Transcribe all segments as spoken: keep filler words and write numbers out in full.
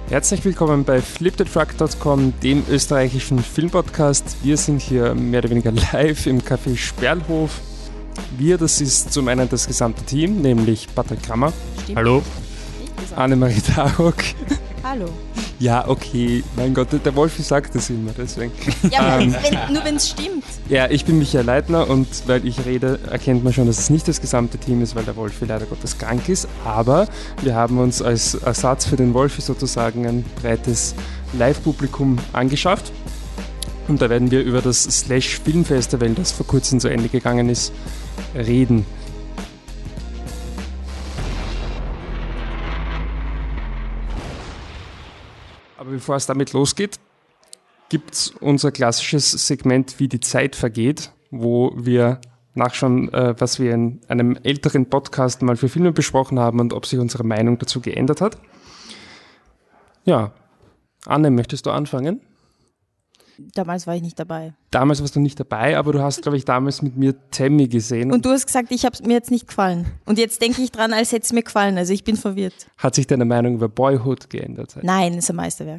Herzlich willkommen bei flip the truck dot com, dem österreichischen Filmpodcast. Wir sind hier mehr oder weniger live im Café Sperlhof. Wir, das ist zum einen das gesamte Team, nämlich Patrick Krammer. Stimmt. Hallo. Annemarie Darok. Hallo. Ja, okay, mein Gott, der Wolfi sagt das immer, deswegen. Ja, ähm, wenn, nur wenn es stimmt. Ja, ich bin Michael Leitner und weil ich rede, erkennt man schon, dass es nicht das gesamte Team ist, weil der Wolfi leider Gottes krank ist. Aber wir haben uns als Ersatz für den Wolfi sozusagen ein breites Live-Publikum angeschafft. Und da werden wir über das Slash Filmfestival, das vor kurzem zu Ende gegangen ist, reden. Aber bevor es damit losgeht, gibt es unser klassisches Segment, wie die Zeit vergeht, wo wir nachschauen, äh, was wir in einem älteren Podcast mal für Filme besprochen haben und ob sich unsere Meinung dazu geändert hat. Ja, Anne, möchtest du anfangen? Damals war ich nicht dabei. Damals warst du nicht dabei, aber du hast, glaube ich, damals mit mir Tammy gesehen. Und du hast gesagt, ich habe mir jetzt nicht gefallen. Und jetzt denke ich dran, als hätte es mir gefallen. Also ich bin verwirrt. Hat sich deine Meinung über Boyhood geändert? Nein, es ist ein Meisterwerk.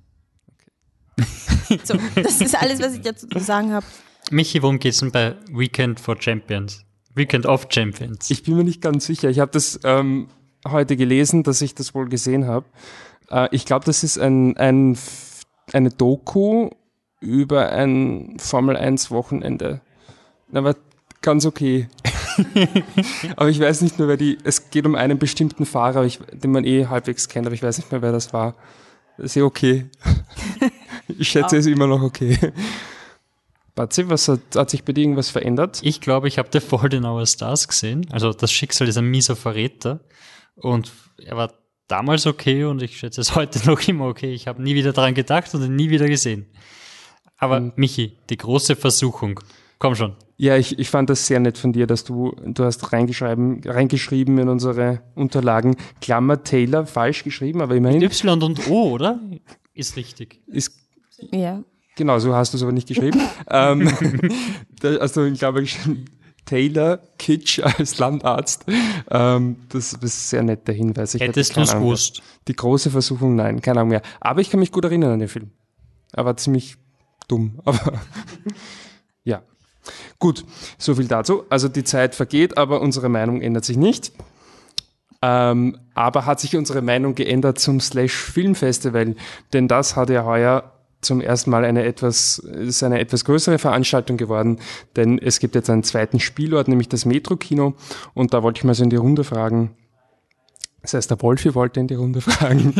Okay. So, das ist alles, was ich dazu zu sagen habe. Michi, worum geht's denn bei Weekend for Champions? Weekend of Champions. Ich bin mir nicht ganz sicher. Ich habe das ähm, heute gelesen, dass ich das wohl gesehen habe. Äh, ich glaube, das ist ein, ein, eine Doku über ein Formel eins Wochenende. Aber ganz okay. Aber ich weiß nicht mehr, wer die, es geht um einen bestimmten Fahrer, ich, den man eh halbwegs kennt, aber ich weiß nicht mehr, wer das war. Das ist eh okay. Ich schätze, es ist immer noch okay. Batzi, was hat, hat sich bei dir irgendwas verändert? Ich glaube, ich habe The Fault in Our Stars gesehen. Also das Schicksal ist ein mieser Verräter. Und er war damals okay und ich schätze es heute noch immer okay. Ich habe nie wieder daran gedacht und ihn nie wieder gesehen. Aber mhm. Michi, die große Versuchung. Komm schon. Ja, ich, ich fand das sehr nett von dir, dass du, du hast reingeschrieben, reingeschrieben in unsere Unterlagen, Klammer Taylor, falsch geschrieben, aber immerhin. Mit Y und O, oder? Ist richtig. Ist, ja. Genau, so hast du es aber nicht geschrieben. ähm, da, also ich glaube, Taylor Kitsch als Landarzt. Ähm, das, das ist sehr netter Hinweis. Ich Hättest du es gewusst? Die große Versuchung, nein, keine Ahnung mehr. Aber ich kann mich gut erinnern an den Film. Er war ziemlich dumm, aber ja. Gut, so viel dazu. Also die Zeit vergeht, aber unsere Meinung ändert sich nicht. Ähm, aber hat sich unsere Meinung geändert zum Slash Filmfestival, denn das hat ja heuer zum ersten Mal eine etwas, ist eine etwas größere Veranstaltung geworden, denn es gibt jetzt einen zweiten Spielort, nämlich das Metro-Kino, und da wollte ich mal so in die Runde fragen, das heißt, der Wolfi wollte in die Runde fragen,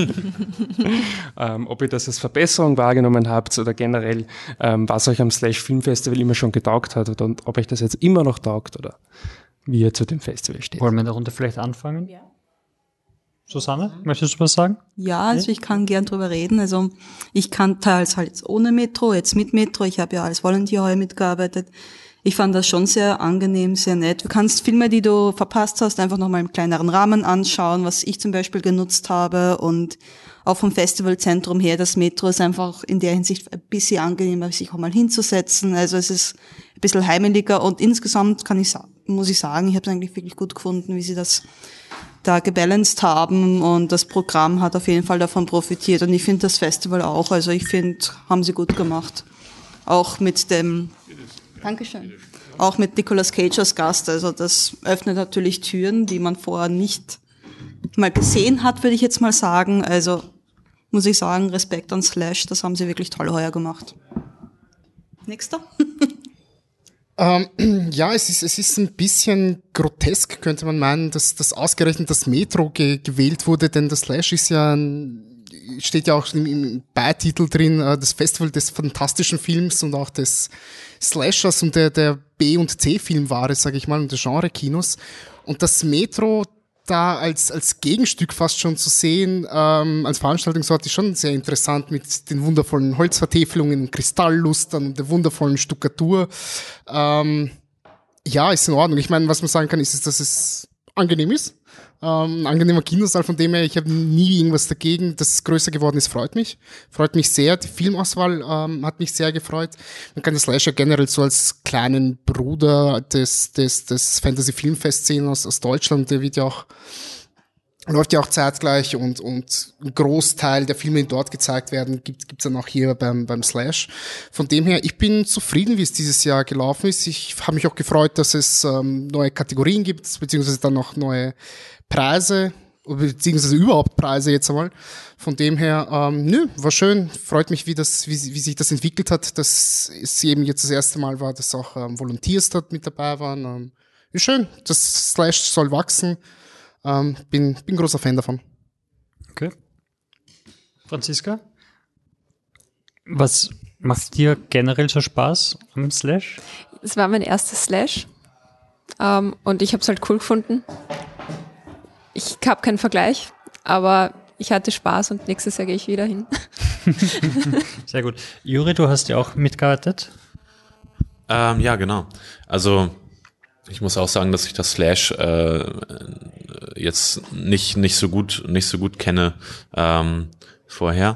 ähm, ob ihr das als Verbesserung wahrgenommen habt oder generell, ähm, was euch am Slash Filmfestival immer schon getaugt hat oder, und ob euch das jetzt immer noch taugt oder wie ihr zu dem Festival steht. Wollen wir in der Runde vielleicht anfangen? Ja. Susanne, möchtest du was sagen? Ja, also ich kann gern drüber reden. Also ich kann teils halt jetzt ohne Metro, jetzt mit Metro. Ich habe ja als Volunteer heuer mitgearbeitet. Ich fand das schon sehr angenehm, sehr nett. Du kannst Filme, die du verpasst hast, einfach nochmal im kleineren Rahmen anschauen, was ich zum Beispiel genutzt habe. Und auch vom Festivalzentrum her, das Metro ist einfach in der Hinsicht ein bisschen angenehmer, sich auch mal hinzusetzen. Also es ist ein bisschen heimeliger und insgesamt kann ich muss ich sagen, ich habe es eigentlich wirklich gut gefunden, wie sie das da gebalanced haben, und das Programm hat auf jeden Fall davon profitiert, und ich finde das Festival auch, also ich finde, haben sie gut gemacht. Auch mit dem, Dankeschön, auch mit Nicolas Cage als Gast, also das öffnet natürlich Türen, die man vorher nicht mal gesehen hat, würde ich jetzt mal sagen, also muss ich sagen, Respekt an Slash, das haben sie wirklich toll heuer gemacht. Nächster. Ähm, ja, es ist, es ist ein bisschen grotesk, könnte man meinen, dass, dass ausgerechnet das Metro ge- gewählt wurde, denn das Slash ist ja ein, steht ja auch im, im Beititel drin, äh, das Festival des fantastischen Films und auch des Slashers und der, der B- und C-Filmware, sage ich mal, und der Genre-Kinos. Und das Metro da als, als Gegenstück fast schon zu sehen, ähm, als Veranstaltungsort ist schon sehr interessant mit den wundervollen Holzvertäfelungen, Kristalllustern und der wundervollen Stuckatur. Ähm, ja, ist in Ordnung. Ich meine, was man sagen kann, ist, ist dass es angenehm ist. Ähm, ein angenehmer Kinosaal, von dem her, ich habe nie irgendwas dagegen, dass es größer geworden ist, freut mich. Freut mich sehr. Die Filmauswahl ähm, hat mich sehr gefreut. Man kann das Slasher generell so als kleinen Bruder des, des, des Fantasy-Filmfests sehen aus, aus Deutschland. Der wird ja auch läuft ja auch zeitgleich und und ein Großteil der Filme, die dort gezeigt werden, gibt gibt's dann auch hier beim beim Slash. Von dem her, ich bin zufrieden, wie es dieses Jahr gelaufen ist. Ich habe mich auch gefreut, dass es ähm, neue Kategorien gibt, beziehungsweise dann noch neue Preise, beziehungsweise überhaupt Preise jetzt einmal. Von dem her, ähm, nö, war schön. Freut mich, wie das, wie, wie sich das entwickelt hat, dass es eben jetzt das erste Mal war, dass auch ähm, Volunteers dort mit dabei waren. Ähm, ist schön. Das Slash soll wachsen. Ähm, bin, bin großer Fan davon. Okay. Franziska? Was macht dir generell so Spaß am Slash? Es war mein erstes Slash ähm, und ich habe es halt cool gefunden. Ich habe keinen Vergleich, aber ich hatte Spaß und nächstes Jahr gehe ich wieder hin. Sehr gut. Juri, du hast ja auch mitgearbeitet. Ähm, ja, genau. Also ich muss auch sagen, dass ich das Slash äh, jetzt nicht nicht so gut nicht so gut kenne ähm, vorher.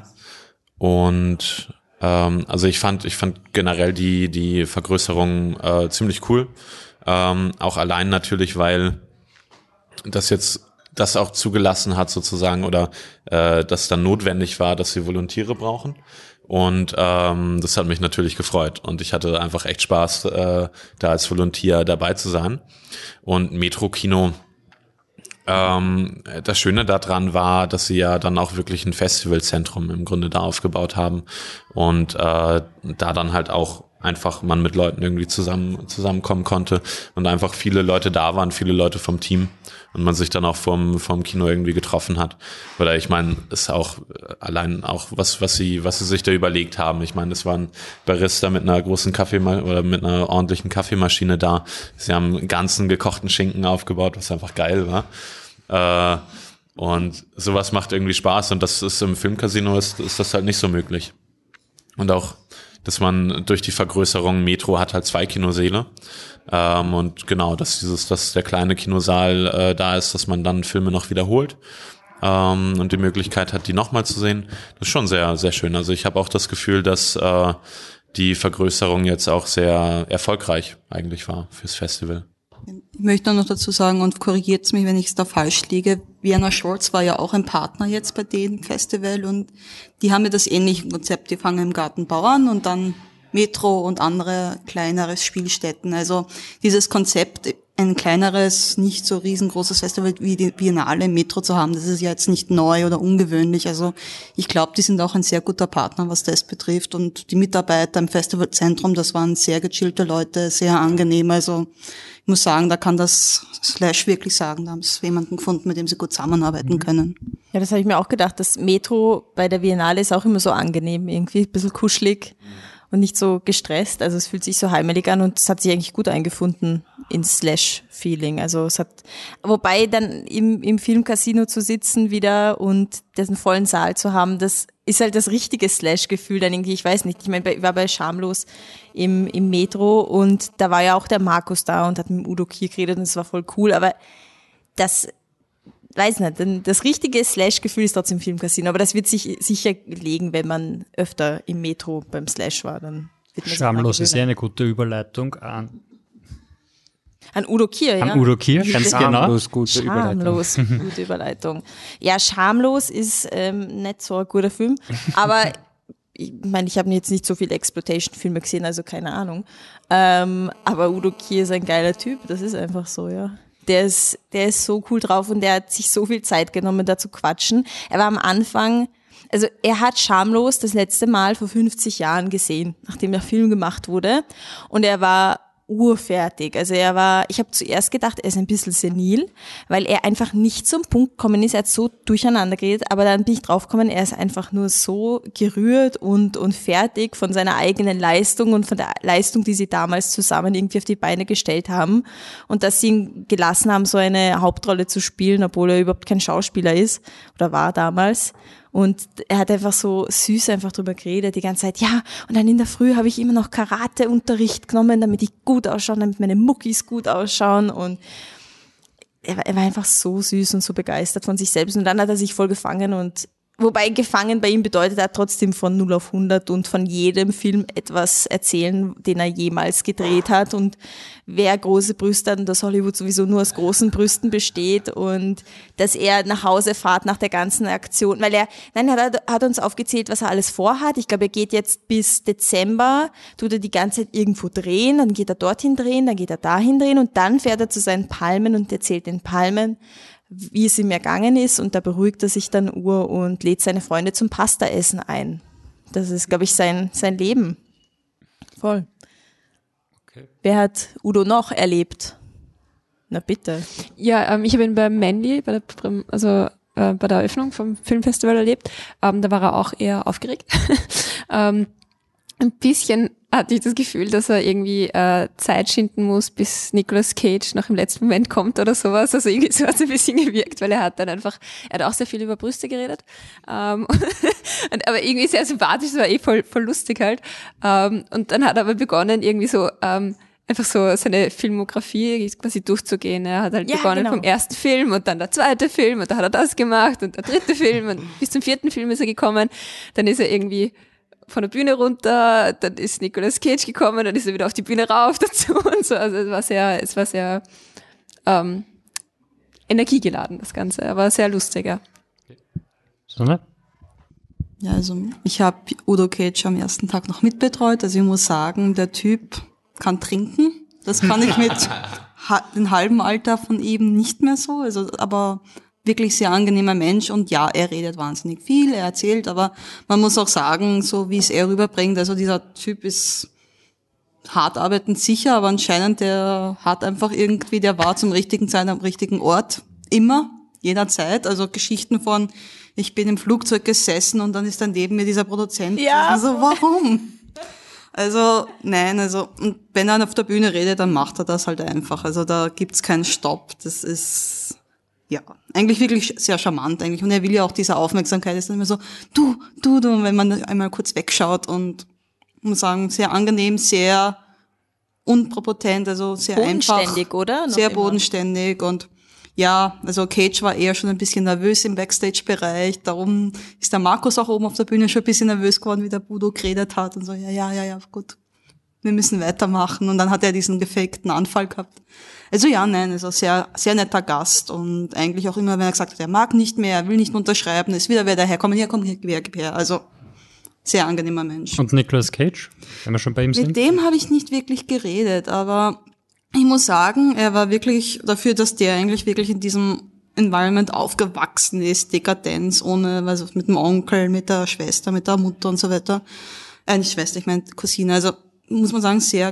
Und ähm, also ich fand ich fand generell die die Vergrößerung äh, ziemlich cool. Ähm, auch allein natürlich, weil das jetzt das auch zugelassen hat sozusagen oder äh, dass dann notwendig war, dass sie Volontiere brauchen. Und ähm, das hat mich natürlich gefreut und ich hatte einfach echt Spaß, äh, da als Volontier dabei zu sein. Und Metro Kino, ähm, das Schöne daran war, dass sie ja dann auch wirklich ein Festivalzentrum im Grunde da aufgebaut haben und äh, da dann halt auch einfach man mit Leuten irgendwie zusammen zusammenkommen konnte und einfach viele Leute da waren, viele Leute vom Team und man sich dann auch vom vom Kino irgendwie getroffen hat. Oder ich meine, ist auch allein auch was was sie was sie sich da überlegt haben. Ich meine, es war ein Barista mit einer großen Kaffeemaschine oder mit einer ordentlichen Kaffeemaschine da. Sie haben einen ganzen gekochten Schinken aufgebaut, was einfach geil war. Äh, und sowas macht irgendwie Spaß und das ist im Filmcasino ist, ist das halt nicht so möglich. Und auch dass man durch die Vergrößerung, Metro hat halt zwei Kinosäle ähm, und genau, dass dieses, dass der kleine Kinosaal äh, da ist, dass man dann Filme noch wiederholt ähm, und die Möglichkeit hat, die nochmal zu sehen, das ist schon sehr, sehr schön. Also ich habe auch das Gefühl, dass äh, die Vergrößerung jetzt auch sehr erfolgreich eigentlich war fürs Festival. Ich möchte noch dazu sagen, und korrigiert mich, wenn ich es da falsch liege, Vienna Shorts war ja auch ein Partner jetzt bei dem Festival und die haben ja das ähnliche Konzept, die fangen im Gartenbau an und dann Metro und andere kleinere Spielstätten. Also dieses Konzept, ein kleineres, nicht so riesengroßes Festival wie die Biennale im Metro zu haben, das ist ja jetzt nicht neu oder ungewöhnlich. Also ich glaube, die sind auch ein sehr guter Partner, was das betrifft. Und die Mitarbeiter im Festivalzentrum, das waren sehr gechillte Leute, sehr angenehm. Also ich muss sagen, da kann das Slash wirklich sagen, da haben sie jemanden gefunden, mit dem sie gut zusammenarbeiten können. Ja, das habe ich mir auch gedacht. Das Metro bei der Biennale ist auch immer so angenehm, irgendwie ein bisschen kuschelig und nicht so gestresst. Also es fühlt sich so heimelig an und es hat sich eigentlich gut eingefunden ins Slash-Feeling. Also es hat, wobei dann im, im Filmcasino zu sitzen wieder und diesen vollen Saal zu haben, das ist halt das richtige Slash-Gefühl dann irgendwie, ich weiß nicht. Ich meine, ich war bei Schamlos im, im Metro und da war ja auch der Markus da und hat mit dem Udo Kier geredet und das war voll cool, aber das, weiß nicht, das richtige Slash-Gefühl ist trotzdem im Filmcasino, aber das wird sich sicher legen, wenn man öfter im Metro beim Slash war. Dann wird man Schamlos ist ja eine gute Überleitung an, an Udo Kier, ja. an Udo Kier, ganz genau. Schamlos, gute Schamlos, Überleitung. gute Überleitung. Ja, Schamlos ist ähm, nicht so ein guter Film, aber ich meine, ich habe jetzt nicht so viele Exploitation-Filme gesehen, also keine Ahnung. Ähm, aber Udo Kier ist ein geiler Typ, das ist einfach so, ja. Der ist, der ist so cool drauf und der hat sich so viel Zeit genommen, da zu quatschen. Er war am Anfang, also er hat Schamlos das letzte Mal vor fünfzig Jahren gesehen, nachdem der Film gemacht wurde. Und er war urfertig. Also er war, ich habe zuerst gedacht, er ist ein bisschen senil, weil er einfach nicht zum Punkt gekommen ist. Er hat so durcheinander geredet, aber dann bin ich draufgekommen, er ist einfach nur so gerührt und, und fertig von seiner eigenen Leistung und von der Leistung, die sie damals zusammen irgendwie auf die Beine gestellt haben und dass sie ihn gelassen haben, so eine Hauptrolle zu spielen, obwohl er überhaupt kein Schauspieler ist oder war damals. Und er hat einfach so süß einfach drüber geredet, die ganze Zeit, ja, und dann in der Früh habe ich immer noch Karateunterricht genommen, damit ich gut ausschaue, damit meine Muckis gut ausschauen und er war, er war einfach so süß und so begeistert von sich selbst und dann hat er sich voll gefangen und wobei gefangen bei ihm bedeutet, er hat trotzdem von null auf hundert und von jedem Film etwas erzählen, den er jemals gedreht hat. Und wer große Brüste hat und dass Hollywood sowieso nur aus großen Brüsten besteht und dass er nach Hause fährt nach der ganzen Aktion, weil er, nein, er hat, hat uns aufgezählt, was er alles vorhat. Ich glaube, er geht jetzt bis Dezember, tut er die ganze Zeit irgendwo drehen, dann geht er dorthin drehen, dann geht er dahin drehen und dann fährt er zu seinen Palmen und erzählt den Palmen, wie es ihm ergangen ist, und da beruhigt er sich dann Ur und lädt seine Freunde zum Pasta-Essen ein. Das ist, glaube ich, sein, sein Leben. Voll. Okay. Wer hat Udo noch erlebt? Na bitte. Ja, ähm, ich habe ihn bei Mandy, bei der, Prim- also äh, bei der Eröffnung vom Filmfestival erlebt. Ähm, da war er auch eher aufgeregt. ähm, ein bisschen hatte ich das Gefühl, dass er irgendwie äh, Zeit schinden muss, bis Nicolas Cage noch im letzten Moment kommt oder sowas. Also irgendwie so hat es ein bisschen gewirkt, weil er hat dann einfach, er hat auch sehr viel über Brüste geredet. Ähm, und, aber irgendwie sehr sympathisch, das war eh voll, voll lustig halt. Ähm, und dann hat er aber begonnen, irgendwie so ähm, einfach so seine Filmografie quasi durchzugehen. Er hat halt Ja, begonnen genau. vom ersten Film und dann der zweite Film und dann hat er das gemacht und der dritte Film und bis zum vierten Film ist er gekommen. Dann ist er irgendwie von der Bühne runter, dann ist Nicolas Cage gekommen, dann ist er wieder auf die Bühne rauf dazu und so. Also es war sehr, es war sehr ähm, energiegeladen, das Ganze, aber sehr lustig, ja. Sonne? Ja, also ich habe Udo Cage am ersten Tag noch mitbetreut. Also ich muss sagen, der Typ kann trinken. Das kann ich mit ha- dem halben Alter von ihm nicht mehr so. Also, aber wirklich sehr angenehmer Mensch und ja, er redet wahnsinnig viel, er erzählt, aber man muss auch sagen, so wie es er rüberbringt, also dieser Typ ist hart arbeitend sicher, aber anscheinend der hat einfach irgendwie, der war zum richtigen Zeit am richtigen Ort, immer, jederzeit, also Geschichten von, ich bin im Flugzeug gesessen und dann ist dann neben mir dieser Produzent, Ja. also warum? Also, nein, also, und wenn er auf der Bühne redet, dann macht er das halt einfach, also da gibt's keinen Stopp, das ist, ja, eigentlich wirklich sehr charmant eigentlich. Und er will ja auch diese Aufmerksamkeit. Ist dann immer so, du, du, du, wenn man einmal kurz wegschaut und muss sagen, sehr angenehm, sehr unpropotent, also sehr einfach. Bodenständig, oder? Noch Sehr immer. bodenständig und ja, also Cage war eher schon ein bisschen nervös im Backstage-Bereich. Darum ist der Markus auch oben auf der Bühne schon ein bisschen nervös geworden, wie der Budo geredet hat und so, ja, ja, ja, ja, gut. Wir müssen weitermachen. Und dann hat er diesen gefakten Anfall gehabt. Also ja, nein, also sehr, sehr netter Gast und eigentlich auch immer, wenn er gesagt hat, er mag nicht mehr, er will nicht mehr unterschreiben, ist wieder wer daherkommen, ja, komm, gib her, gib her. Also sehr angenehmer Mensch. Und Nicolas Cage, wenn wir schon bei ihm sind? Mit dem habe ich nicht wirklich geredet, aber ich muss sagen, er war wirklich dafür, dass der eigentlich wirklich in diesem Environment aufgewachsen ist, Dekadenz, ohne, also mit dem Onkel, mit der Schwester, mit der Mutter und so weiter. Äh, nicht Schwester, ich meine Cousine, also muss man sagen, sehr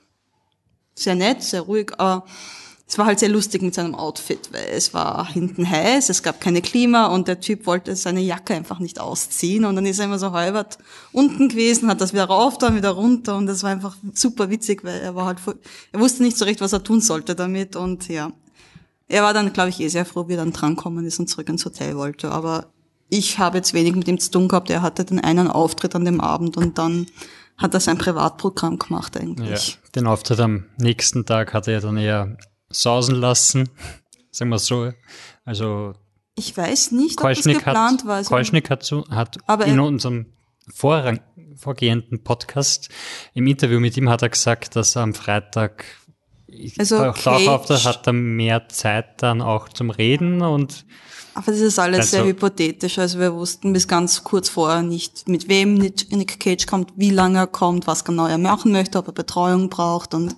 sehr nett, sehr ruhig, aber es war halt sehr lustig mit seinem Outfit, weil es war hinten heiß, es gab keine Klima und der Typ wollte seine Jacke einfach nicht ausziehen und dann ist er immer so halbert unten gewesen, hat das wieder rauf, dann wieder runter und das war einfach super witzig, weil er war halt, voll, er wusste nicht so recht, was er tun sollte damit und ja, er war dann, glaube ich, eh sehr froh, wie er dann drankommen ist und zurück ins Hotel wollte, aber ich habe jetzt wenig mit ihm zu tun gehabt, er hatte den einen Auftritt an dem Abend und dann hat er sein Privatprogramm gemacht eigentlich. Ja, den Auftritt am nächsten Tag hat er ja dann eher sausen lassen, sagen wir so. Also Ich weiß nicht, ob das Kolschnik geplant hat, war. Also, Kolschnik hat, so, hat Aber in er- unserem vorrang, vorgehenden Podcast, im Interview mit ihm hat er gesagt, dass er am Freitag Also auch darauf auf, Cage- hat er mehr Zeit dann auch zum Reden und aber das ist alles Also- sehr hypothetisch. Also wir wussten bis ganz kurz vorher nicht, mit wem Nick Nick Cage kommt, wie lange er kommt, was genau er machen möchte, ob er Betreuung braucht. Und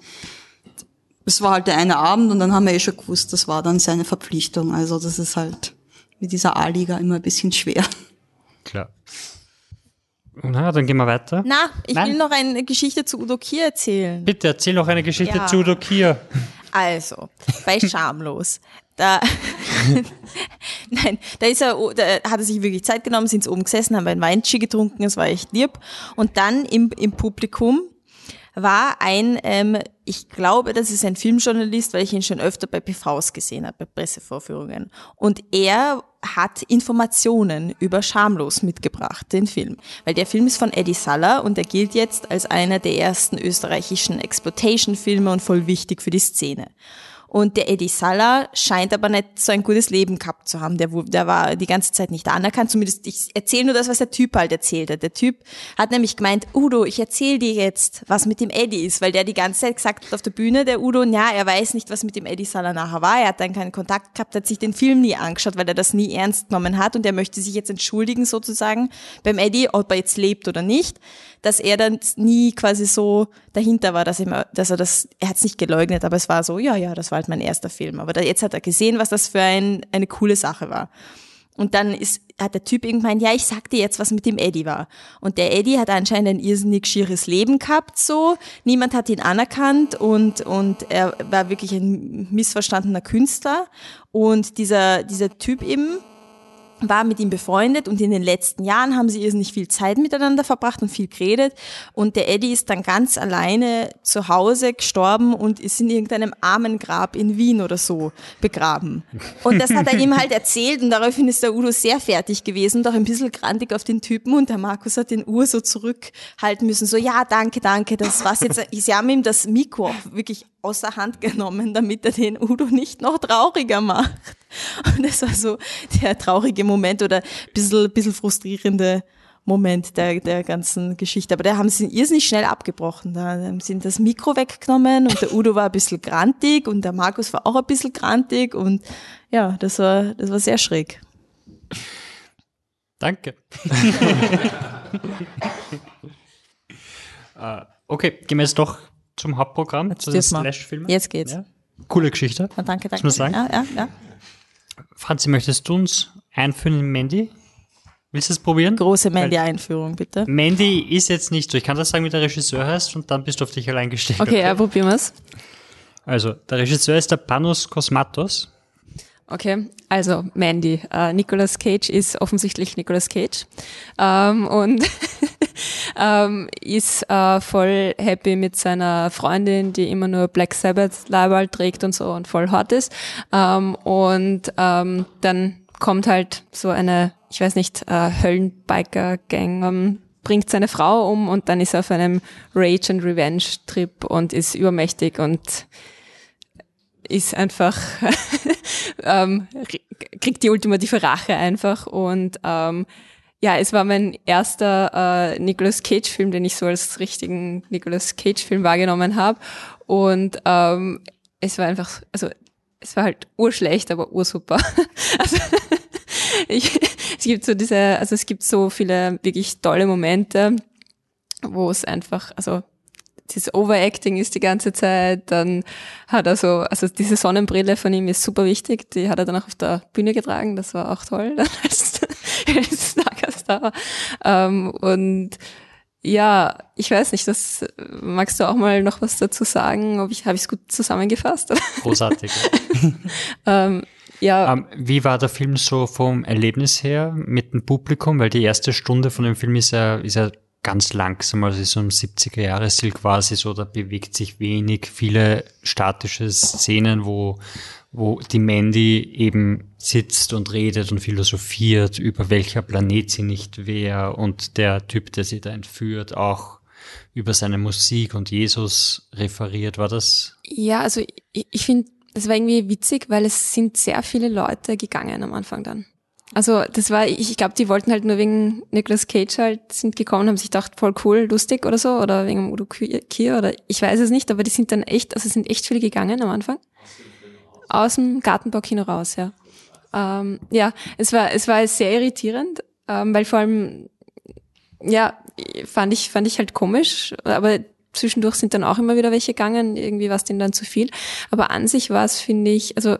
es war halt der eine Abend und dann haben wir eh schon gewusst, das war dann seine Verpflichtung. Also das ist halt mit dieser A-Liga immer ein bisschen schwer. klar. Na, dann gehen wir weiter. Na, ich Nein. will noch eine Geschichte zu Udo Kier erzählen. Bitte erzähl noch eine Geschichte Ja. zu Udo Kier. Also, bei Schamlos. Da, nein, da ist er, da hat er sich wirklich Zeit genommen, sind oben gesessen, haben ein Weinschi getrunken, es war echt lieb. Und dann im, im Publikum war ein, ähm, ich glaube, das ist ein Filmjournalist, weil ich ihn schon öfter bei P Vs gesehen habe, bei Pressevorführungen. Und er hat Informationen über Schamlos mitgebracht, den Film. Weil der Film ist von Eddie Saller und er gilt jetzt als einer der ersten österreichischen Exploitation-Filme und voll wichtig für die Szene. Und der Eddie Salla scheint aber nicht so ein gutes Leben gehabt zu haben. Der, der war die ganze Zeit nicht anerkannt. Zumindest, ich erzähle nur das, was der Typ halt erzählt hat. Der Typ hat nämlich gemeint, Udo, ich erzähle dir jetzt, was mit dem Eddie ist, weil der die ganze Zeit gesagt hat auf der Bühne, der Udo, ja, er weiß nicht, was mit dem Eddie Salla nachher war. Er hat dann keinen Kontakt gehabt, hat sich den Film nie angeschaut, weil er das nie ernst genommen hat und er möchte sich jetzt entschuldigen sozusagen beim Eddie, ob er jetzt lebt oder nicht, dass er dann nie quasi so dahinter war, dass er, dass er das, er hat es nicht geleugnet, aber es war so, ja, ja, das war halt mein erster Film. Aber da, jetzt hat er gesehen, was das für ein, eine coole Sache war. Und dann ist, hat der Typ irgendwann, ja, ich sag dir jetzt, was mit dem Eddie war. Und der Eddie hat anscheinend ein irrsinnig schieres Leben gehabt, so. Niemand hat ihn anerkannt und, und er war wirklich ein missverstandener Künstler. Und dieser, dieser Typ eben war mit ihm befreundet und in den letzten Jahren haben sie irrsinnig viel Zeit miteinander verbracht und viel geredet und der Eddie ist dann ganz alleine zu Hause gestorben und ist in irgendeinem Armengrab in Wien oder so begraben. Und das hat er ihm halt erzählt und daraufhin ist der Udo sehr fertig gewesen und auch ein bisschen grantig auf den Typen und der Markus hat den Ur so zurückhalten müssen, so ja, danke, danke, das war's jetzt. Sie haben ihm das Mikro wirklich außer Hand genommen, damit er den Udo nicht noch trauriger macht. Und das war so der traurige Moment oder ein bisschen, bisschen frustrierende Moment der, der ganzen Geschichte. Aber da haben sie ihn irrsinnig schnell abgebrochen. Da haben sie das Mikro weggenommen und der Udo war ein bisschen grantig und der Markus war auch ein bisschen grantig und ja, das war, das war sehr schräg. Danke. uh, okay, gehen wir jetzt doch zum Hauptprogramm, jetzt zu den Slash-Filmen. Jetzt geht's. Ja. Coole Geschichte. Ja, danke, danke. Muss man sagen. Ja, ja, ja. Franzi, möchtest du uns einführen in Mandy? Willst du es probieren? Große Mandy-Einführung, bitte. Mandy ist jetzt nicht so. Ich kann das sagen, wie der Regisseur heißt und dann bist du auf dich allein gestellt. Okay, okay. Ja, probieren wir's. Also, der Regisseur ist der Panos Cosmatos. Okay, also Mandy. Uh, Nicolas Cage ist offensichtlich Nicolas Cage ähm, und ähm, ist äh, voll happy mit seiner Freundin, die immer nur Black Sabbath Leiberl trägt und so und voll hot ist. Ähm, und ähm, dann kommt halt so eine, ich weiß nicht, äh, Höllenbiker-Gang, ähm, bringt seine Frau um und dann ist er auf einem Rage and Revenge Trip und ist übermächtig und ist einfach ähm, kriegt die ultimative Rache einfach und ähm, ja, es war mein erster äh, Nicolas Cage Film, den ich so als richtigen Nicolas Cage Film wahrgenommen habe und ähm, es war einfach, also es war halt urschlecht, aber ursuper. Also ich, es gibt so diese, also es gibt so viele wirklich tolle Momente, wo es einfach, also dieses Overacting ist die ganze Zeit, dann hat er so, also diese Sonnenbrille von ihm ist super wichtig, die hat er dann auch auf der Bühne getragen, das war auch toll, dann als, als Stargastar. Ähm, und ja, ich weiß nicht, das magst du auch mal noch was dazu sagen, ob ich, habe ich es gut zusammengefasst? Großartig. ähm, ja. Um, wie war der Film so vom Erlebnis her mit dem Publikum? Weil die erste Stunde von dem Film ist ja, ist ja ganz langsam, also so im siebziger-Jahres-Stil quasi so, da bewegt sich wenig, viele statische Szenen, wo, wo die Mandy eben sitzt und redet und philosophiert, über welcher Planet sie nicht wäre und der Typ, der sie da entführt, auch über seine Musik und Jesus referiert. War das? Ja, also ich, ich finde, das war irgendwie witzig, weil es sind sehr viele Leute gegangen am Anfang dann. Also das war, ich glaube, die wollten halt nur wegen Nicolas Cage halt, sind gekommen, haben sich gedacht, voll cool, lustig oder so, oder wegen Udo Kier oder ich weiß es nicht, aber die sind dann echt, also es sind echt viele gegangen am Anfang. Aus dem Gartenbaukino raus, ja. Ähm, ja, es war, es war sehr irritierend, ähm, weil vor allem, ja, fand ich, fand ich halt komisch, aber zwischendurch sind dann auch immer wieder welche gegangen, irgendwie war es denen dann zu viel. Aber an sich war es, finde ich, also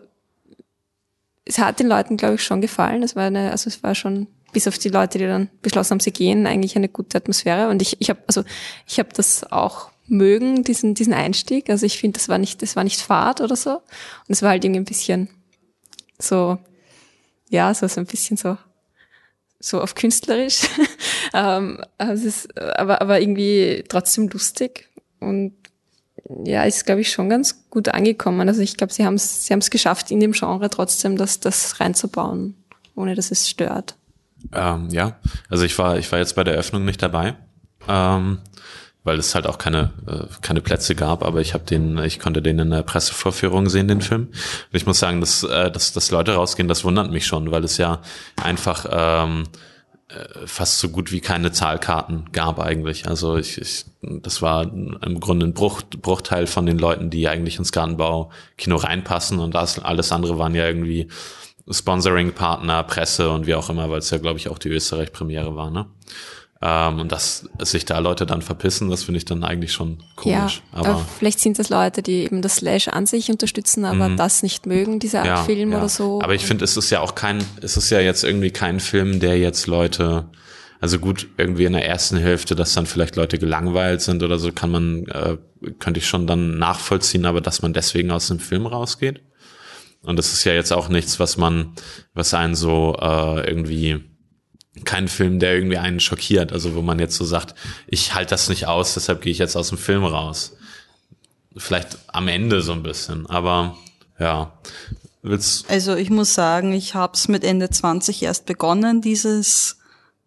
es hat den Leuten, glaube ich, schon gefallen. Es war eine, also es war schon, bis auf die Leute, die dann beschlossen haben, sie gehen, eigentlich eine gute Atmosphäre. Und ich, ich habe, also ich habe das auch mögen, diesen, diesen Einstieg. Also ich finde, das war nicht, das war nicht Fahrt oder so. Und es war halt irgendwie ein bisschen so, ja, so, so ein bisschen so, so auf künstlerisch. ähm, also es ist, aber, aber irgendwie trotzdem lustig und ja, ist, glaube ich, schon ganz gut angekommen. Also ich glaube, sie haben es sie haben es geschafft, in dem Genre trotzdem das, das reinzubauen, ohne dass es stört. Ähm, ja, also ich war ich war jetzt bei der Eröffnung nicht dabei, ähm, weil es halt auch keine äh, keine Plätze gab, aber ich habe den, ich konnte den in der Pressevorführung sehen, den Film. Und ich muss sagen, dass, äh, dass, dass Leute rausgehen, das wundert mich schon, weil es ja einfach ähm, fast so gut wie keine Zahlkarten gab eigentlich. Also ich, ich das war im Grunde ein Bruch, Bruchteil von den Leuten, die eigentlich ins Gartenbau-Kino reinpassen, und das alles andere waren ja irgendwie Sponsoring-Partner, Presse und wie auch immer, weil es ja, glaube ich, auch die Österreich-Premiere war, ne? Ähm, und dass sich da Leute dann verpissen, das finde ich dann eigentlich schon komisch. Ja, aber, aber vielleicht sind das Leute, die eben das Slash an sich unterstützen, aber Mhm. das nicht mögen, diese Art ja, Film ja. oder so. Aber ich finde, es ist ja auch kein, es ist ja jetzt irgendwie kein Film, der jetzt Leute, also gut, irgendwie in der ersten Hälfte, dass dann vielleicht Leute gelangweilt sind oder so, kann man, äh, könnte ich schon dann nachvollziehen, aber dass man deswegen aus dem Film rausgeht. Und das ist ja jetzt auch nichts, was man, was einen so äh, irgendwie, kein Film, der irgendwie einen schockiert, also wo man jetzt so sagt, ich halte das nicht aus, deshalb gehe ich jetzt aus dem Film raus. Vielleicht am Ende so ein bisschen, aber ja. Willst Also ich muss sagen, ich habe es mit Ende zwanzig erst begonnen, dieses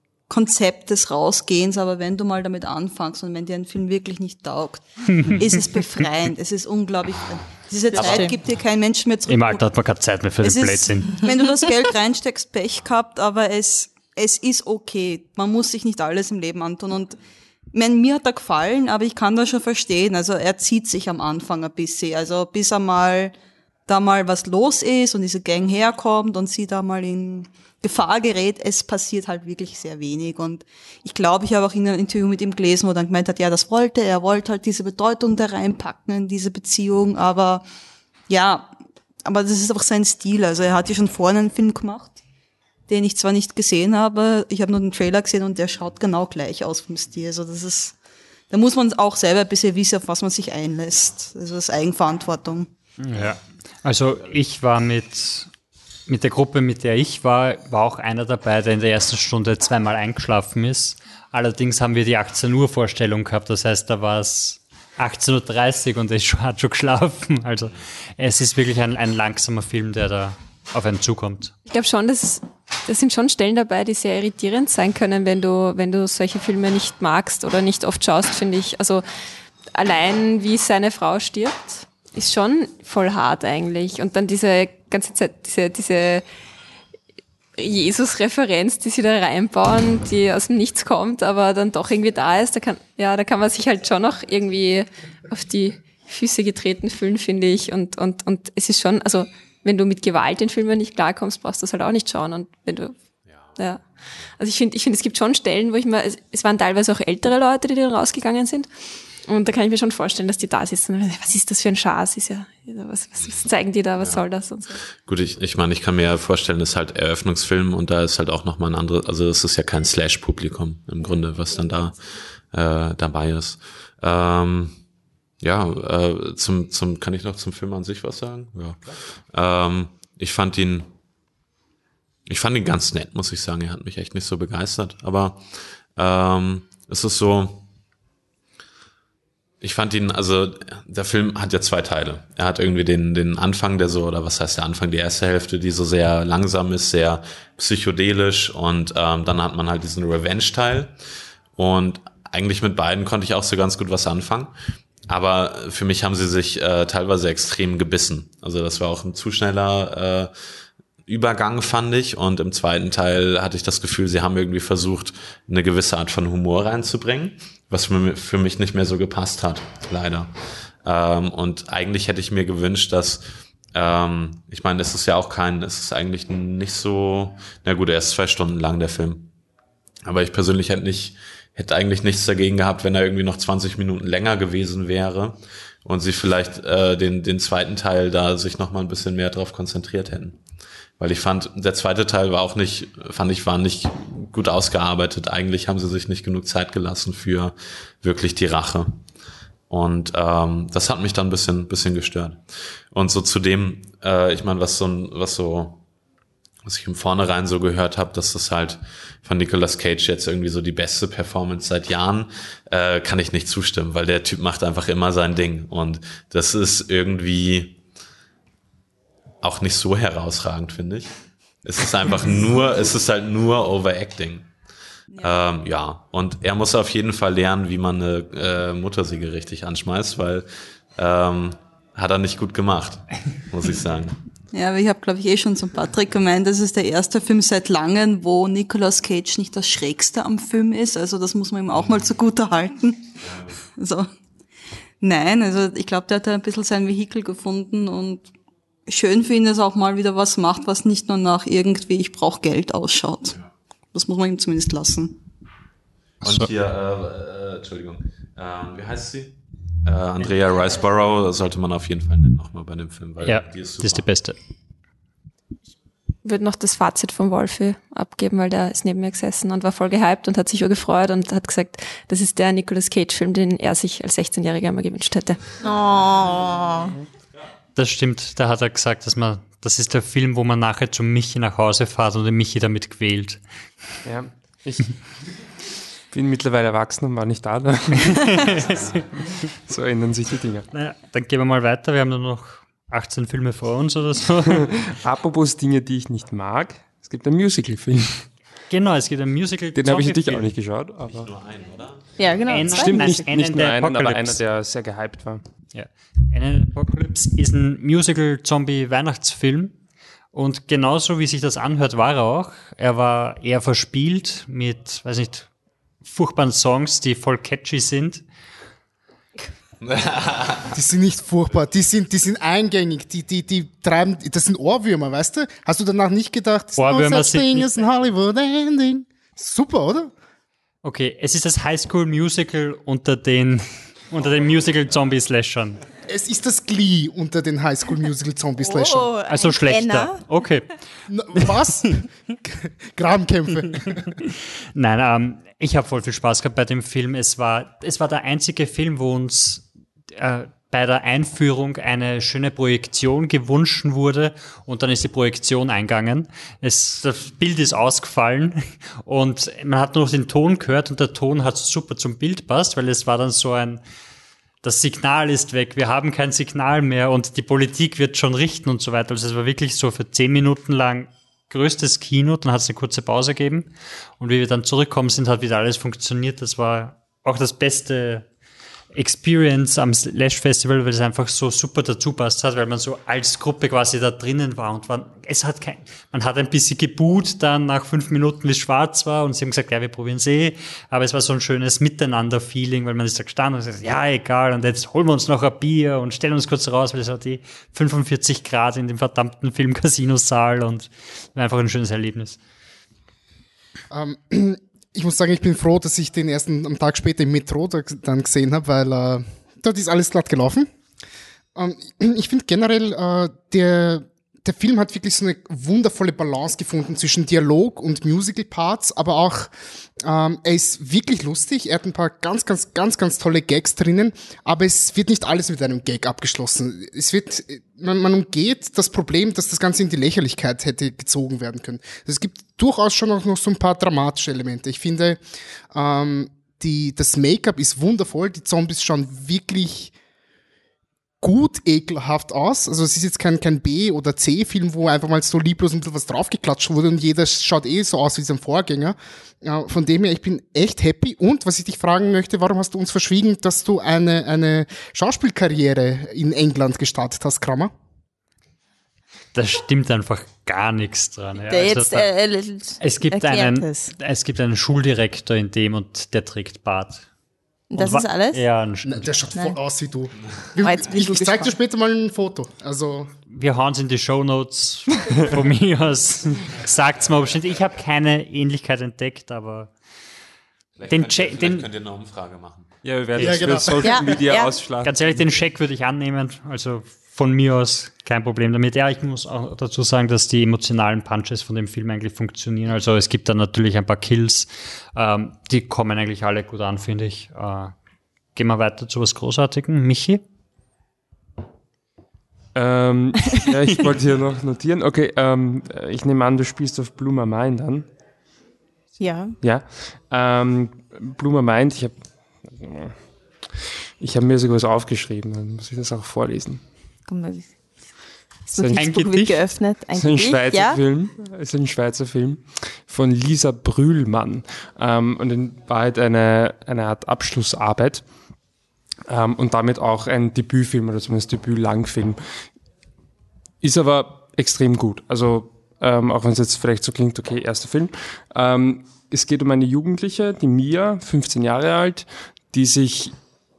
Konzept des Rausgehens, aber wenn du mal damit anfängst und wenn dir ein Film wirklich nicht taugt, ist es befreiend, es ist unglaublich. Diese Zeit stimmt. gibt dir kein Mensch mehr zurück. Im Alter hat man keine Zeit mehr für Es den ist, Blödsinn. wenn du das Geld reinsteckst, Pech gehabt, aber es, es ist okay. Man muss sich nicht alles im Leben antun. Und ich meine, mir hat er gefallen, aber ich kann das schon verstehen. Also er zieht sich am Anfang ein bisschen. Also bis er mal da mal was los ist und diese Gang herkommt und sie da mal in Gefahr gerät, es passiert halt wirklich sehr wenig. Und ich glaube, ich habe auch in einem Interview mit ihm gelesen, wo er dann gemeint hat, ja, das wollte er, er wollte halt diese Bedeutung da reinpacken in diese Beziehung, aber ja, aber das ist einfach sein Stil. Also er hat ja schon vorher einen Film gemacht, den ich zwar nicht gesehen habe, ich habe nur den Trailer gesehen und der schaut genau gleich aus vom Stil. Also das ist, da muss man auch selber ein bisschen wissen, auf was man sich einlässt. Also das ist Eigenverantwortung. Ja, also ich war mit, mit der Gruppe, mit der ich war, war auch einer dabei, der in der ersten Stunde zweimal eingeschlafen ist. Allerdings haben wir die achtzehn Uhr Vorstellung gehabt, das heißt, da war es achtzehn Uhr dreißig und er hat schon geschlafen. Also es ist wirklich ein, ein langsamer Film, der da auf einen zukommt. Ich glaube schon, dass da sind schon Stellen dabei, die sehr irritierend sein können, wenn du, wenn du solche Filme nicht magst oder nicht oft schaust, finde ich. Also allein wie seine Frau stirbt, ist schon voll hart eigentlich. Und dann diese ganze Zeit, diese, diese Jesus-Referenz, die sie da reinbauen, die aus dem Nichts kommt, aber dann doch irgendwie da ist, da kann, ja, da kann man sich halt schon noch irgendwie auf die Füße getreten fühlen, finde ich. Und, und, und es ist schon, also, wenn du mit Gewalt in Filmen nicht klarkommst, brauchst du das halt auch nicht schauen. Und wenn du, ja. ja. Also ich finde, ich finde, es gibt schon Stellen, wo ich mir, es, es waren teilweise auch ältere Leute, die dann rausgegangen sind. Und da kann ich mir schon vorstellen, dass die da sitzen. Was ist das für ein Schaß? Ist ja, was, was, was zeigen die da? Was ja. soll das? Und so. Gut, ich, ich meine, ich kann mir ja vorstellen, das ist halt Eröffnungsfilm und da ist halt auch nochmal ein anderes, also das ist ja kein Slash-Publikum im Grunde, was dann da äh, dabei ist. Ähm, ja, äh, zum, zum, kann ich noch zum Film an sich was sagen? Ja. Ähm, ich fand ihn, ich fand ihn ganz nett, muss ich sagen. Er hat mich echt nicht so begeistert, aber ähm, es ist so, ich fand ihn, also der Film hat ja zwei Teile. Er hat irgendwie den den Anfang, der so, oder was heißt der Anfang, die erste Hälfte, die so sehr langsam ist, sehr psychedelisch und ähm, dann hat man halt diesen Revenge-Teil und eigentlich mit beiden konnte ich auch so ganz gut was anfangen. Aber für mich haben sie sich äh, teilweise extrem gebissen. Also das war auch ein zu schneller äh, Übergang, fand ich. Und im zweiten Teil hatte ich das Gefühl, sie haben irgendwie versucht, eine gewisse Art von Humor reinzubringen, was für, für mich nicht mehr so gepasst hat, leider. Ähm, und eigentlich hätte ich mir gewünscht, dass, ähm, ich meine, es ist ja auch kein, es ist eigentlich nicht so, na gut, er ist zwei Stunden lang, der Film. Aber ich persönlich hätte nicht, hätte eigentlich nichts dagegen gehabt, wenn er irgendwie noch zwanzig Minuten länger gewesen wäre und sie vielleicht äh, den den zweiten Teil da sich noch mal ein bisschen mehr drauf konzentriert hätten. Weil ich fand, der zweite Teil war auch nicht, fand ich, war nicht gut ausgearbeitet. Eigentlich haben sie sich nicht genug Zeit gelassen für wirklich die Rache. Und ähm, das hat mich dann ein bisschen bisschen gestört. Und so zudem, äh, ich meine, was so ein, was so was ich im Vornherein so gehört habe, dass das halt von Nicolas Cage jetzt irgendwie so die beste Performance seit Jahren, äh, kann ich nicht zustimmen, weil der Typ macht einfach immer sein Ding und das ist irgendwie auch nicht so herausragend, finde ich. Es ist einfach nur, es ist halt nur Overacting. Ja. Ähm, ja, und er muss auf jeden Fall lernen, wie man eine äh, Muttersäge richtig anschmeißt, weil ähm, hat er nicht gut gemacht, muss ich sagen. Ja, aber ich habe, glaube ich, eh schon zum Patrick gemeint, das ist der erste Film seit langem, wo Nicolas Cage nicht das Schrägste am Film ist. Also das muss man ihm auch mal zugute halten. Also, nein, also ich glaube, der hat da ein bisschen sein Vehikel gefunden und schön für ihn, dass er auch mal wieder was macht, was nicht nur nach irgendwie ich brauche Geld ausschaut. Das muss man ihm zumindest lassen. Und so. hier, äh, äh, Entschuldigung, äh, wie heißt sie? Äh, Andrea Riseborough sollte man auf jeden Fall nennen nochmal bei dem Film, weil ja, die ist super. Die ist die beste. Ich würde noch das Fazit von Wolfi abgeben, weil der ist neben mir gesessen und war voll gehypt und hat sich gefreut und hat gesagt, das ist der Nicolas Cage-Film, den er sich als sechzehnjähriger immer gewünscht hätte. Oh. Das stimmt, da hat er gesagt, dass man, das ist der Film, wo man nachher zu Michi nach Hause fährt und den Michi damit quält. Ja, ich bin mittlerweile erwachsen und war nicht da. Ne? So ändern sich die Dinge. Naja, dann gehen wir mal weiter. Wir haben nur noch achtzehn Filme vor uns oder so. Apropos Dinge, die ich nicht mag. Es gibt einen Musical-Film. Genau, es gibt einen Musical. Den habe ich natürlich auch nicht geschaut. Aber Nicht nur einen, oder? Ja, genau. Ein- Stimmt, Nein, nicht, einen nicht nur der einen, aber einer, Apocalypse. der sehr gehypt war. Ja. Eine Apocalypse ist ein Musical-Zombie-Weihnachtsfilm. Und genauso wie sich das anhört, war er auch. Er war eher verspielt mit, weiß nicht, furchtbaren Songs, die voll catchy sind. Die sind nicht furchtbar, die sind, die sind eingängig, die, die, die treiben, das sind Ohrwürmer, weißt du? Hast du danach nicht gedacht, das Ohrwürmer ist no such sind thing nicht- as ein Hollywood Ending? Super, oder? Okay, es ist das Highschool-Musical unter den, unter den Musical-Zombie-Slashern. Es ist das Glee unter den Highschool Musical Zombie Slasher. Oh, Also ein schlechter. Kenner. Okay. Na, was? Grabenkämpfe. Nein, ähm, ich habe voll viel Spaß gehabt bei dem Film. Es war, es war der einzige Film, wo uns äh, bei der Einführung eine schöne Projektion gewünscht wurde und dann ist die Projektion eingegangen. Es, das Bild ist ausgefallen und man hat nur noch den Ton gehört und der Ton hat super zum Bild passt, weil es war dann so ein, das Signal ist weg, wir haben kein Signal mehr und die Politik wird schon richten und so weiter. Also es war wirklich so für zehn Minuten lang größtes Kino, dann hat es eine kurze Pause gegeben und wie wir dann zurückkommen sind, hat wieder alles funktioniert. Das war auch das beste Experience am Slash Festival, weil es einfach so super dazu passt hat, weil man so als Gruppe quasi da drinnen war und war, es hat kein, man hat ein bisschen gebuht dann nach fünf Minuten, wie es schwarz war und sie haben gesagt, ja, wir probieren es eh, aber es war so ein schönes Miteinander-Feeling, weil man ist da gestanden und gesagt, ja, egal, und jetzt holen wir uns noch ein Bier und stellen uns kurz raus, weil es hat die fünfundvierzig Grad in dem verdammten Film-Casino-Saal und war einfach ein schönes Erlebnis. Ähm, ich muss sagen, ich bin froh, dass ich den ersten am Tag später im Metro da, dann gesehen habe, weil äh, dort ist alles glatt gelaufen. Ähm, ich finde generell, äh, der, der Film hat wirklich so eine wundervolle Balance gefunden zwischen Dialog und Musical-Parts, aber auch, ähm, er ist wirklich lustig, er hat ein paar ganz, ganz, ganz, ganz tolle Gags drinnen, aber es wird nicht alles mit einem Gag abgeschlossen. Es wird, man, man umgeht das Problem, dass das Ganze in die Lächerlichkeit hätte gezogen werden können. Es gibt durchaus schon auch noch so ein paar dramatische Elemente. Ich finde, ähm, die, das Make-up ist wundervoll, die Zombies schauen wirklich gut ekelhaft aus. Also es ist jetzt kein, kein B- oder C-Film, wo einfach mal so lieblos ein bisschen was draufgeklatscht wurde und jeder schaut eh so aus wie sein Vorgänger. Ja, von dem her, ich bin echt happy. Und was ich dich fragen möchte, warum hast du uns verschwiegen, dass du eine, eine Schauspielkarriere in England gestartet hast, Kramer? Da stimmt einfach gar nichts dran. Ja. Der Also jetzt, da- äh, Es gibt erklärt einen, es. es gibt einen Schuldirektor in dem und der trägt Bart. Das Und ist wa- alles? Ja, ein Na, Sch- der schaut Nein. voll aus wie du. Aber jetzt bin Ich, ich ich zeig dir gespannt. später mal ein Foto. Also, wir hauen es in die Shownotes von mir aus. Sagt's mal bestimmt. Ich habe keine Ähnlichkeit entdeckt, aber Vielleicht, Den könnt, Check- ihr, vielleicht den- könnt ihr eine Umfrage machen. Ja, wir werden Ja, das genau. für Social Ja, Media ja. ausschlagen. ganz ehrlich, den Check würde ich annehmen. Also von mir aus kein Problem damit. Ja, ich muss auch dazu sagen, dass die emotionalen Punches von dem Film eigentlich funktionieren. Also es gibt dann natürlich ein paar Kills. Ähm, die kommen eigentlich alle gut an, finde ich. Äh, gehen wir weiter zu was Großartigem. Michi? Ähm, ja, ich wollte hier noch notieren. Okay, ähm, ich nehme an, du spielst auf Bloomer Mind an. Ja. Ja. Ähm, Bloomer Mind, ich habe ich hab mir sogar was aufgeschrieben, dann muss ich das auch vorlesen. Komm mal. Das ein Notizbuch wird Gedicht? geöffnet. Ein Das ist ein Gedicht, Schweizer ja? Film. Das ist ein Schweizer Film von Lisa Brühlmann. Ähm, und in Wahrheit eine, eine Art Abschlussarbeit. Ähm, und damit auch ein Debütfilm oder zumindest Debüt-Langfilm. Ist aber extrem gut. Also, ähm, auch wenn es jetzt vielleicht so klingt, okay, erster Film. Ähm, es geht um eine Jugendliche, die Mia, fünfzehn Jahre alt, die sich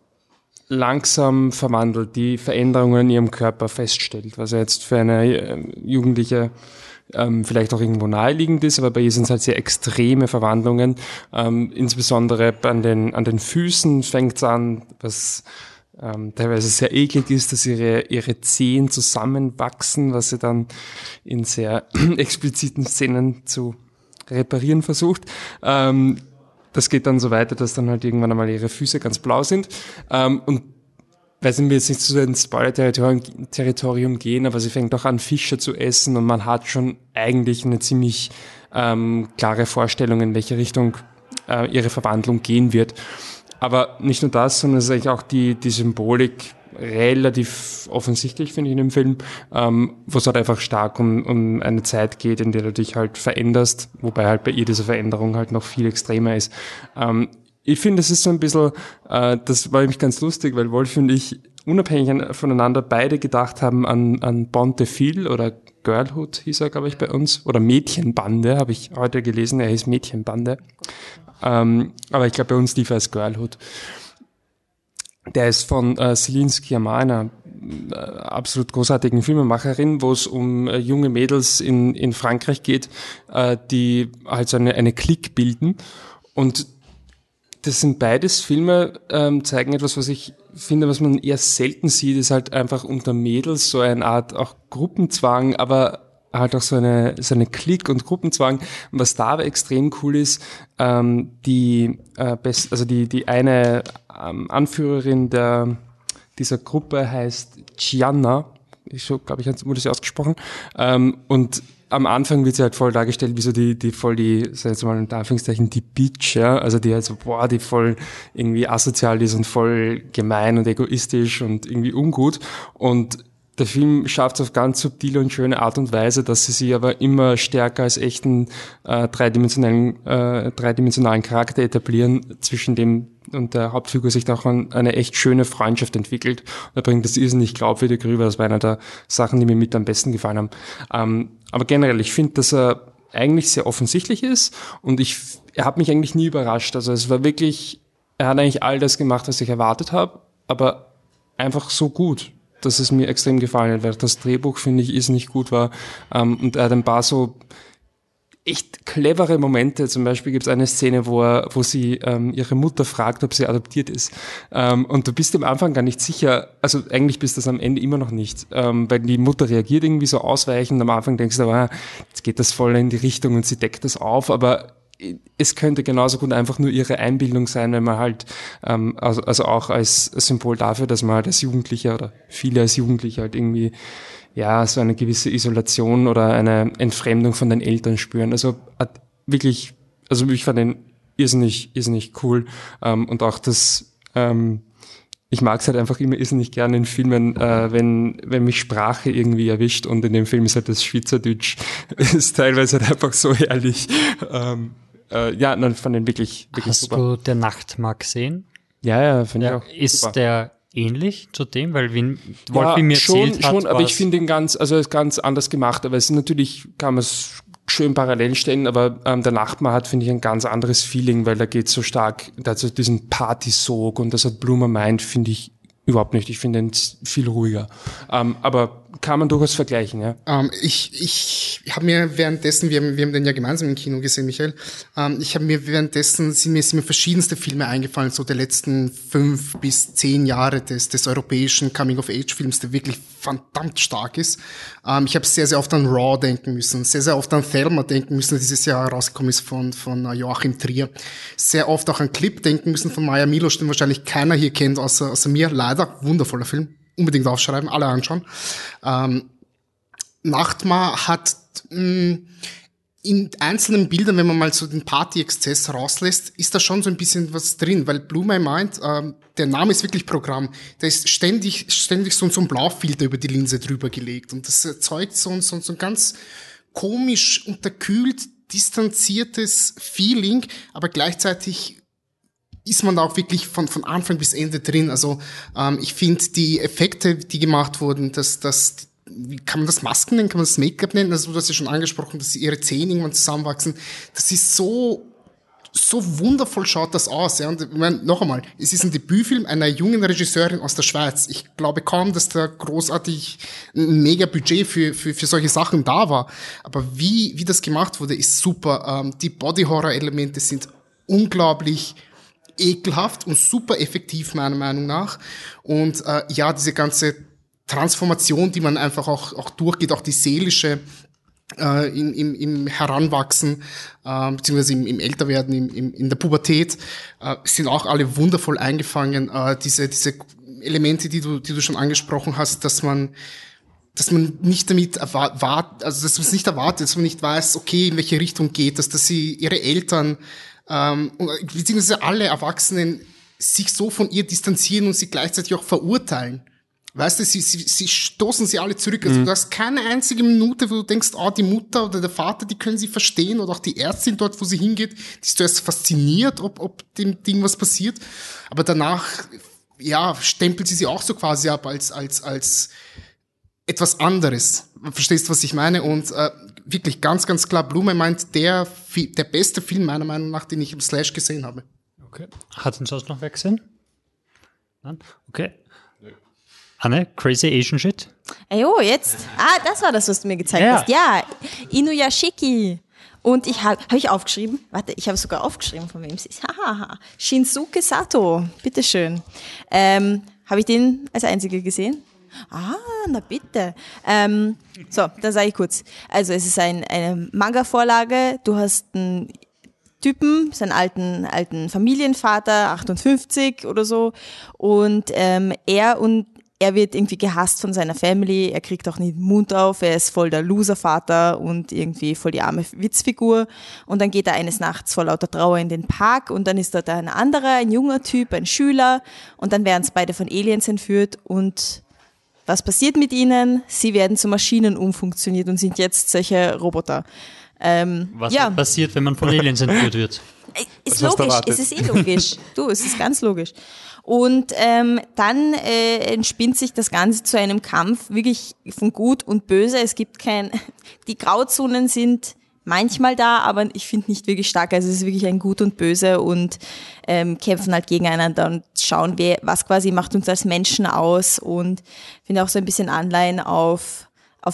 langsam verwandelt, die Veränderungen in ihrem Körper feststellt, was ja jetzt für eine äh, Jugendliche ähm, vielleicht auch irgendwo naheliegend ist, aber bei ihr sind es halt sehr extreme Verwandlungen, ähm, insbesondere an den, an den Füßen fängt es an, was ähm, teilweise sehr eklig ist, dass ihre, ihre Zehen zusammenwachsen, was sie dann in sehr expliziten Szenen zu reparieren versucht. Ähm, das geht dann so weiter, dass dann halt irgendwann einmal ihre Füße ganz blau sind. Ähm, und weil sie mir jetzt nicht zu ins Spoiler-Territorium Territorium gehen, aber sie fängt auch an, Fische zu essen und man hat schon eigentlich eine ziemlich ähm, klare Vorstellung, in welche Richtung äh, ihre Verwandlung gehen wird. Aber nicht nur das, sondern es ist eigentlich auch die, die Symbolik relativ offensichtlich, finde ich, in dem Film, ähm, wo es halt einfach stark um, um eine Zeit geht, in der du dich halt veränderst, wobei halt bei ihr diese Veränderung halt noch viel extremer ist. Ähm, ich finde, es ist so ein bisschen, äh, das war nämlich ganz lustig, weil Wolf und ich unabhängig voneinander beide gedacht haben an, an Bon de Fil oder Girlhood hieß er, glaube ich, bei uns, oder Mädchenbande, habe ich heute gelesen, er hieß Mädchenbande. Ähm, aber ich glaube, bei uns lief er als Girlhood. Der ist von äh, Céline Sciamma, einer äh, absolut großartigen Filmemacherin, wo es um äh, junge Mädels in, in Frankreich geht, äh, die halt so eine, eine Clique bilden. Und das sind beides Filme, ähm, zeigen etwas, was ich finde, was man eher selten sieht, ist halt einfach unter Mädels so eine Art auch Gruppenzwang, aber halt auch so eine, so eine Klick- und Gruppenzwang. Und was da aber extrem cool ist, ähm, die, äh, best, also die, die eine ähm, Anführerin der, dieser Gruppe heißt Gianna, ich so, glaube ich, wurde sie ausgesprochen, ähm, und am Anfang wird sie halt voll dargestellt, wie so die, die voll die, sag ich jetzt mal in Anführungszeichen, die Bitch, ja, also die halt so, boah, die voll irgendwie asozial ist und voll gemein und egoistisch und irgendwie ungut. Und der Film schafft es auf ganz subtile und schöne Art und Weise, dass sie sich aber immer stärker als echten äh, dreidimensionalen, äh, dreidimensionalen Charakter etablieren, zwischen dem und der Hauptfigur sich auch an, eine echt schöne Freundschaft entwickelt. Und er bringt das irrsinnig glaubwürdig rüber. Das war einer der Sachen, die mir mit am besten gefallen haben. Ähm, aber generell, ich finde, dass er eigentlich sehr offensichtlich ist und ich, er hat mich eigentlich nie überrascht. Also es war wirklich, er hat eigentlich all das gemacht, was ich erwartet habe, aber einfach so gut, dass es mir extrem gefallen hat, weil das Drehbuch, finde ich, ist nicht gut war. Ähm, und er hat ein paar so echt clevere Momente. Zum Beispiel gibt es eine Szene, wo er, wo sie ähm, ihre Mutter fragt, ob sie adoptiert ist. Ähm, und du bist am Anfang gar nicht sicher, also eigentlich bist du das am Ende immer noch nicht, ähm, weil die Mutter reagiert irgendwie so ausweichend. Am Anfang denkst du, aber jetzt geht das voll in die Richtung und sie deckt das auf, aber es könnte genauso gut einfach nur ihre Einbildung sein, wenn man halt, ähm, also, also auch als Symbol dafür, dass man halt als Jugendlicher oder viele als Jugendliche halt irgendwie, ja, so eine gewisse Isolation oder eine Entfremdung von den Eltern spüren. Also hat wirklich, also ich fand den irrsinnig, irrsinnig cool, ähm, und auch das, ähm, ich mag es halt einfach immer irrsinnig gerne in Filmen, äh, wenn, wenn mich Sprache irgendwie erwischt, und in dem Film ist halt das Schweizerdeutsch, ist teilweise halt einfach so herrlich. Ähm, äh, ja, dann fand den wirklich, wirklich Hast super. du Der Nachtmarkt gesehen? Ja, ja, finde Ja, ich auch ist super. der ähnlich zu dem, weil wie Wolfi Ja, mir schon, erzählt hat, schon, aber ich war's- finde ihn ganz, also er ist ganz anders gemacht, aber es ist natürlich, kann man es schön parallel stellen, aber ähm, der Nachtmann hat, finde ich, ein ganz anderes Feeling, weil da geht so stark, da hat so diesen Partysog, und das hat Blumer meint, finde ich überhaupt nicht. Ich finde ihn viel ruhiger. Ähm, aber kann man durchaus vergleichen, ja. Ähm, ich ich habe mir währenddessen, wir haben, wir haben den ja gemeinsam im Kino gesehen, Michael, ähm, ich habe mir währenddessen, sind mir, sind mir verschiedenste Filme eingefallen, so der letzten fünf bis zehn Jahre des, des europäischen Coming-of-Age-Films, der wirklich verdammt stark ist. Ähm, ich habe sehr, sehr oft an Raw denken müssen, sehr, sehr oft an Thelma denken müssen, das dieses Jahr rausgekommen ist von, von Joachim Trier. Sehr oft auch an Clip denken müssen von Maja Miloš, den wahrscheinlich keiner hier kennt, außer, außer mir. Leider, wundervoller Film. Unbedingt aufschreiben, alle anschauen. Ähm, Nachtmar hat mh, in einzelnen Bildern, wenn man mal so den Party-Exzess rauslässt, ist da schon so ein bisschen was drin, weil Blume meint, ähm, der Name ist wirklich Programm. Da ist ständig, ständig so, so ein Blaufilter über die Linse drüber gelegt, und das erzeugt so, so, so ein ganz komisch unterkühlt distanziertes Feeling, aber gleichzeitig ist man da auch wirklich von, von Anfang bis Ende drin. Also ähm, ich finde die Effekte, die gemacht wurden, dass das, wie kann man das Masken nennen, kann man das Make-up nennen? Also du hast ja schon angesprochen, dass ihre Zähne irgendwann zusammenwachsen. Das ist so so wundervoll schaut das aus. Ja. Und ich meine, noch einmal, es ist ein Debütfilm einer jungen Regisseurin aus der Schweiz. Ich glaube kaum, dass da großartig ein mega Budget für, für, für solche Sachen da war. Aber wie, wie das gemacht wurde, ist super. Ähm, die Body-Horror-Elemente sind unglaublich ekelhaft und super effektiv, meiner Meinung nach. Und äh, ja, diese ganze Transformation, die man einfach auch, auch durchgeht, auch die seelische äh, im, im, im Heranwachsen, äh, beziehungsweise im, im Älterwerden, im, im, in der Pubertät, äh, sind auch alle wundervoll eingefangen. Äh, diese, diese Elemente, die du, die du schon angesprochen hast, dass man dass man nicht damit erwartet, also dass man es nicht erwartet, dass man nicht weiß, okay, in welche Richtung geht das, dass sie ihre Eltern ähm, beziehungsweise alle Erwachsenen sich so von ihr distanzieren und sie gleichzeitig auch verurteilen. Weißt du, sie, sie, sie stoßen sie alle zurück. Also mhm. du hast keine einzige Minute, wo du denkst, ah, die Mutter oder der Vater, die können sie verstehen, oder auch die Ärztin dort, wo sie hingeht, die ist zuerst fasziniert, ob, ob dem Ding was passiert. Aber danach, ja, stempelt sie sie auch so quasi ab als, als, als etwas anderes. Verstehst du, was ich meine? Und äh, wirklich ganz, ganz klar, Blume meint, der, der beste Film meiner Meinung nach, den ich im Slash gesehen habe. Okay. Hat ihn sonst noch wer gesehen? Nein? Okay. Anne, Crazy Asian Shit? Ey, oh, jetzt. Ah, das war das, was du mir gezeigt ja. hast. Ja, Inuyashiki. Und ich habe, habe ich aufgeschrieben? Warte, ich habe sogar aufgeschrieben, von wem es ist. Hahaha. Shinsuke Sato. Bitteschön. Ähm, habe ich den als Einzige gesehen? Ah, na bitte. Ähm, so, dann sage ich kurz. Also es ist ein, eine Manga-Vorlage. Du hast einen Typen, seinen alten, alten Familienvater, achtundfünfzig oder so. Und ähm, er und er wird irgendwie gehasst von seiner Family. Er kriegt auch nicht den Mund auf. Er ist voll der Loser-Vater und irgendwie voll die arme Witzfigur. Und dann geht er eines Nachts vor lauter Trauer in den Park und dann ist dort ein anderer, ein junger Typ, ein Schüler. Und dann werden es beide von Aliens entführt und was passiert mit ihnen? Sie werden zu Maschinen umfunktioniert und sind jetzt solche Roboter. Ähm, Was ja. passiert, wenn man von Aliens entführt wird? Ist logisch, es ist eh logisch. Du, es ist ganz logisch. Und ähm, dann äh, entspinnt sich das Ganze zu einem Kampf, wirklich von Gut und Böse. Es gibt kein, die Grauzonen sind manchmal da, aber ich finde nicht wirklich stark. Also es ist wirklich ein Gut und Böse und ähm, kämpfen halt gegeneinander und schauen, wer, was quasi macht uns als Menschen aus, und finde auch so ein bisschen Anleihen auf, auf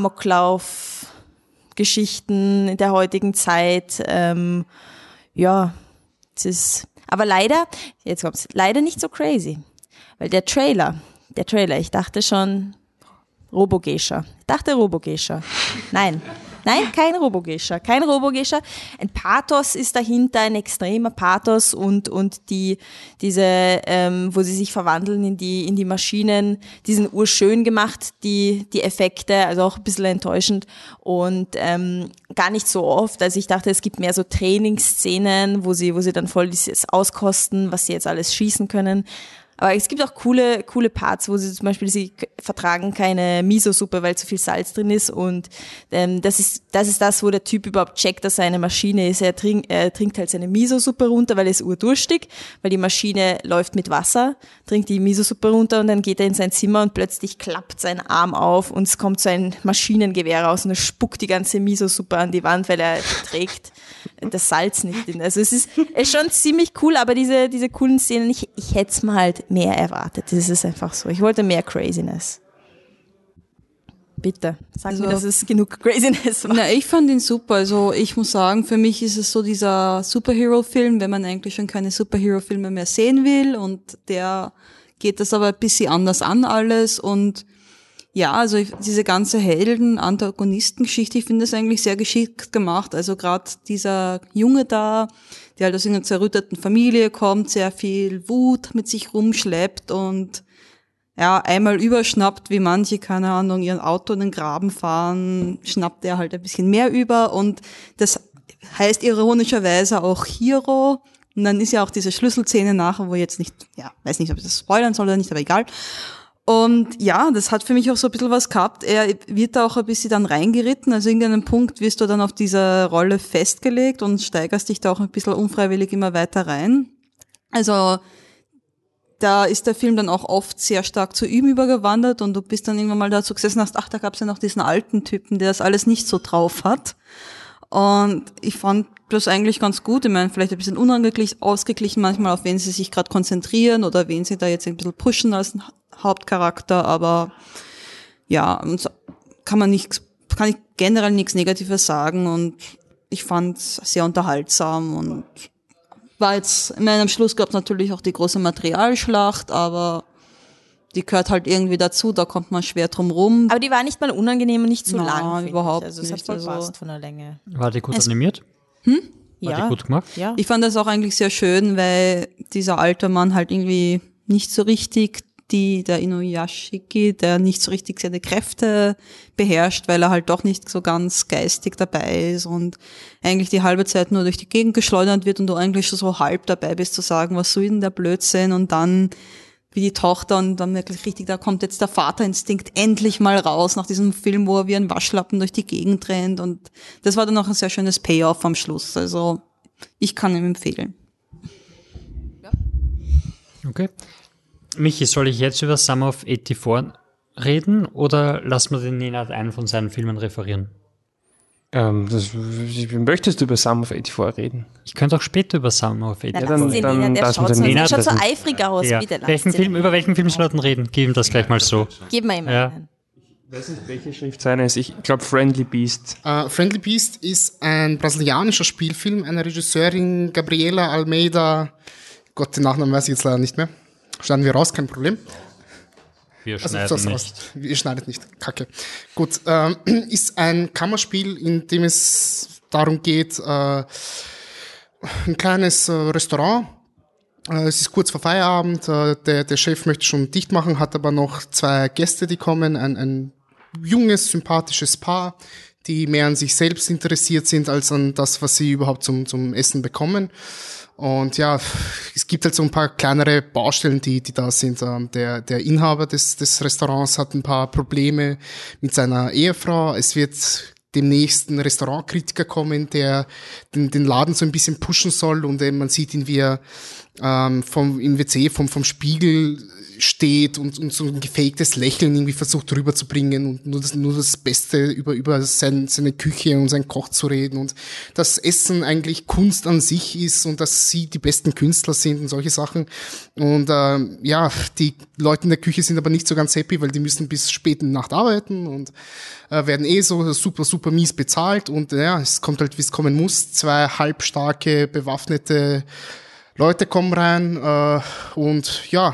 Amoklauf-Geschichten in der heutigen Zeit. Ähm, ja, es ist, aber leider, jetzt kommt's, leider nicht so crazy. Weil der Trailer, der Trailer, ich dachte schon Robogeisha. Ich dachte Robogeisha. Nein. Nein, kein Robogeisha, kein Robogeisha. Ein Pathos ist dahinter, ein extremer Pathos und und die diese, ähm, wo sie sich verwandeln in die in die Maschinen, die sind urschön gemacht, die die Effekte, also auch ein bisschen enttäuschend und ähm, gar nicht so oft. Also ich dachte, es gibt mehr so Trainingsszenen, wo sie wo sie dann voll dieses auskosten, was sie jetzt alles schießen können. Aber es gibt auch coole, coole Parts, wo sie zum Beispiel, sie vertragen keine Miso-Suppe, weil zu viel Salz drin ist, und ähm, das ist, das ist das, wo der Typ überhaupt checkt, dass er eine Maschine ist. Er, trink, er trinkt halt seine Miso-Suppe runter, weil er ist urdurstig, weil die Maschine läuft mit Wasser, trinkt die Miso-Suppe runter und dann geht er in sein Zimmer und plötzlich klappt sein Arm auf und es kommt so ein Maschinengewehr raus und er spuckt die ganze Miso-Suppe an die Wand, weil er trägt das Salz nicht in. Also es ist, es ist schon ziemlich cool, aber diese, diese coolen Szenen, ich, ich hätte es mal halt mehr erwartet. Das ist einfach so. Ich wollte mehr Craziness. Bitte, sag also, mir, dass es genug Craziness war. Na, ich fand ihn super. Also ich muss sagen, für mich ist es so dieser Superhero-Film, wenn man eigentlich schon keine Superhero-Filme mehr sehen will, und der geht das aber ein bisschen anders an alles, und ja, also ich, diese ganze Helden-Antagonisten-Geschichte, ich finde das eigentlich sehr geschickt gemacht. Also gerade dieser Junge da, der halt aus einer zerrütteten Familie kommt, sehr viel Wut mit sich rumschleppt und ja, einmal überschnappt, wie manche, keine Ahnung, ihren Auto in den Graben fahren, schnappt er halt ein bisschen mehr über, und das heißt ironischerweise auch Hero. Und dann ist ja auch diese Schlüsselszene nachher, wo jetzt nicht, ja, weiß nicht, ob ich das spoilern soll oder nicht, aber egal. Und ja, das hat für mich auch so ein bisschen was gehabt. Er wird da auch ein bisschen dann reingeritten. Also irgendeinem Punkt wirst du dann auf dieser Rolle festgelegt und steigerst dich da auch ein bisschen unfreiwillig immer weiter rein. Also da ist der Film dann auch oft sehr stark zu ihm übergewandert und du bist dann irgendwann mal dazu gesessen und hast, ach, da gab es ja noch diesen alten Typen, der das alles nicht so drauf hat. Und ich fand das eigentlich ganz gut. Ich meine, vielleicht ein bisschen unangeglichen, ausgeglichen manchmal, auf wen sie sich gerade konzentrieren oder wen sie da jetzt ein bisschen pushen als Hauptcharakter, aber ja, kann man nicht, kann ich generell nichts Negatives sagen und ich fand es sehr unterhaltsam und war jetzt, ich meine, am Schluss gab es natürlich auch die große Materialschlacht, aber die gehört halt irgendwie dazu, da kommt man schwer drum rum. Aber die war nicht mal unangenehm und nicht zu Nein, lang. überhaupt ich. Also es nicht. hat voll Also, passt von der Länge. War die gut Es- animiert? War Ja. die gut gemacht? Ja. Ich fand das auch eigentlich sehr schön, weil dieser alte Mann halt irgendwie nicht so richtig die, der Inuyashiki, der nicht so richtig seine Kräfte beherrscht, weil er halt doch nicht so ganz geistig dabei ist und eigentlich die halbe Zeit nur durch die Gegend geschleudert wird und du eigentlich schon so halb dabei bist zu sagen, was soll denn der Blödsinn und dann wie die Tochter und dann wirklich richtig, da kommt jetzt der Vaterinstinkt endlich mal raus nach diesem Film, wo er wie ein Waschlappen durch die Gegend rennt und das war dann auch ein sehr schönes Payoff am Schluss, also ich kann ihm empfehlen. Okay. Michi, soll ich jetzt über Summer of eighty-four reden oder lass mir den Nenad einen von seinen Filmen referieren? Ähm, das, möchtest du über Summer of eighty-four reden? Ich könnte auch später über Summer of Na, eighty-four dann- lass den dann Nena, der lass schaut uns so, den Nena der schaut so lassen. eifrig aus. Ja. Bitte lass Welchen den. Film, über welchen Film sollten reden? Gib ihm das gleich mal so. Gib mir immer Ja. einen. Ich weiß nicht, welche Schrift seine ist. Ich glaube Friendly Beast. Äh, Friendly Beast ist ein brasilianischer Spielfilm einer Regisseurin, Gabriela Almeida. Gott, den Nachnamen weiß ich jetzt leider nicht mehr. Schneiden wir raus, kein Problem. Wir Also, schneiden das nicht. aus. Ihr schneidet nicht. Kacke. Gut, ähm, ist ein Kammerspiel, in dem es darum geht, äh, ein kleines äh, Restaurant. Äh, es ist kurz vor Feierabend. Äh, der, der Chef möchte schon dicht machen, hat aber noch zwei Gäste, die kommen. Ein, ein junges, sympathisches Paar, die mehr an sich selbst interessiert sind, als an das, was sie überhaupt zum, zum Essen bekommen. Und ja, es gibt halt so ein paar kleinere Baustellen, die, die da sind. Ähm, der, der Inhaber des, des Restaurants hat ein paar Probleme mit seiner Ehefrau. Es wird demnächst ein Restaurantkritiker kommen, der den, den Laden so ein bisschen pushen soll und äh, man sieht ihn, wie er ähm, vom, im W C vom, vom Spiegel steht und, und so ein gefaktes Lächeln irgendwie versucht rüberzubringen und nur das, nur das Beste über, über sein, seine Küche und seinen Koch zu reden und dass Essen eigentlich Kunst an sich ist und dass sie die besten Künstler sind und solche Sachen. Und ähm, ja, die Leute in der Küche sind aber nicht so ganz happy, weil die müssen bis spät in die Nacht arbeiten und äh, werden eh so super, super mies bezahlt und ja, es kommt halt, wie es kommen muss. Zwei halbstarke, bewaffnete Leute kommen rein äh, und ja,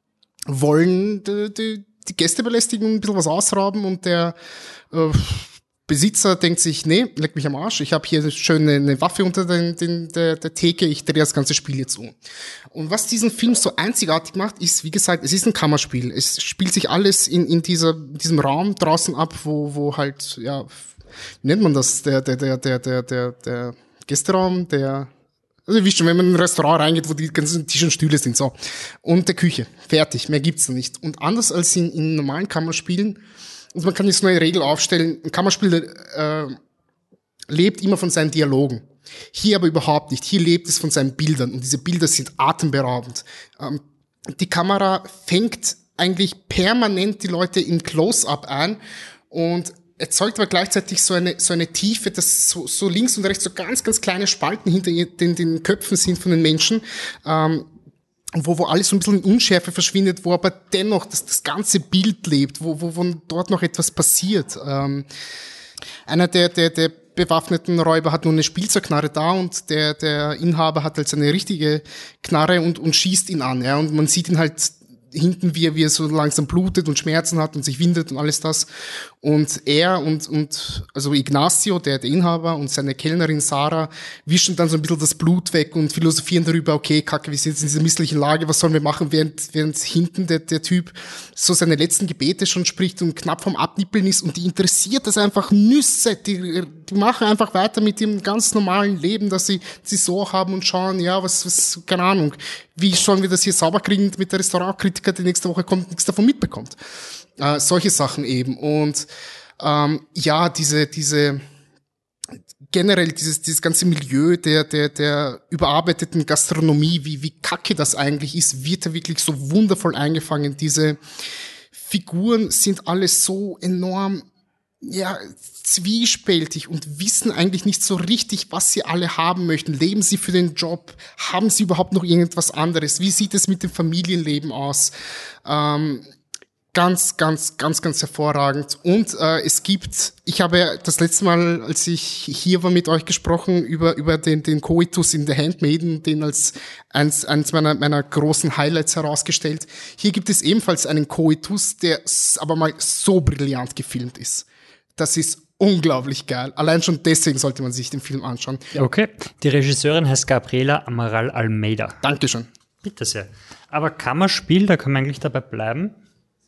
wollen die, die, die Gäste belästigen und ein bisschen was ausrauben und der äh, Besitzer denkt sich, nee, leck mich am Arsch, ich habe hier schön eine, eine Waffe unter den, den, der, der Theke, ich drehe das ganze Spiel jetzt um. Und was diesen Film so einzigartig macht, ist, wie gesagt, es ist ein Kammerspiel. Es spielt sich alles in, in dieser, in diesem Raum draußen ab, wo, wo halt, ja, wie nennt man das, der, der, der, der, der, der, der Gästeraum, der Also ihr wisst schon, wenn man in ein Restaurant reingeht, wo die ganzen Tische und Stühle sind, so. Und der Küche. Fertig. Mehr gibt's da nicht. Und anders als in, in normalen Kammerspielen, also man kann jetzt nur eine Regel aufstellen, ein Kammerspiel äh, lebt immer von seinen Dialogen. Hier aber überhaupt nicht. Hier lebt es von seinen Bildern. Und diese Bilder sind atemberaubend. Ähm, die Kamera fängt eigentlich permanent die Leute im Close-Up ein und erzeugt aber gleichzeitig so eine so eine Tiefe, dass so, so links und rechts so ganz, ganz kleine Spalten hinter den, den Köpfen sind von den Menschen, ähm, wo, wo alles so ein bisschen in Unschärfe verschwindet, wo aber dennoch das, das ganze Bild lebt, wo, wo, wo dort noch etwas passiert. Ähm, einer der, der, der bewaffneten Räuber hat nur eine Spielzeugknarre da und der, der Inhaber hat halt seine richtige Knarre und, und schießt ihn an, ja, und man sieht ihn halt hinten, wie er, wie er so langsam blutet und Schmerzen hat und sich windet und alles das. Und er und, und also Ignacio, der, der Inhaber und seine Kellnerin Sarah wischen dann so ein bisschen das Blut weg und philosophieren darüber, okay, kacke, wir sind jetzt in dieser misslichen Lage, was sollen wir machen, während, während hinten der, der Typ so seine letzten Gebete schon spricht und knapp vom Abnippeln ist und die interessiert das einfach Nüsse, die die machen einfach weiter mit ihrem ganz normalen Leben, dass sie, sie so haben und schauen, ja, was, was, keine Ahnung, wie sollen wir das hier sauber kriegen, mit der Restaurantkritiker, die nächste Woche kommt, nichts davon mitbekommt. Äh, solche Sachen eben. Und ähm, ja, diese, diese generell dieses, dieses ganze Milieu der, der, der überarbeiteten Gastronomie, wie, wie kacke das eigentlich ist, wird ja wirklich so wundervoll eingefangen. Diese Figuren sind alle so enorm, ja, zwiespältig und wissen eigentlich nicht so richtig, was sie alle haben möchten. Leben sie für den Job? Haben sie überhaupt noch irgendwas anderes? Wie sieht es mit dem Familienleben aus? Ähm, Ganz, ganz, ganz, ganz hervorragend. Und äh, es gibt, ich habe das letzte Mal, als ich hier war, mit euch gesprochen über über den den Coitus in The Handmaiden, den als eins eins meiner meiner großen Highlights herausgestellt. Hier gibt es ebenfalls einen Coitus, der aber mal so brillant gefilmt ist. Das ist unglaublich geil. Allein schon deswegen sollte man sich den Film anschauen. Okay, die Regisseurin heißt Gabriela Amaral Almeida. Dankeschön. Bitte sehr. Aber Kammerspiel, da kann man eigentlich dabei bleiben.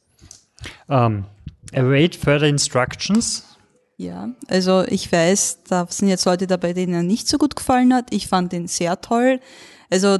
Um, await further instructions. Ja, also ich weiß, da sind jetzt Leute dabei, denen er nicht so gut gefallen hat. Ich fand ihn sehr toll. Also,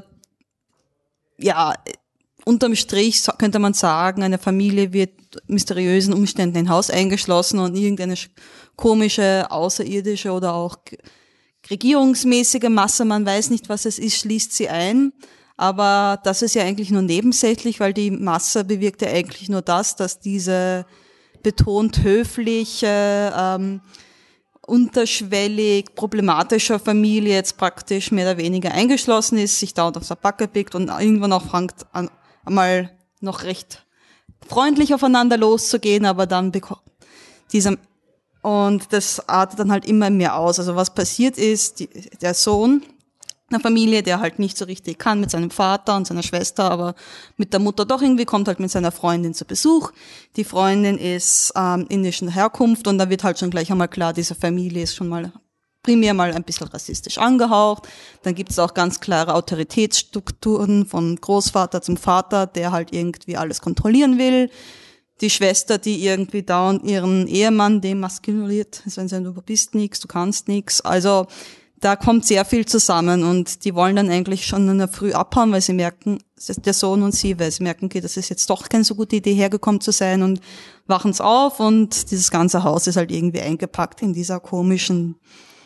ja, unterm Strich könnte man sagen, eine Familie wird mysteriösen Umständen in ein Haus eingeschlossen und irgendeine komische, außerirdische oder auch regierungsmäßige Masse, man weiß nicht, was es ist, schließt sie ein. Aber das ist ja eigentlich nur nebensächlich, weil die Masse bewirkt ja eigentlich nur das, dass diese betont höfliche, ähm, unterschwellig, problematische Familie jetzt praktisch mehr oder weniger eingeschlossen ist, sich dauernd auf der Backe pickt und irgendwann auch fängt an, einmal noch recht freundlich aufeinander loszugehen, aber dann bekommt dieser, und das artet dann halt immer mehr aus. Also was passiert ist, die, der Sohn, eine Familie, der halt nicht so richtig kann mit seinem Vater und seiner Schwester, aber mit der Mutter doch irgendwie, kommt halt mit seiner Freundin zu Besuch. Die Freundin ist ähm, indischen Herkunft und da wird halt schon gleich einmal klar, diese Familie ist schon mal primär mal ein bisschen rassistisch angehaucht. Dann gibt es auch ganz klare Autoritätsstrukturen von Großvater zum Vater, der halt irgendwie alles kontrollieren will. Die Schwester, die irgendwie dauernd ihren Ehemann demaskuliert, also wenn sie sagen, du bist nix, du kannst nix. Also da kommt sehr viel zusammen und die wollen dann eigentlich schon in der Früh abhauen, weil sie merken, der Sohn und sie, weil sie merken, okay, das ist jetzt doch keine so gute Idee hergekommen zu sein und wachen's auf und dieses ganze Haus ist halt irgendwie eingepackt in dieser komischen,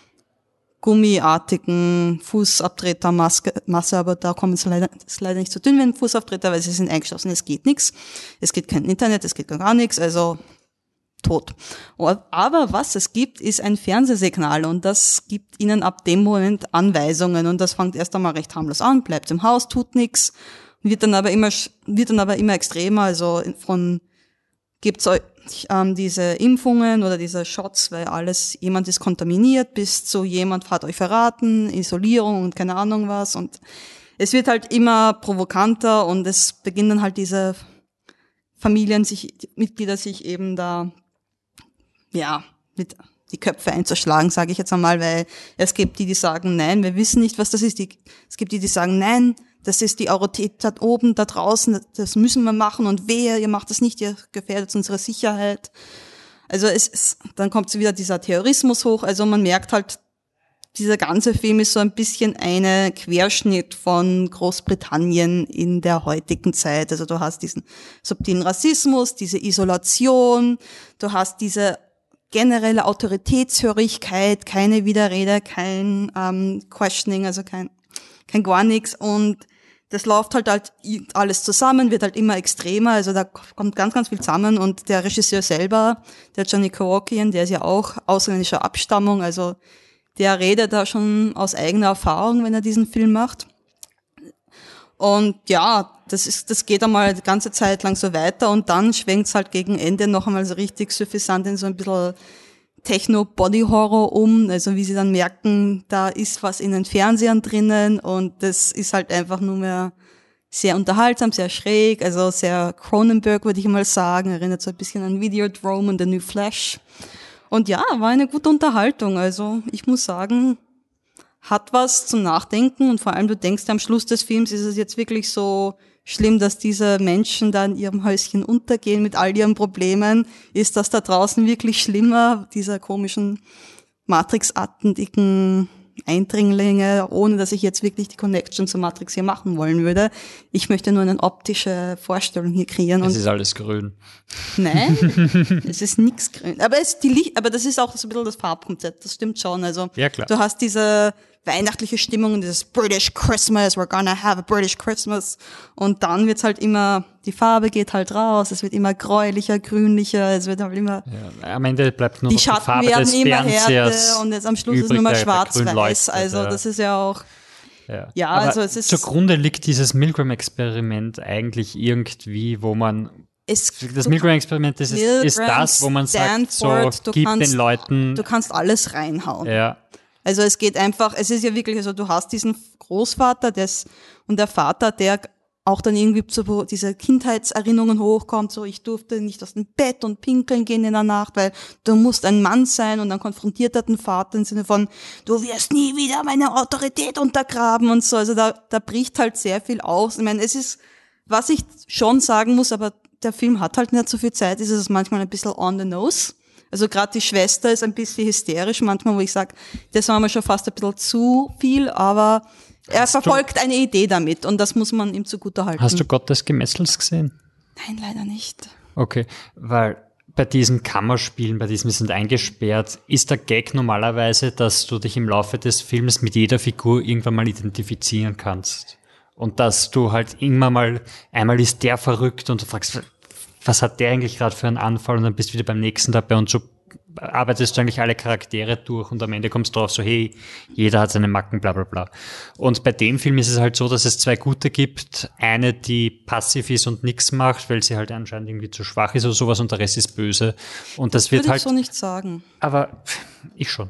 gummiartigen Fußabtretermaske, Masse, aber da kommen sie leider, das ist leider nicht so dünn wie ein Fußabtreter, weil sie sind eingeschlossen, es geht nichts, es geht kein Internet, es geht gar nichts, also tot. Aber was es gibt, ist ein Fernsehsignal und das gibt ihnen ab dem Moment Anweisungen und das fängt erst einmal recht harmlos an, bleibt im Haus, tut nichts, wird dann aber immer wird dann aber immer extremer, also von gibt's euch ähm, diese Impfungen oder diese Shots, weil alles, jemand ist kontaminiert, bis zu jemand hat euch verraten, Isolierung und keine Ahnung was und es wird halt immer provokanter und es beginnen halt diese Familien sich, die Mitglieder sich eben da ja, mit die Köpfe einzuschlagen, sage ich jetzt einmal, weil es gibt die, die sagen, nein, wir wissen nicht, was das ist. Die, es gibt die, die sagen, nein, das ist die Autorität da oben, da draußen, das müssen wir machen und wehe, ihr macht das nicht, ihr gefährdet unsere Sicherheit. Also es ist, dann kommt wieder dieser Terrorismus hoch, also man merkt halt, dieser ganze Film ist so ein bisschen eine Querschnitt von Großbritannien in der heutigen Zeit. Also du hast diesen subtilen Rassismus, diese Isolation, du hast diese generelle Autoritätshörigkeit, keine Widerrede, kein ähm, Questioning, also kein kein gar nichts und das läuft halt halt alles zusammen, wird halt immer extremer, also da kommt ganz, ganz viel zusammen und der Regisseur selber, der Johnny Kevorkian, der ist ja auch ausländischer Abstammung, also der redet da schon aus eigener Erfahrung, wenn er diesen Film macht. Und ja, das ist, das geht einmal die ganze Zeit lang so weiter und dann schwenkt's halt gegen Ende noch einmal so richtig suffisant in so ein bisschen Techno-Body-Horror um, also wie sie dann merken, da ist was in den Fernsehern drinnen und das ist halt einfach nur mehr sehr unterhaltsam, sehr schräg, also sehr Cronenberg, würde ich mal sagen, erinnert so ein bisschen an Videodrome und The New Flash. Und ja, war eine gute Unterhaltung, also ich muss sagen, hat was zum Nachdenken und vor allem du denkst am Schluss des Films, ist es jetzt wirklich so schlimm, dass diese Menschen da in ihrem Häuschen untergehen mit all ihren Problemen? Ist das da draußen wirklich schlimmer, dieser komischen Matrix-artigen Eindringlinge, ohne dass ich jetzt wirklich die Connection zur Matrix hier machen wollen würde. Ich möchte nur eine optische Vorstellung hier kreieren. Es und ist alles grün. Nein, es ist nix grün. Aber es die Licht, aber das ist auch so ein bisschen das Farbkonzept, das stimmt schon. Also Ja, klar. du hast diese weihnachtliche Stimmung und dieses British Christmas, we're gonna have a British Christmas. Und dann wird's halt immer, die Farbe geht halt raus, es wird immer gräulicher, grünlicher, es wird halt immer, Ja, am Ende bleibt nur die noch die Schatten Farbe werden des immer härter Fernsehers und jetzt am Schluss ist übrig, nur mal der- der grün schwarz-weiß. leuchtet, Also ja. das ist ja auch, Ja, Ja, Aber also es ist- zugrunde liegt dieses Milgram-Experiment eigentlich irgendwie, wo man es, das du- Milgram-Experiment ist, ist, ist Milgram, das, wo man sagt, so Stanford, du gib kannst- den Leuten, du kannst alles reinhauen. ja, Also es geht einfach, es ist ja wirklich, also du hast diesen Großvater des, und der Vater, der auch dann irgendwie so wo diese Kindheitserinnerungen hochkommt, so ich durfte nicht aus dem Bett und pinkeln gehen in der Nacht, weil du musst ein Mann sein, und dann konfrontiert er den Vater im Sinne von, du wirst nie wieder meine Autorität untergraben und so. Also da, da bricht halt sehr viel aus. Ich meine, es ist, was ich schon sagen muss, aber der Film hat halt nicht so viel Zeit, ist es manchmal ein bisschen on the nose. Also gerade die Schwester ist ein bisschen hysterisch manchmal, wo ich sage, das war mir schon fast ein bisschen zu viel, aber er Hast du- verfolgt eine Idee damit und das muss man ihm zugutehalten. hast du Gott des Gemessels gesehen? Nein, leider nicht. Okay, weil bei diesen Kammerspielen, bei diesem wir sind eingesperrt, ist der Gag normalerweise, dass du dich im Laufe des Films mit jeder Figur irgendwann mal identifizieren kannst. Und dass du halt immer mal, einmal ist der verrückt und du fragst, was hat der eigentlich gerade für einen Anfall, und dann bist du wieder beim nächsten dabei und so arbeitest du eigentlich alle Charaktere durch und am Ende kommst du drauf so, hey, jeder hat seine Macken, bla bla bla. Und bei dem Film ist es halt so, dass es zwei Gute gibt. Eine, die passiv ist und nichts macht, weil sie halt anscheinend irgendwie zu schwach ist oder sowas, und der Rest ist böse. Und das, wird Würde halt, ich so nicht sagen. aber ich schon.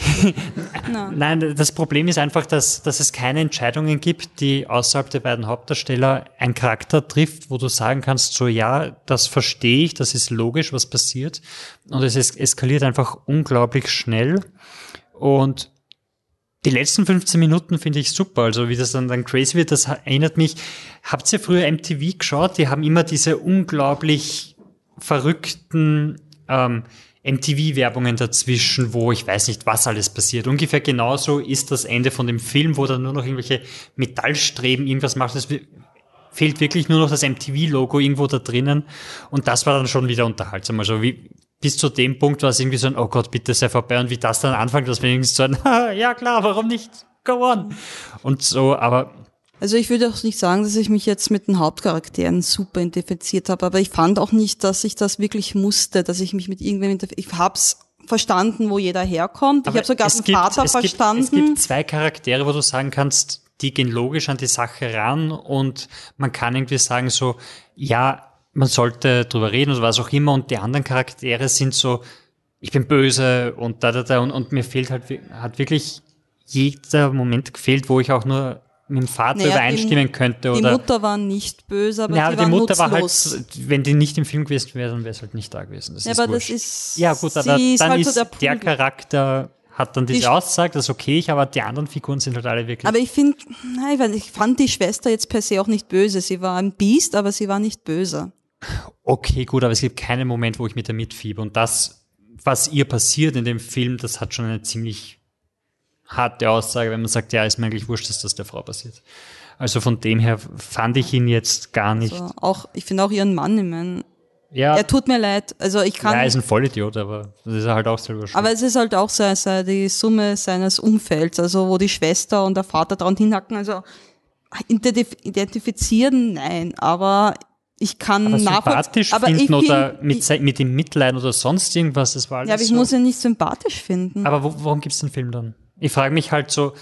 Na. Nein, das Problem ist einfach, dass, dass es keine Entscheidungen gibt, die außerhalb der beiden Hauptdarsteller ein Charakter trifft, wo du sagen kannst, so ja, das verstehe ich, das ist logisch, was passiert. Und es ist, eskaliert einfach unglaublich schnell. Und die letzten fünfzehn Minuten finde ich super. Also wie das dann, dann crazy wird, das erinnert mich, habt ihr früher M T V geschaut? Die haben immer diese unglaublich verrückten ähm, M T V-Werbungen dazwischen, wo ich weiß nicht, was alles passiert. Ungefähr genauso ist das Ende von dem Film, wo dann nur noch irgendwelche Metallstreben irgendwas macht. Es fehlt wirklich nur noch das M T V-Logo irgendwo da drinnen. Und das war dann schon wieder unterhaltsam. Also wie, bis zu dem Punkt war es irgendwie so ein, oh Gott, bitte sei vorbei. Und wie das dann anfängt, das war irgendwie so ein, ja klar, warum nicht? Go on. Und so, aber Also ich würde auch nicht sagen, dass ich mich jetzt mit den Hauptcharakteren super identifiziert habe, aber ich fand auch nicht, dass ich das wirklich musste, dass ich mich mit irgendwem identifiziere. Ich hab's verstanden, wo jeder herkommt. Aber ich habe sogar es den gibt- Vater es gibt, verstanden. Es gibt zwei Charaktere, wo du sagen kannst, die gehen logisch an die Sache ran, und man kann irgendwie sagen so, ja, man sollte drüber reden oder was auch immer, und die anderen Charaktere sind so, ich bin böse und da, da, da, und, und mir fehlt halt, hat wirklich jeder Moment gefehlt, wo ich auch nur mit dem Vater Naja, übereinstimmen die, könnte. Die Oder, Mutter war nicht böse, aber ja, sie die war Mutter war nutzlos. halt, wenn die nicht im Film gewesen wäre, dann wäre es halt nicht da gewesen. Das Ja, ist aber wurscht. das ist, Ja gut, sie aber ist dann halt so ist der, der Pool. Charakter, hat dann diese Die- Aussage, das ist okay, ich, aber die anderen Figuren sind halt alle wirklich... Aber ich finde, nein, weil ich fand die Schwester jetzt per se auch nicht böse. Sie war ein Biest, aber sie war nicht böse. Okay, gut, aber es gibt keinen Moment, wo ich mit der mitfieber. Und das, was ihr passiert in dem Film, das hat schon eine ziemlich harte Aussage, wenn man sagt, ja, ist mir eigentlich wurscht, dass das der Frau passiert. Also von dem her fand ich ihn jetzt gar nicht. So, auch, ich finde auch ihren Mann, ich mein, ja, er tut mir leid. Also ich kann, ja, er ist ein Vollidiot, aber das ist er halt auch selber schuld. aber es ist halt auch so, so die Summe seines Umfelds, also wo die Schwester und der Vater dran hinhacken. Also identif- identifizieren, nein, aber ich kann aber nachvollziehen. sympathisch finden oder mit, se- mit ihm mitleiden oder sonst irgendwas, das war alles Ja, aber ich so. muss ihn nicht sympathisch finden. Aber wo, warum gibt's den Film dann? Ich frage mich halt so,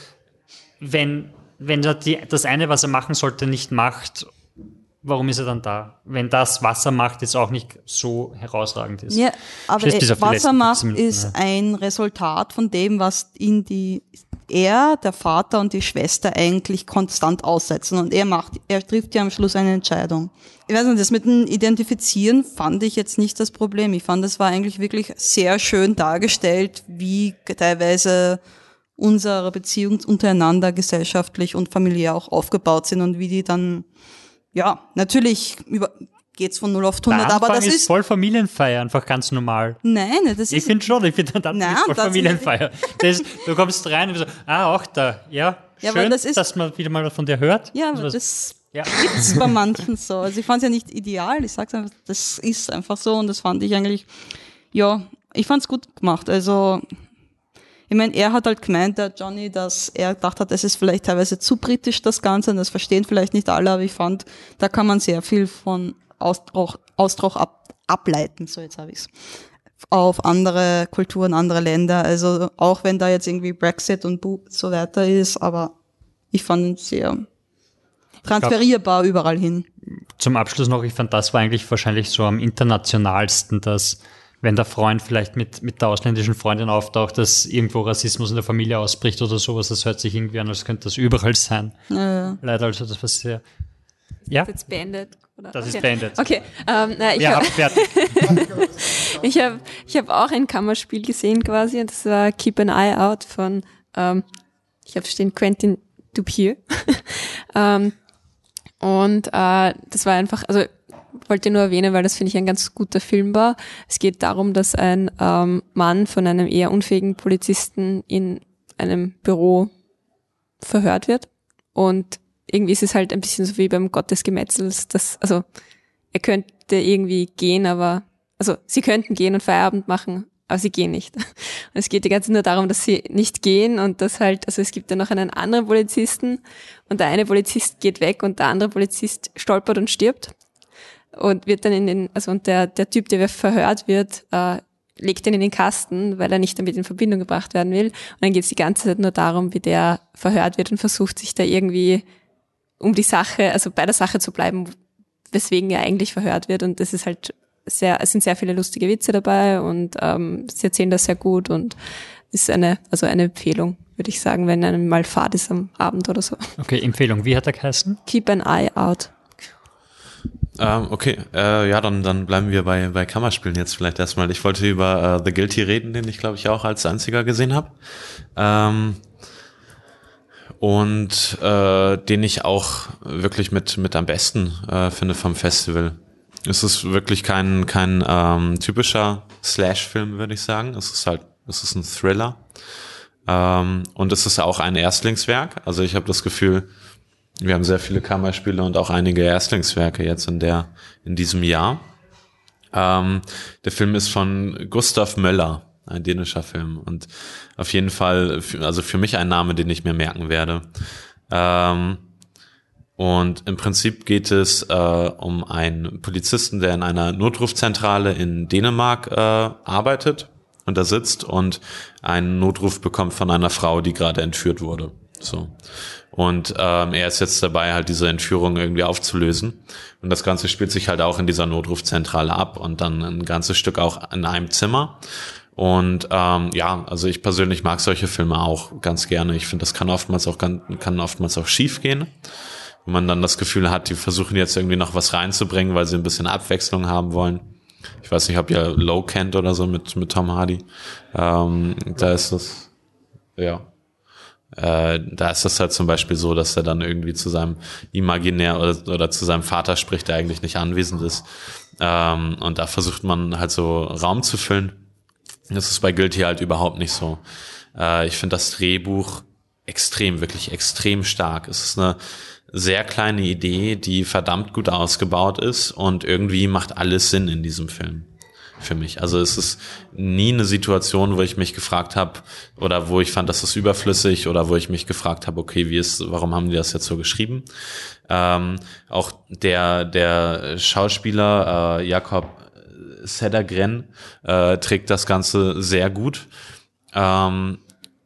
wenn, wenn er die, das eine, was er machen sollte, nicht macht, warum ist er dann da? Wenn das, was er macht, jetzt auch nicht so herausragend ist. Ja, aber Schließt bis auf die was er letzten macht, fünfzehn Minuten, ist ja. ein Resultat von dem, was ihn die, er, der Vater und die Schwester eigentlich konstant aussetzen. Und er macht, er trifft ja am Schluss eine Entscheidung. Ich weiß nicht, das mit dem Identifizieren fand ich jetzt nicht das Problem. Ich fand, es war eigentlich wirklich sehr schön dargestellt, wie teilweise unsere Beziehungen untereinander gesellschaftlich und familiär auch aufgebaut sind und wie die dann, ja, natürlich über, geht's von null auf Der hundert, Anfang aber das ist, ist, voll Familienfeier, einfach ganz normal. nein, das Ich ist, finde schon, ich finde, der Anfang Nein, ist voll das- Familienfeier. Das, du kommst rein und so, ah, auch da, ja, Ja, aber schön, das ist- dass man wieder mal von dir hört. ja, Also aber was- das ja. gibt's bei manchen so. Also ich fand's ja nicht ideal, ich sag's einfach, das ist einfach so und das fand ich eigentlich, ja, ich fand's gut gemacht. Also, ich meine, er hat halt gemeint, der Johnny, dass er gedacht hat, es ist vielleicht teilweise zu britisch, das Ganze, und das verstehen vielleicht nicht alle, aber ich fand, da kann man sehr viel von Ausdruck, Ausdruck ab, ableiten, so jetzt habe ich's, auf andere Kulturen, andere Länder. Also auch wenn da jetzt irgendwie Brexit und so weiter ist, aber ich fand ihn sehr transferierbar überall hin. Zum Abschluss noch, ich fand, das war eigentlich wahrscheinlich so am internationalsten, dass wenn der Freund vielleicht mit, mit der ausländischen Freundin auftaucht, dass irgendwo Rassismus in der Familie ausbricht oder sowas, das hört sich irgendwie an, als könnte das überall sein. Ja. Leider, also das war sehr... Ja, Ist jetzt beendet? Oder? das okay. ist beendet. Okay, ähm, na, ich Ja, habe hab fertig. ich hab, ich hab auch ein Kammerspiel gesehen quasi und das war Keep an Eye Out von, ähm, ich habe stehen, Quentin Dupieux. ähm, und äh, das war einfach, also wollte nur erwähnen, weil das finde ich ein ganz guter Film war. Es geht darum, dass ein ähm, Mann von einem eher unfähigen Polizisten in einem Büro verhört wird und irgendwie ist es halt ein bisschen so wie beim Gott des Gemetzels, dass, also er könnte irgendwie gehen, aber, also sie könnten gehen und Feierabend machen, aber sie gehen nicht. Und es geht die ganze Zeit nur darum, dass sie nicht gehen und dass halt, also es gibt ja noch einen anderen Polizisten und der eine Polizist geht weg und der andere Polizist stolpert und stirbt und wird dann in den, also und der, der Typ, der verhört wird, äh, legt ihn in den Kasten, weil er nicht damit in Verbindung gebracht werden will. Und dann geht es die ganze Zeit nur darum, wie der verhört wird und versucht sich da irgendwie um die Sache, also bei der Sache zu bleiben, weswegen er eigentlich verhört wird. Und das ist halt sehr, es sind sehr viele lustige Witze dabei und ähm, sie erzählen das sehr gut und ist eine, also eine Empfehlung, würde ich sagen, wenn einem mal fad ist am Abend oder so. Okay, Empfehlung. Wie hat er geheißen? Keep an Eye Out. Ähm, okay, äh, ja, dann, dann bleiben wir bei, bei Kammerspielen jetzt vielleicht erstmal. Ich wollte über äh, The Guilty reden, den ich glaube ich auch als einziger gesehen habe. Ähm, und äh, den ich auch wirklich mit, mit am besten äh, finde vom Festival. Es ist wirklich kein, kein ähm, typischer Slash-Film, würde ich sagen. Es ist halt, es ist ein Thriller. Ähm, und es ist auch ein Erstlingswerk. Also ich habe das Gefühl, wir haben sehr viele Kammerspiele und auch einige Erstlingswerke jetzt in der, in diesem Jahr. Ähm, der Film ist von Gustav Möller, ein dänischer Film und auf jeden Fall, also für mich ein Name, den ich mir merken werde. Ähm, und im Prinzip geht es äh, um einen Polizisten, der in einer Notrufzentrale in Dänemark äh, arbeitet und da sitzt und einen Notruf bekommt von einer Frau, die gerade entführt wurde. So. Und ähm, er ist jetzt dabei, halt diese Entführung irgendwie aufzulösen. Und das Ganze spielt sich halt auch in dieser Notrufzentrale ab und dann ein ganzes Stück auch in einem Zimmer. Und ähm, ja, also ich persönlich mag solche Filme auch ganz gerne. Ich finde, das kann oftmals auch kann oftmals auch schief gehen, wenn man dann das Gefühl hat, die versuchen jetzt irgendwie noch was reinzubringen, weil sie ein bisschen Abwechslung haben wollen. Ich weiß nicht, ob ihr Low kennt oder so mit mit Tom Hardy. Ähm, da ist das, ja. Äh, da ist das halt zum Beispiel so, dass er dann irgendwie zu seinem Imaginär oder, oder zu seinem Vater spricht, der eigentlich nicht anwesend ist. Ähm, und da versucht man halt so Raum zu füllen. Das ist bei Guilty halt überhaupt nicht so. Äh, ich finde das Drehbuch extrem, wirklich extrem stark. Es ist eine sehr kleine Idee, die verdammt gut ausgebaut ist und irgendwie macht alles Sinn in diesem Film. Für mich. Also es ist nie eine Situation, wo ich mich gefragt habe oder wo ich fand, das ist überflüssig oder wo ich mich gefragt habe, okay, wie ist, warum haben die das jetzt so geschrieben? Ähm, auch der der Schauspieler äh, Jakob Cedergren äh, trägt das Ganze sehr gut. Ähm,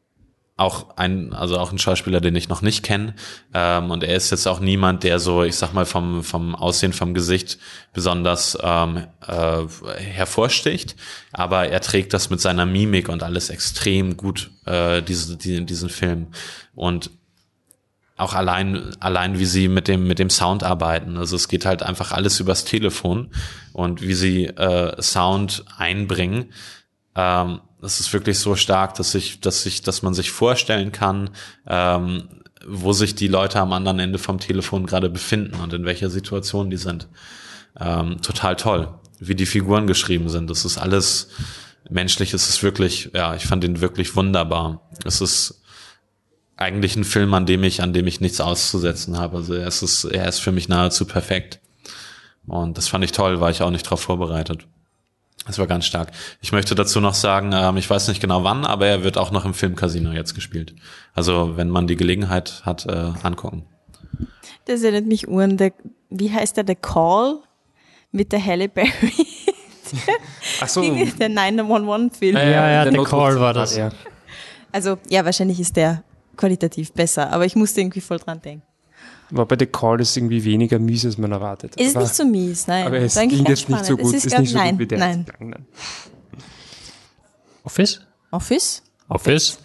auch ein, also auch ein Schauspieler, den ich noch nicht kenne. Ähm, und er ist jetzt auch niemand, der so, ich sag mal, vom, vom Aussehen, vom Gesicht besonders ähm, äh, hervorsticht. Aber er trägt das mit seiner Mimik und alles extrem gut, äh, diese, die, diesen Film. Und auch allein, allein wie sie mit dem, mit dem Sound arbeiten. Also es geht halt einfach alles übers Telefon und wie sie äh, Sound einbringen. Ähm, das ist wirklich so stark, dass ich, dass ich, dass man sich vorstellen kann, ähm, wo sich die Leute am anderen Ende vom Telefon gerade befinden und in welcher Situation die sind. ähm, total toll, wie die Figuren geschrieben sind. Das ist alles menschlich, es ist wirklich, ja, ich fand ihn wirklich wunderbar. Es ist eigentlich ein Film, an dem ich, an dem ich nichts auszusetzen habe. Also er ist, er ist für mich nahezu perfekt. Und das fand ich toll, war ich auch nicht drauf vorbereitet. Das war ganz stark. Ich möchte dazu noch sagen, ähm, ich weiß nicht genau wann, aber er wird auch noch im Filmcasino jetzt gespielt. Also wenn man die Gelegenheit hat, äh, angucken. Das erinnert mich an, der, wie heißt der, The Call mit der Halle Berry? Ach so. Der neun eins eins-Film. Ja, ja, der The Notebook- Call war das. Ja. Also, ja, wahrscheinlich ist der qualitativ besser, aber ich musste irgendwie voll dran denken. War bei The Call ist irgendwie weniger mies, als man erwartet. Es ist aber, nicht so mies, nein. aber es ist eigentlich ging ganz jetzt nicht so spannend. gut. Es Ist, glaub- nicht so nein, gut wie der nein. jetzt gegangen. Office? Office? Office?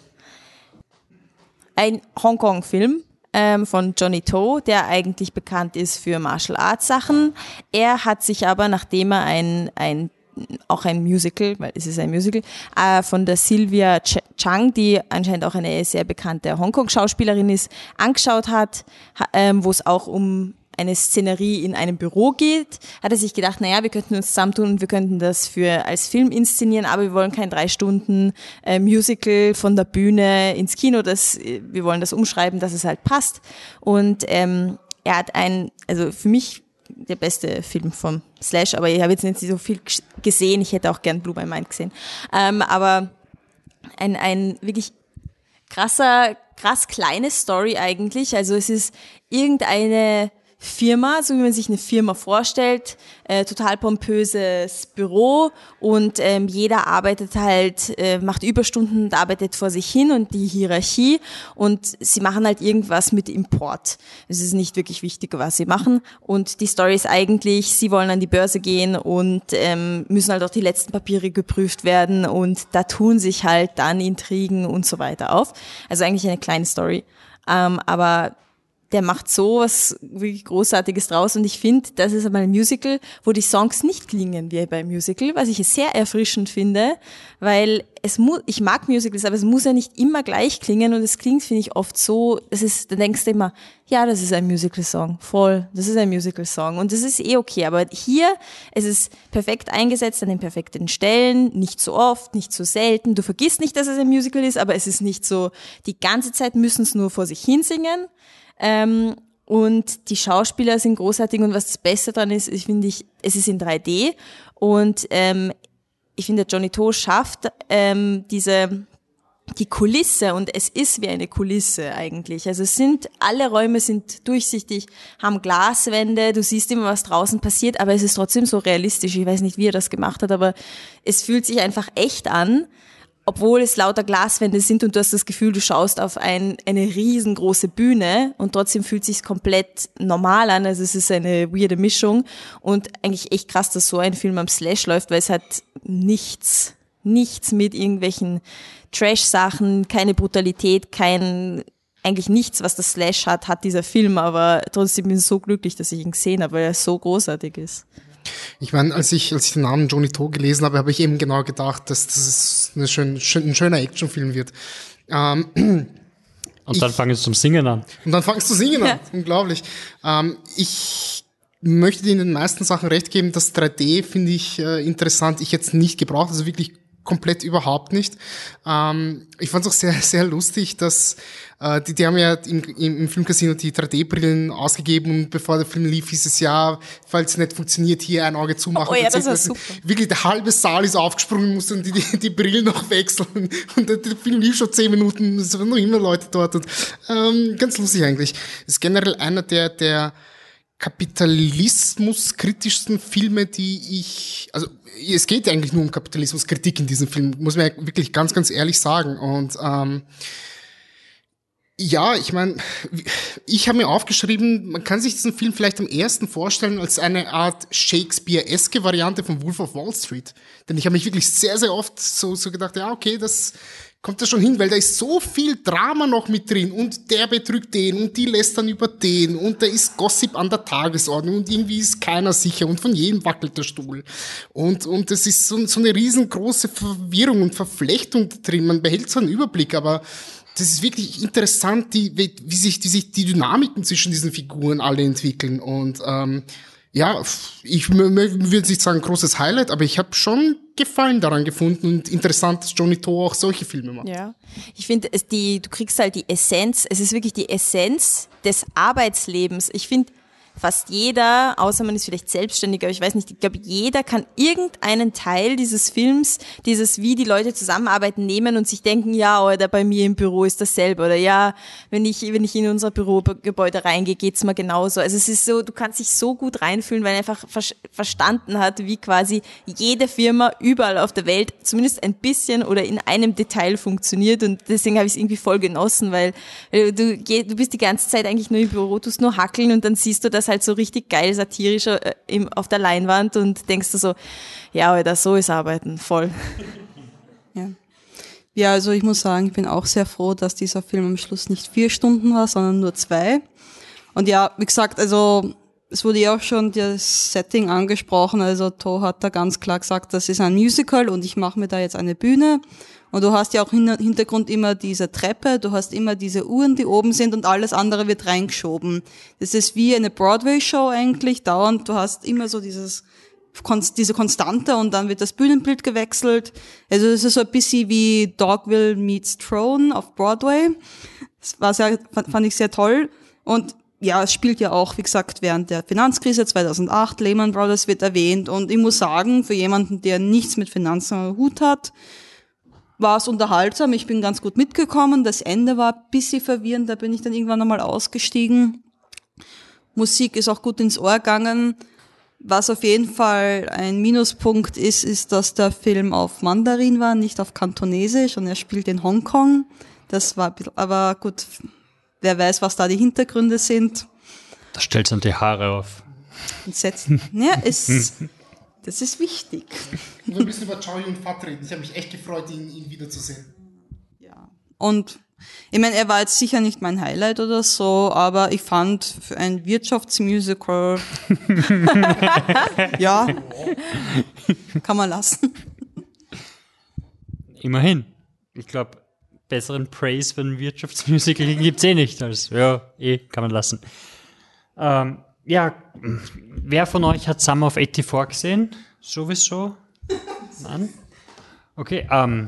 Ein Hongkong-Film ähm, von Johnny To, der eigentlich bekannt ist für Martial Arts Sachen. Er hat sich aber, nachdem er ein, ein auch ein Musical, weil es ist ein Musical, äh, von der Sylvia Ch- Chang, die anscheinend auch eine sehr bekannte Hongkong-Schauspielerin ist, angeschaut hat, ha, ähm, wo es auch um eine Szenerie in einem Büro geht, hat er sich gedacht, naja, wir könnten uns zusammentun und wir könnten das für als Film inszenieren, aber wir wollen kein drei Stunden äh, Musical von der Bühne ins Kino, das, wir wollen das umschreiben, dass es halt passt. Und ähm, er hat ein, also für mich der beste Film vom Slash, aber ich habe jetzt nicht so viel gesehen, ich hätte auch gern Blue by Mind gesehen. Ähm, aber ein, ein wirklich krasser, krass kleine Story eigentlich, also es ist irgendeine Firma, so wie man sich eine Firma vorstellt, äh, total pompöses Büro und ähm, jeder arbeitet halt, äh, macht Überstunden und arbeitet vor sich hin und die Hierarchie und sie machen halt irgendwas mit Import. Es ist nicht wirklich wichtig, was sie machen und die Story ist eigentlich, sie wollen an die Börse gehen und ähm, müssen halt auch die letzten Papiere geprüft werden und da tun sich halt dann Intrigen und so weiter auf. Also eigentlich eine kleine Story, ähm, aber der macht so was wirklich Großartiges draus und ich finde, das ist einmal ein Musical, wo die Songs nicht klingen wie beim Musical, was ich sehr erfrischend finde, weil es muss, ich mag Musicals, aber es muss ja nicht immer gleich klingen und es klingt, finde ich, oft so, das ist, da denkst du immer, ja, das ist ein Musical-Song, voll, das ist ein Musical-Song und das ist eh okay, aber hier, es ist perfekt eingesetzt an den perfekten Stellen, nicht so oft, nicht so selten, du vergisst nicht, dass es ein Musical ist, aber es ist nicht so, die ganze Zeit müssen es nur vor sich hinsingen. Ähm, und die Schauspieler sind großartig und was das Beste daran ist, ich finde ich, es ist in drei D und ähm, ich finde, Johnny To schafft ähm, diese die Kulisse und es ist wie eine Kulisse eigentlich. Also es sind, alle Räume sind durchsichtig, haben Glaswände, du siehst immer, was draußen passiert, aber es ist trotzdem so realistisch. Ich weiß nicht, wie er das gemacht hat, aber es fühlt sich einfach echt an. Obwohl es lauter Glaswände sind und du hast das Gefühl, du schaust auf ein, eine riesengroße Bühne und trotzdem fühlt es sich komplett normal an. Also es ist eine weirde Mischung und eigentlich echt krass, dass so ein Film am Slash läuft, weil es hat nichts, nichts mit irgendwelchen Trash-Sachen, keine Brutalität, kein, eigentlich nichts, was das Slash hat, hat dieser Film, aber trotzdem bin ich so glücklich, dass ich ihn gesehen habe, weil er so großartig ist. Ich meine, als ich, als ich den Namen Johnny To gelesen habe, habe ich eben genau gedacht, dass das eine schön, schön, ein schöner Actionfilm wird. Ähm, Und dann fangen sie zum Singen an. Und dann fangst du singen an. Ja. Unglaublich. Ähm, ich möchte dir in den meisten Sachen recht geben. Das drei D finde ich äh, interessant. Ich jetzt nicht gebraucht, also wirklich komplett überhaupt nicht. Ähm, ich fand es auch sehr, sehr lustig, dass äh, die, die haben ja im, im, im Filmcasino die drei D-Brillen ausgegeben und bevor der Film lief, hieß es ja, falls es nicht funktioniert, hier ein Auge zumachen. Oh ja, das war Beziehungsweise super. Wirklich, der halbe Saal ist aufgesprungen, mussten die, die, die Brillen noch wechseln und der, der Film lief schon zehn Minuten, es waren noch immer Leute dort und ähm, ganz lustig eigentlich. Das ist generell einer der, der kapitalismuskritischsten Filme, die ich, also es geht eigentlich nur um Kapitalismuskritik in diesem Film, muss man ja wirklich ganz, ganz ehrlich sagen. Und ähm, ja, ich meine, ich habe mir aufgeschrieben, man kann sich diesen Film vielleicht am ersten vorstellen als eine Art Shakespeare-eske Variante von Wolf of Wall Street. Denn ich habe mich wirklich sehr, sehr oft so, so gedacht, ja, okay, das kommt da schon hin, weil da ist so viel Drama noch mit drin und der betrügt den und die lästern über den und da ist Gossip an der Tagesordnung und irgendwie ist keiner sicher und von jedem wackelt der Stuhl. Und, und es ist so, so eine riesengroße Verwirrung und Verflechtung drin. Man behält so einen Überblick, aber das ist wirklich interessant, die, wie, wie sich, wie sich die Dynamiken zwischen diesen Figuren alle entwickeln und, ähm, Ja, ich m- m- würde nicht sagen großes Highlight, aber ich habe schon Gefallen daran gefunden und interessant, dass Johnny To auch solche Filme macht. Ja, ich finde, es die, du kriegst halt die Essenz, es ist wirklich die Essenz des Arbeitslebens. Ich finde, fast jeder, außer man ist vielleicht selbstständig, aber ich weiß nicht, ich glaube, jeder kann irgendeinen Teil dieses Films, dieses, wie die Leute zusammenarbeiten, nehmen und sich denken, ja, oder bei mir im Büro ist dasselbe, oder ja, wenn ich, wenn ich in unser Bürogebäude reingehe, geht's mir genauso. Also es ist so, du kannst dich so gut reinfühlen, weil er einfach ver- verstanden hat, wie quasi jede Firma überall auf der Welt zumindest ein bisschen oder in einem Detail funktioniert, und deswegen habe ich es irgendwie voll genossen, weil du, du bist die ganze Zeit eigentlich nur im Büro, tust nur hackeln und dann siehst du das halt so richtig geil satirisch äh, im, auf der Leinwand und denkst du so, ja, Alter, so ist Arbeiten, voll. Ja. Ja, also ich muss sagen, ich bin auch sehr froh, dass dieser Film am Schluss nicht vier Stunden war, sondern nur zwei. Und ja, wie gesagt, also es wurde ja auch schon das Setting angesprochen, also To hat da ganz klar gesagt, das ist ein Musical und ich mache mir da jetzt eine Bühne. Und du hast ja auch im Hintergrund immer diese Treppe, du hast immer diese Uhren, die oben sind, und alles andere wird reingeschoben. Das ist wie eine Broadway-Show eigentlich, dauernd, du hast immer so dieses, diese Konstante und dann wird das Bühnenbild gewechselt. Also es ist so ein bisschen wie Dogville meets Throne auf Broadway. Das war sehr, fand ich sehr toll. Und ja, es spielt ja auch, wie gesagt, während der Finanzkrise zweitausendacht, Lehman Brothers wird erwähnt, und ich muss sagen, für jemanden, der nichts mit Finanzen am Hut hat, war es unterhaltsam, ich bin ganz gut mitgekommen, das Ende war ein bisschen verwirrend, da bin ich dann irgendwann einmal ausgestiegen. Musik ist auch gut ins Ohr gegangen. Was auf jeden Fall ein Minuspunkt ist, ist, dass der Film auf Mandarin war, nicht auf Kantonesisch, und er spielt in Hongkong. Das war ein bisschen, aber gut, wer weiß, was da die Hintergründe sind. Da stellt dann die Haare auf. Und setzt, ja, es, das ist wichtig. Und wir müssen über Chow Yun-Fat reden. Ich habe mich echt gefreut, ihn, ihn wiederzusehen. Ja. Und ich meine, er war jetzt sicher nicht mein Highlight oder so, aber ich fand für ein Wirtschaftsmusical ja, kann man lassen. Immerhin. Ich glaube, besseren Praise für ein Wirtschaftsmusical gibt's eh nicht als, ja, eh, kann man lassen. Ähm, ja, wer von euch hat Summer of vierundachtzig gesehen? Sowieso? Nein? Okay, ähm,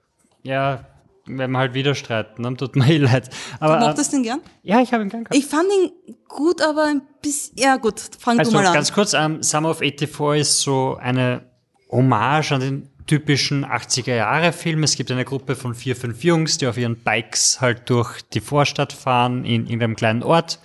ja, werden wir halt wieder streiten, dann tut mir eh leid. Aber, Du mochtest ihn gern? Ja, ich habe ihn gern gehabt. Ich fand ihn gut, aber ein bisschen, ja gut, fang Also du mal an. ganz kurz, ähm, Summer of vierundachtzig ist so eine Hommage an den typischen achtziger-Jahre-Film. Es gibt eine Gruppe von vier, fünf Jungs, die auf ihren Bikes halt durch die Vorstadt fahren, in irgendeinem kleinen Ort.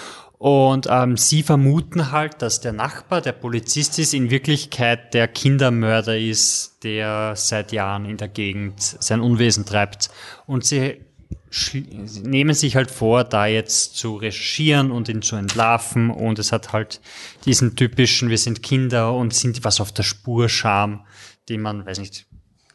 Und ähm, sie vermuten halt, dass der Nachbar, der Polizist ist, in Wirklichkeit der Kindermörder ist, der seit Jahren in der Gegend sein Unwesen treibt. Und sie sch- nehmen sich halt vor, da jetzt zu recherchieren und ihn zu entlarven. Und es hat halt diesen typischen, wir sind Kinder und sind was auf der Spur Charme, den man, weiß nicht,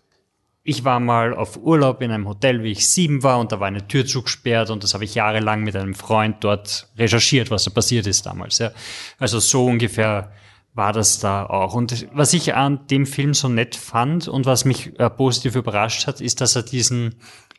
ich war mal auf Urlaub in einem Hotel, wie ich sieben war, und da war eine Tür zugesperrt, und das habe ich jahrelang mit einem Freund dort recherchiert, was da passiert ist damals. Ja. Also so ungefähr war das da auch. Und was ich an dem Film so nett fand und was mich äh, positiv überrascht hat, ist, dass er diesen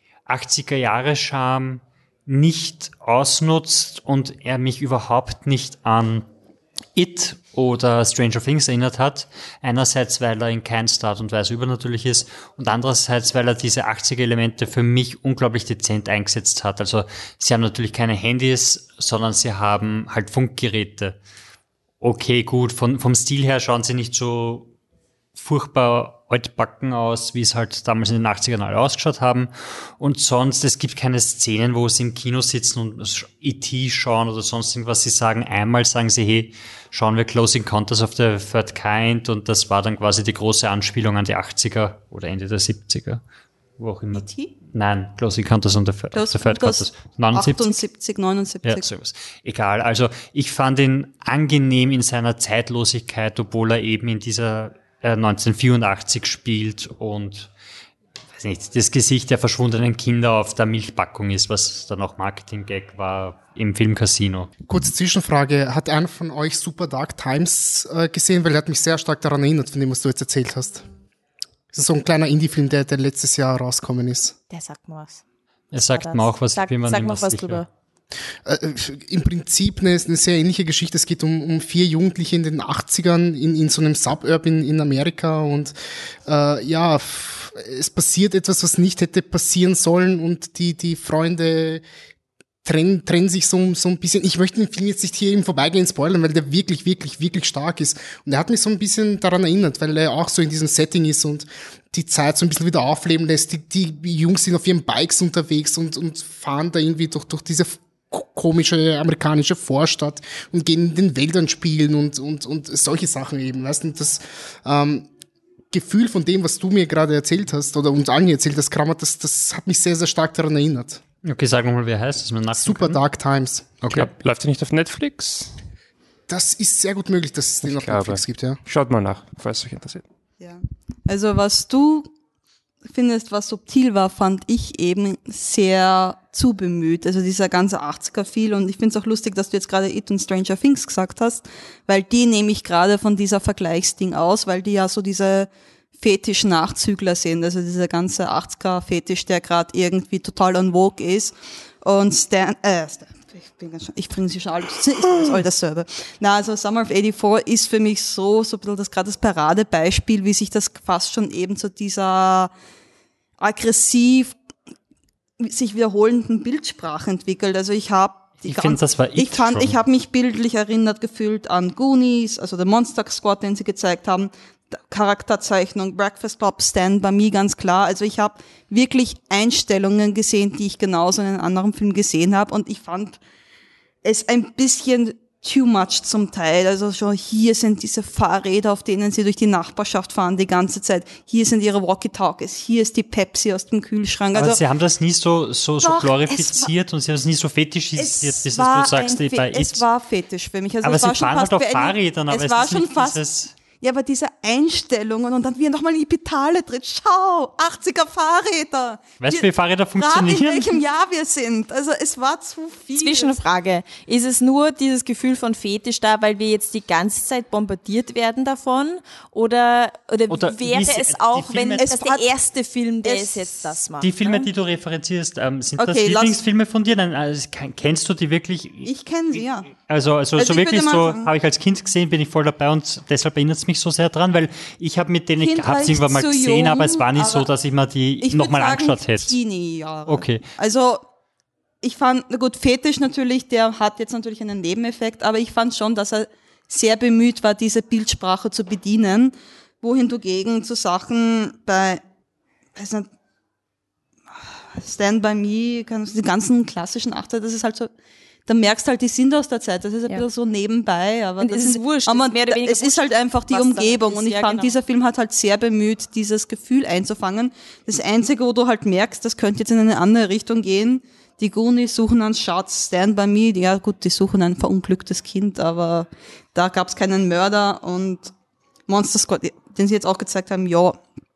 achtziger-Jahre-Charme nicht ausnutzt und er mich überhaupt nicht an It oder Stranger Things erinnert hat. Einerseits, weil er in keinster Art und Weise übernatürlich ist, und andererseits, weil er diese achtziger-Elemente für mich unglaublich dezent eingesetzt hat. Also sie haben natürlich keine Handys, sondern sie haben halt Funkgeräte. Okay, gut, von, vom Stil her schauen sie nicht so furchtbar altbacken aus, wie es halt damals in den achtzigern alle ausgeschaut haben. Und sonst, es gibt keine Szenen, wo sie im Kino sitzen und E T schauen oder sonst irgendwas. Sie sagen einmal, sagen sie, hey, schauen wir Close Encounters of the Third Kind, und das war dann quasi die große Anspielung an die achtziger oder Ende der siebziger. Wo auch immer. E T? Nein, Close Encounters of the, of the Third Kind. neunundsiebzig? achtundsiebzig, neunundsiebzig. Ja, sowas. Egal. Also ich fand ihn angenehm in seiner Zeitlosigkeit, obwohl er eben in dieser äh, neunzehnhundertvierundachtzig spielt und weiß nicht, das Gesicht der verschwundenen Kinder auf der Milchpackung ist, was dann auch Marketing-Gag war im Film Casino. Kurze Zwischenfrage. Hat einer von euch Super Dark Times äh, gesehen? Weil er hat mich sehr stark daran erinnert, von dem, was du jetzt erzählt hast. Das ist so ein kleiner Indie-Film, der, der letztes Jahr rausgekommen ist. Der sagt mir was. Er sagt das? mir auch was, Sag, wie man sag ihm mal was was sicher. drüber. Äh, Im Prinzip eine, eine sehr ähnliche Geschichte. Es geht um, um vier Jugendliche in den achtzigern in, in so einem Suburb in, in Amerika und äh, ja, f- es passiert etwas, was nicht hätte passieren sollen und die, die Freunde trennen, trennen sich so, so ein bisschen. Ich möchte den Film jetzt nicht hier im Vorbeigehen spoilern, weil der wirklich, wirklich, wirklich stark ist. Und er hat mich so ein bisschen daran erinnert, weil er auch so in diesem Setting ist und die Zeit so ein bisschen wieder aufleben lässt. Die, die Jungs sind auf ihren Bikes unterwegs und, und fahren da irgendwie durch, durch diese komische amerikanische Vorstadt und gehen in den Wäldern spielen und, und, und solche Sachen eben, weißt du, das, ähm, Gefühl von dem, was du mir gerade erzählt hast oder uns allen erzählt hast, Kramer, das, das hat mich sehr, sehr stark daran erinnert. Okay, sag mal, wer heißt das? Man Super können. Dark Times. Okay. Glaub, läuft der nicht auf Netflix? Das ist sehr gut möglich, dass es den ich auf glaube. Netflix gibt, ja. Schaut mal nach, falls es euch interessiert. Ja. Also was du findest, was subtil war, fand ich eben sehr zu bemüht. Also dieser ganze achtziger-Feel und ich finde es auch lustig, dass du jetzt gerade It und Stranger Things gesagt hast, weil die nehme ich gerade von dieser Vergleichsding aus, weil die ja so diese Fetisch-Nachzügler sind, also dieser ganze achtziger-Fetisch, der gerade irgendwie total on vogue ist und Stan, äh, Stan, ich, bin ganz schon, ich bringe sie schon alles, ich bin das all dasselbe. Na, also Summer of eighty-four ist für mich so, so ein bisschen das gerade das Paradebeispiel, wie sich das fast schon eben zu dieser aggressiv sich wiederholenden Bildsprache entwickelt. Also ich habe Ich finde, das war ich fand, schon. ich habe mich bildlich erinnert gefühlt an Goonies, also der Monster Squad, den sie gezeigt haben, Charakterzeichnung, Breakfast Club, Stand By Me, ganz klar. Also ich habe wirklich Einstellungen gesehen, die ich genauso in einem anderen Film gesehen habe und ich fand es ein bisschen too much zum Teil. Also schon hier sind diese Fahrräder, auf denen sie durch die Nachbarschaft fahren die ganze Zeit. Hier sind ihre Walkie-Talkies. Hier ist die Pepsi aus dem Kühlschrank. Aber also, sie haben das nie so, so, so doch, glorifiziert war, und sie haben es nie so fetischisiert, bis du sagst, ein, bei es It. war fetisch für mich. Also aber es sie war schon fahren fast halt auf wie eine- Fahrrädern, aber es es war ist schon nicht fast dieses... Ja, aber diese Einstellungen und dann wie er nochmal in die Pedale tritt. Schau, achtziger Fahrräder. Weißt du, Wir- wie Fahrräder Rat, in funktionieren? welchem Jahr wir sind. Also es war zu viel. Zwischenfrage. Ist es nur dieses Gefühl von Fetisch da, weil wir jetzt die ganze Zeit bombardiert werden davon? Oder, oder, Oder wie wäre sie- es auch, die Filme- wenn das Es der hat- erste Film, der es- es jetzt das macht? Die Filme, ne? die du referenzierst, ähm, sind das Okay, lass- Lieblingsfilme von dir? Nein, also, ken- kennst du die wirklich? Ich kenne sie, ja. Also, also, Also so ich wirklich würde so, mal sagen- habe ich als Kind gesehen, bin ich voll dabei und deshalb erinnert es mich so sehr dran, weil ich habe mit denen, ich Kind habe war es irgendwann ich mal zu gesehen, jung, aber es war nicht so, aber dass ich mir die Ich nochmal würd sagen, angeschaut hätte. Teenie-Jahre. Okay. Also ich fand, na gut, Fetisch natürlich, der hat jetzt natürlich einen Nebeneffekt, aber ich fand schon, dass er sehr bemüht war, diese Bildsprache zu bedienen, wohin du gegen zu Sachen bei, weiß nicht, Stand By Me, die ganzen klassischen Achter, das ist halt so, da merkst halt, die sind aus der Zeit, das ist ein Ja. bisschen so nebenbei, aber Und das es ist wurscht, aber es ist mehr oder weniger es ist halt einfach die was da Umgebung ist. und ich Ja, fand, genau. dieser Film hat halt sehr bemüht, dieses Gefühl einzufangen. Das Einzige, wo du halt merkst, das könnte jetzt in eine andere Richtung gehen, die Goonies suchen einen Schatz, Stand By Me, ja gut, die suchen ein verunglücktes Kind, aber da gab es keinen Mörder und Monster Squad, den sie jetzt auch gezeigt haben, ja,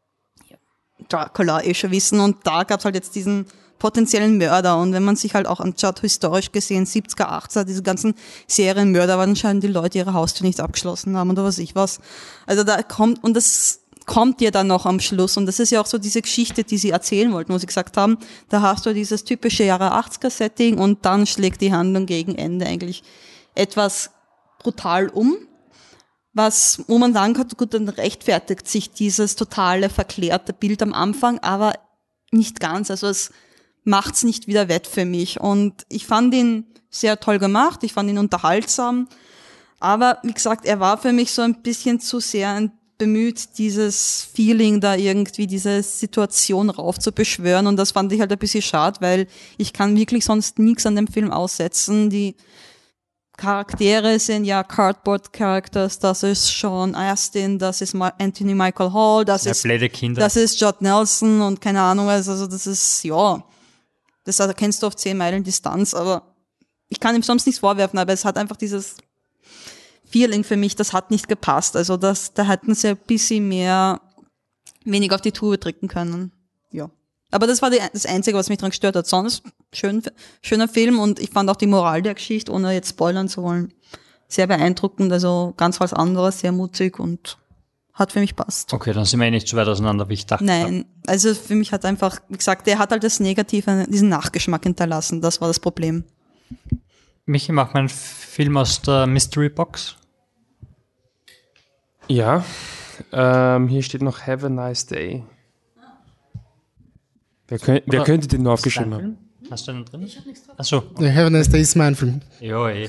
Dracula eh schon wissen und da gab es halt jetzt diesen potenziellen Mörder und wenn man sich halt auch anschaut, historisch gesehen, siebziger, achtziger, diese ganzen Serienmörder, weil anscheinend die Leute ihre Haustür nicht abgeschlossen haben oder was ich was. Also da kommt, und das kommt ja dann noch am Schluss und das ist ja auch so diese Geschichte, die sie erzählen wollten, wo sie gesagt haben, da hast du dieses typische Jahre achtziger Setting und dann schlägt die Handlung gegen Ende eigentlich etwas brutal um. Was, wo man sagen kann, gut, dann rechtfertigt sich dieses totale verklärte Bild am Anfang, aber nicht ganz. Also es macht's nicht wieder wett für mich. Und ich fand ihn sehr toll gemacht, ich fand ihn unterhaltsam. Aber wie gesagt, er war für mich so ein bisschen zu sehr bemüht, dieses Feeling da irgendwie, diese Situation raufzubeschwören. Und das fand ich halt ein bisschen schade, weil ich kann wirklich sonst nichts an dem Film aussetzen. Die Charaktere sind ja Cardboard Characters, das ist Sean Astin, das ist Anthony Michael Hall, das Ja, ist blöde Kinder. das ist Judd Nelson und keine Ahnung, also also das ist, ja, das erkennst du auf zehn Meilen Distanz, aber ich kann ihm sonst nichts vorwerfen, aber es hat einfach dieses Feeling für mich, das hat nicht gepasst, also das, da hätten sie ein bisschen mehr, weniger auf die Tube drücken können, ja. Aber das war die, das Einzige, was mich dran gestört hat. Sonst schön, schöner Film und ich fand auch die Moral der Geschichte, ohne jetzt spoilern zu wollen, sehr beeindruckend. Also ganz was anderes, sehr mutig und hat für mich passt. Okay, dann sind wir eh nicht so weit auseinander, wie ich dachte. Nein, also für mich hat einfach, wie gesagt, der hat halt das Negative, diesen Nachgeschmack hinterlassen. Das war das Problem. Michi, macht man einen Film aus der Mystery Box? Ja, ähm, hier steht noch Have a Nice Day. Wer, könnt, wer könnte den nur aufgeschrieben haben? Hast du einen drin? Ich hab nichts drin. Achso. Ja, Have a Nice Day ist mein Film. Ja, eh.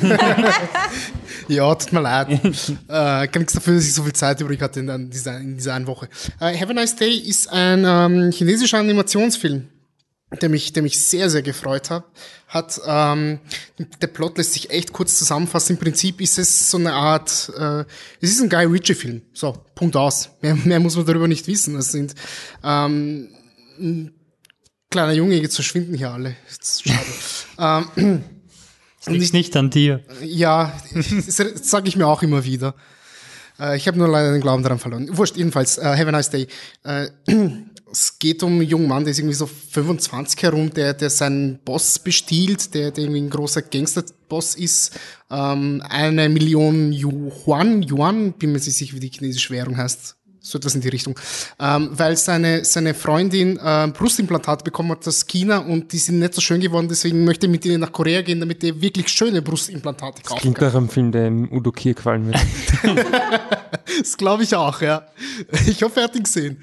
Ja, tut mir leid. äh, kann nichts dafür, dass ich so viel Zeit übrig hatte in dieser, in dieser einen Woche. Äh, Have a Nice Day ist ein ähm, chinesischer Animationsfilm, der mich, der mich sehr, sehr gefreut hat. hat ähm, der Plot lässt sich echt kurz zusammenfassen. Im Prinzip ist es so eine Art, äh, es ist ein Guy Ritchie-Film. So, Punkt aus. Mehr, mehr muss man darüber nicht wissen. Das sind ähm, ein kleiner Junge, jetzt verschwinden hier alle. Das ist schade. ähm, Das liegt nicht an dir. Ja, das, das sage ich mir auch immer wieder. Äh, ich habe nur leider den Glauben daran verloren. Wurscht, jedenfalls, äh, Have a Nice Day. Äh, es geht um einen jungen Mann, der ist irgendwie so fünfundzwanzig herum, der, der seinen Boss bestiehlt, der, der irgendwie ein großer Gangsterboss ist. Ähm, eine Million Yuan, Yuan, bin mir nicht sicher, wie die chinesische Währung heißt. So etwas in die Richtung. Ähm, weil seine, seine Freundin äh, Brustimplantate bekommen hat aus China und die sind nicht so schön geworden, deswegen möchte er mit ihnen nach Korea gehen, damit er wirklich schöne Brustimplantate kaufen Das klingt kann. nach einem Film, der im Udo Kier gefallen wird. Das glaube ich auch, ja. Ich hoffe, er hat ihn gesehen.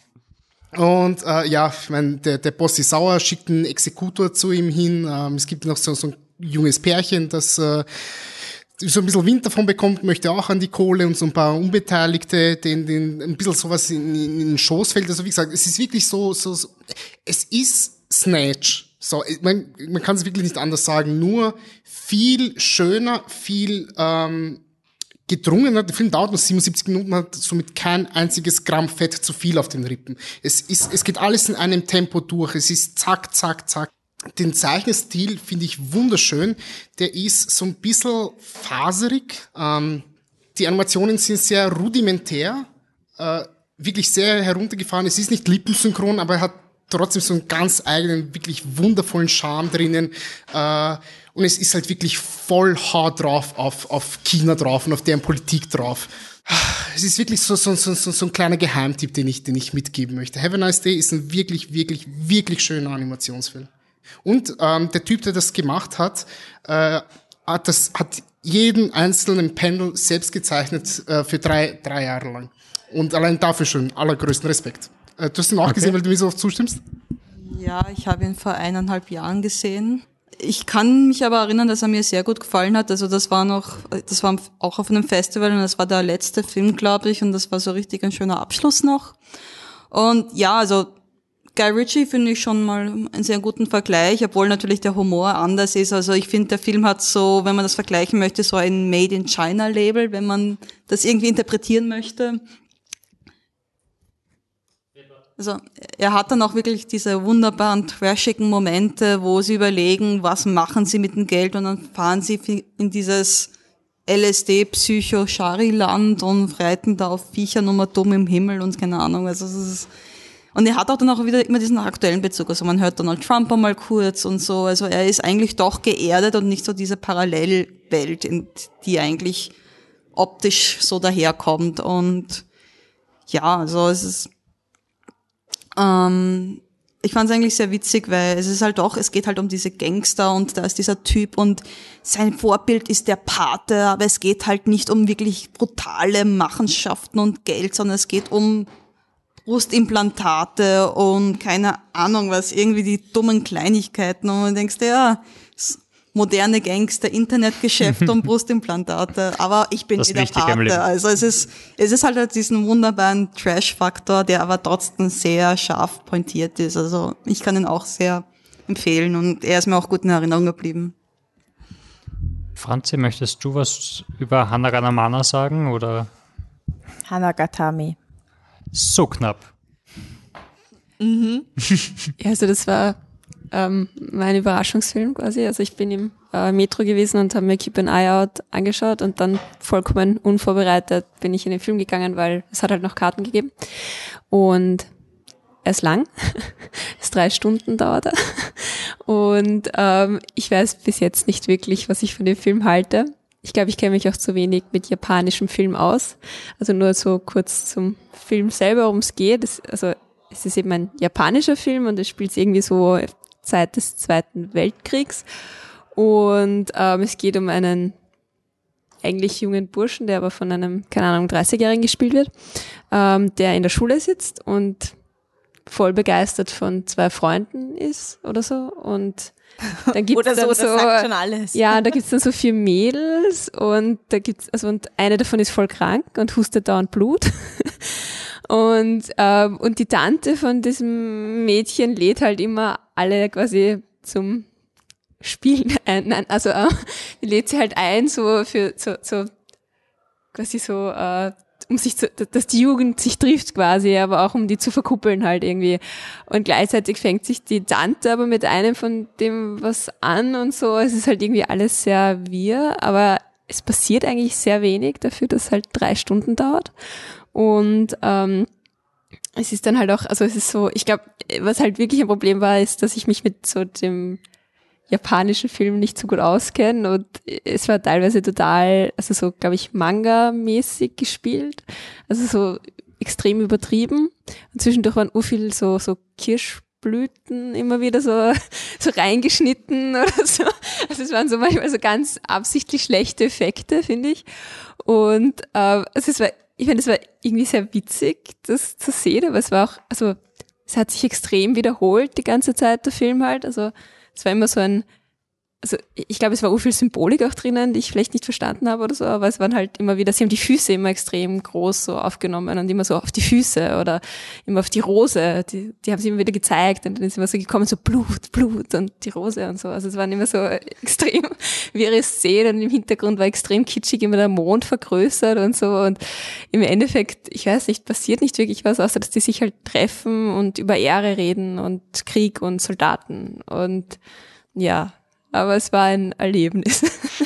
Und äh, ja, ich meine, der, der Boss ist sauer, schickt einen Exekutor zu ihm hin. Ähm, es gibt noch so, so ein junges Pärchen, das äh, so ein bisschen Wind davon bekommt, möchte auch an die Kohle und so ein paar Unbeteiligte, denen, denen ein bisschen sowas in, in, in den Schoß fällt. Also wie gesagt, es ist wirklich so, so, so es ist Snatch. So, man, man kann es wirklich nicht anders sagen, nur viel schöner, viel ähm, gedrungener. Der Film dauert nur siebenundsiebzig Minuten, hat somit kein einziges Gramm Fett zu viel auf den Rippen. Es ist, es geht alles in einem Tempo durch. Es ist zack, zack, zack. Den Zeichenstil finde ich wunderschön. Der ist so ein bisschen faserig. Ähm, die Animationen sind sehr rudimentär, äh, wirklich sehr heruntergefahren. Es ist nicht lippensynchron, aber er hat trotzdem so einen ganz eigenen, wirklich wundervollen Charme drinnen. Äh, und es ist halt wirklich voll hart drauf, auf, auf China drauf und auf deren Politik drauf. Es ist wirklich so, so, so, so ein kleiner Geheimtipp, den ich, den ich mitgeben möchte. Have a Nice Day ist ein wirklich, wirklich, wirklich schöner Animationsfilm. Und ähm, der Typ, der das gemacht hat, äh, hat das hat jeden einzelnen Panel selbst gezeichnet äh, für drei drei Jahre lang. Und allein dafür schon allergrößten Respekt. Äh, du hast ihn auch okay. gesehen, weil du mir so oft zustimmst? Ja, ich habe ihn vor eineinhalb Jahren gesehen. Ich kann mich aber erinnern, dass er mir sehr gut gefallen hat. Also das war noch, das war auch auf einem Festival und das war der letzte Film, glaube ich, und das war so richtig ein schöner Abschluss noch. Und ja, also Guy Ritchie finde ich schon mal einen sehr guten Vergleich, obwohl natürlich der Humor anders ist. Also ich finde, der Film hat so, wenn man das vergleichen möchte, so ein Made in China Label, wenn man das irgendwie interpretieren möchte. Also er hat dann auch wirklich diese wunderbaren trashigen Momente, wo sie überlegen, was machen sie mit dem Geld, und dann fahren sie in dieses L S D-Psycho-Shari-Land und reiten da auf Viecher Nummer dumm im Himmel und keine Ahnung. Also es ist, und er hat auch dann auch wieder immer diesen aktuellen Bezug. Also man hört Donald Trump einmal kurz und so. Also er ist eigentlich doch geerdet und nicht so diese Parallelwelt, in die eigentlich optisch so daherkommt. Und ja, also es ist, ähm, ich fand es eigentlich sehr witzig, weil es ist halt doch, es geht halt um diese Gangster und da ist dieser Typ und sein Vorbild ist der Pate, aber es geht halt nicht um wirklich brutale Machenschaften und Geld, sondern es geht um Brustimplantate und keine Ahnung was, irgendwie die dummen Kleinigkeiten, und man denkst, ja, moderne Gangster, Internetgeschäfte und Brustimplantate, aber ich bin wieder Pate. Also es ist, es ist halt diesen wunderbaren Trash-Faktor, der aber trotzdem sehr scharf pointiert ist. Also ich kann ihn auch sehr empfehlen und er ist mir auch gut in Erinnerung geblieben. Franzi, möchtest du was über Hanaganamana sagen, oder? Hanagatami. So knapp. Mhm. Ja, also das war ähm, mein Überraschungsfilm quasi. Also ich bin im äh, Metro gewesen und habe mir Keep an Eye Out angeschaut und dann vollkommen unvorbereitet bin ich in den Film gegangen, weil es hat halt noch Karten gegeben. Und er ist lang, es ist drei Stunden dauert er. Und ähm, ich weiß bis jetzt nicht wirklich, was ich von dem Film halte. Ich glaube, ich kenne mich auch zu wenig mit japanischem Film aus. Also nur so kurz zum Film selber, worum es geht. Es, also es ist eben ein japanischer Film und es spielt irgendwie so Zeit des Zweiten Weltkriegs. Und ähm, es geht um einen eigentlich jungen Burschen, der aber von einem, keine Ahnung, dreißigjährigen gespielt wird, ähm, der in der Schule sitzt und voll begeistert von zwei Freunden ist oder so. Und dann gibt's Oder so, dann das so, sagt schon alles. ja, da gibt's dann so vier Mädels und da gibt's, also und eine davon ist voll krank und hustet dauernd Blut. Und, ähm, und die Tante von diesem Mädchen lädt halt immer alle quasi zum Spielen ein. Nein, also äh, die lädt sie halt ein, so für so, so quasi so, äh, um sich zu, dass die Jugend sich trifft quasi, aber auch um die zu verkuppeln halt irgendwie. Und gleichzeitig fängt sich die Tante aber mit einem von dem was an und so. Es ist halt irgendwie alles sehr wirr, aber es passiert eigentlich sehr wenig dafür, dass es halt drei Stunden dauert. Und ähm, es ist dann halt auch, also es ist so, ich glaube, was halt wirklich ein Problem war, ist, dass ich mich mit so dem japanischen Film nicht so gut auskenne und es war teilweise total, also so, glaube ich, Manga-mäßig gespielt, also so extrem übertrieben und zwischendurch waren ur viel so, so Kirschblüten immer wieder so, so reingeschnitten oder so, also es waren so manchmal so ganz absichtlich schlechte Effekte, finde ich, und äh, also es war, ich finde, es war irgendwie sehr witzig, das zu sehen, aber es war auch, also es hat sich extrem wiederholt die ganze Zeit, der Film halt, also es war immer so ein, also ich glaube, es war auch viel Symbolik auch drinnen, die ich vielleicht nicht verstanden habe oder so, aber es waren halt immer wieder, sie haben die Füße immer extrem groß so aufgenommen und immer so auf die Füße oder immer auf die Rose, die, die haben sie immer wieder gezeigt und dann ist immer so gekommen, so Blut, Blut und die Rose und so, also es waren immer so extrem wirre Szenen und im Hintergrund war extrem kitschig immer der Mond vergrößert und so und im Endeffekt, ich weiß nicht, passiert nicht wirklich was, außer dass die sich halt treffen und über Ehre reden und Krieg und Soldaten und ja, aber es war ein Erlebnis.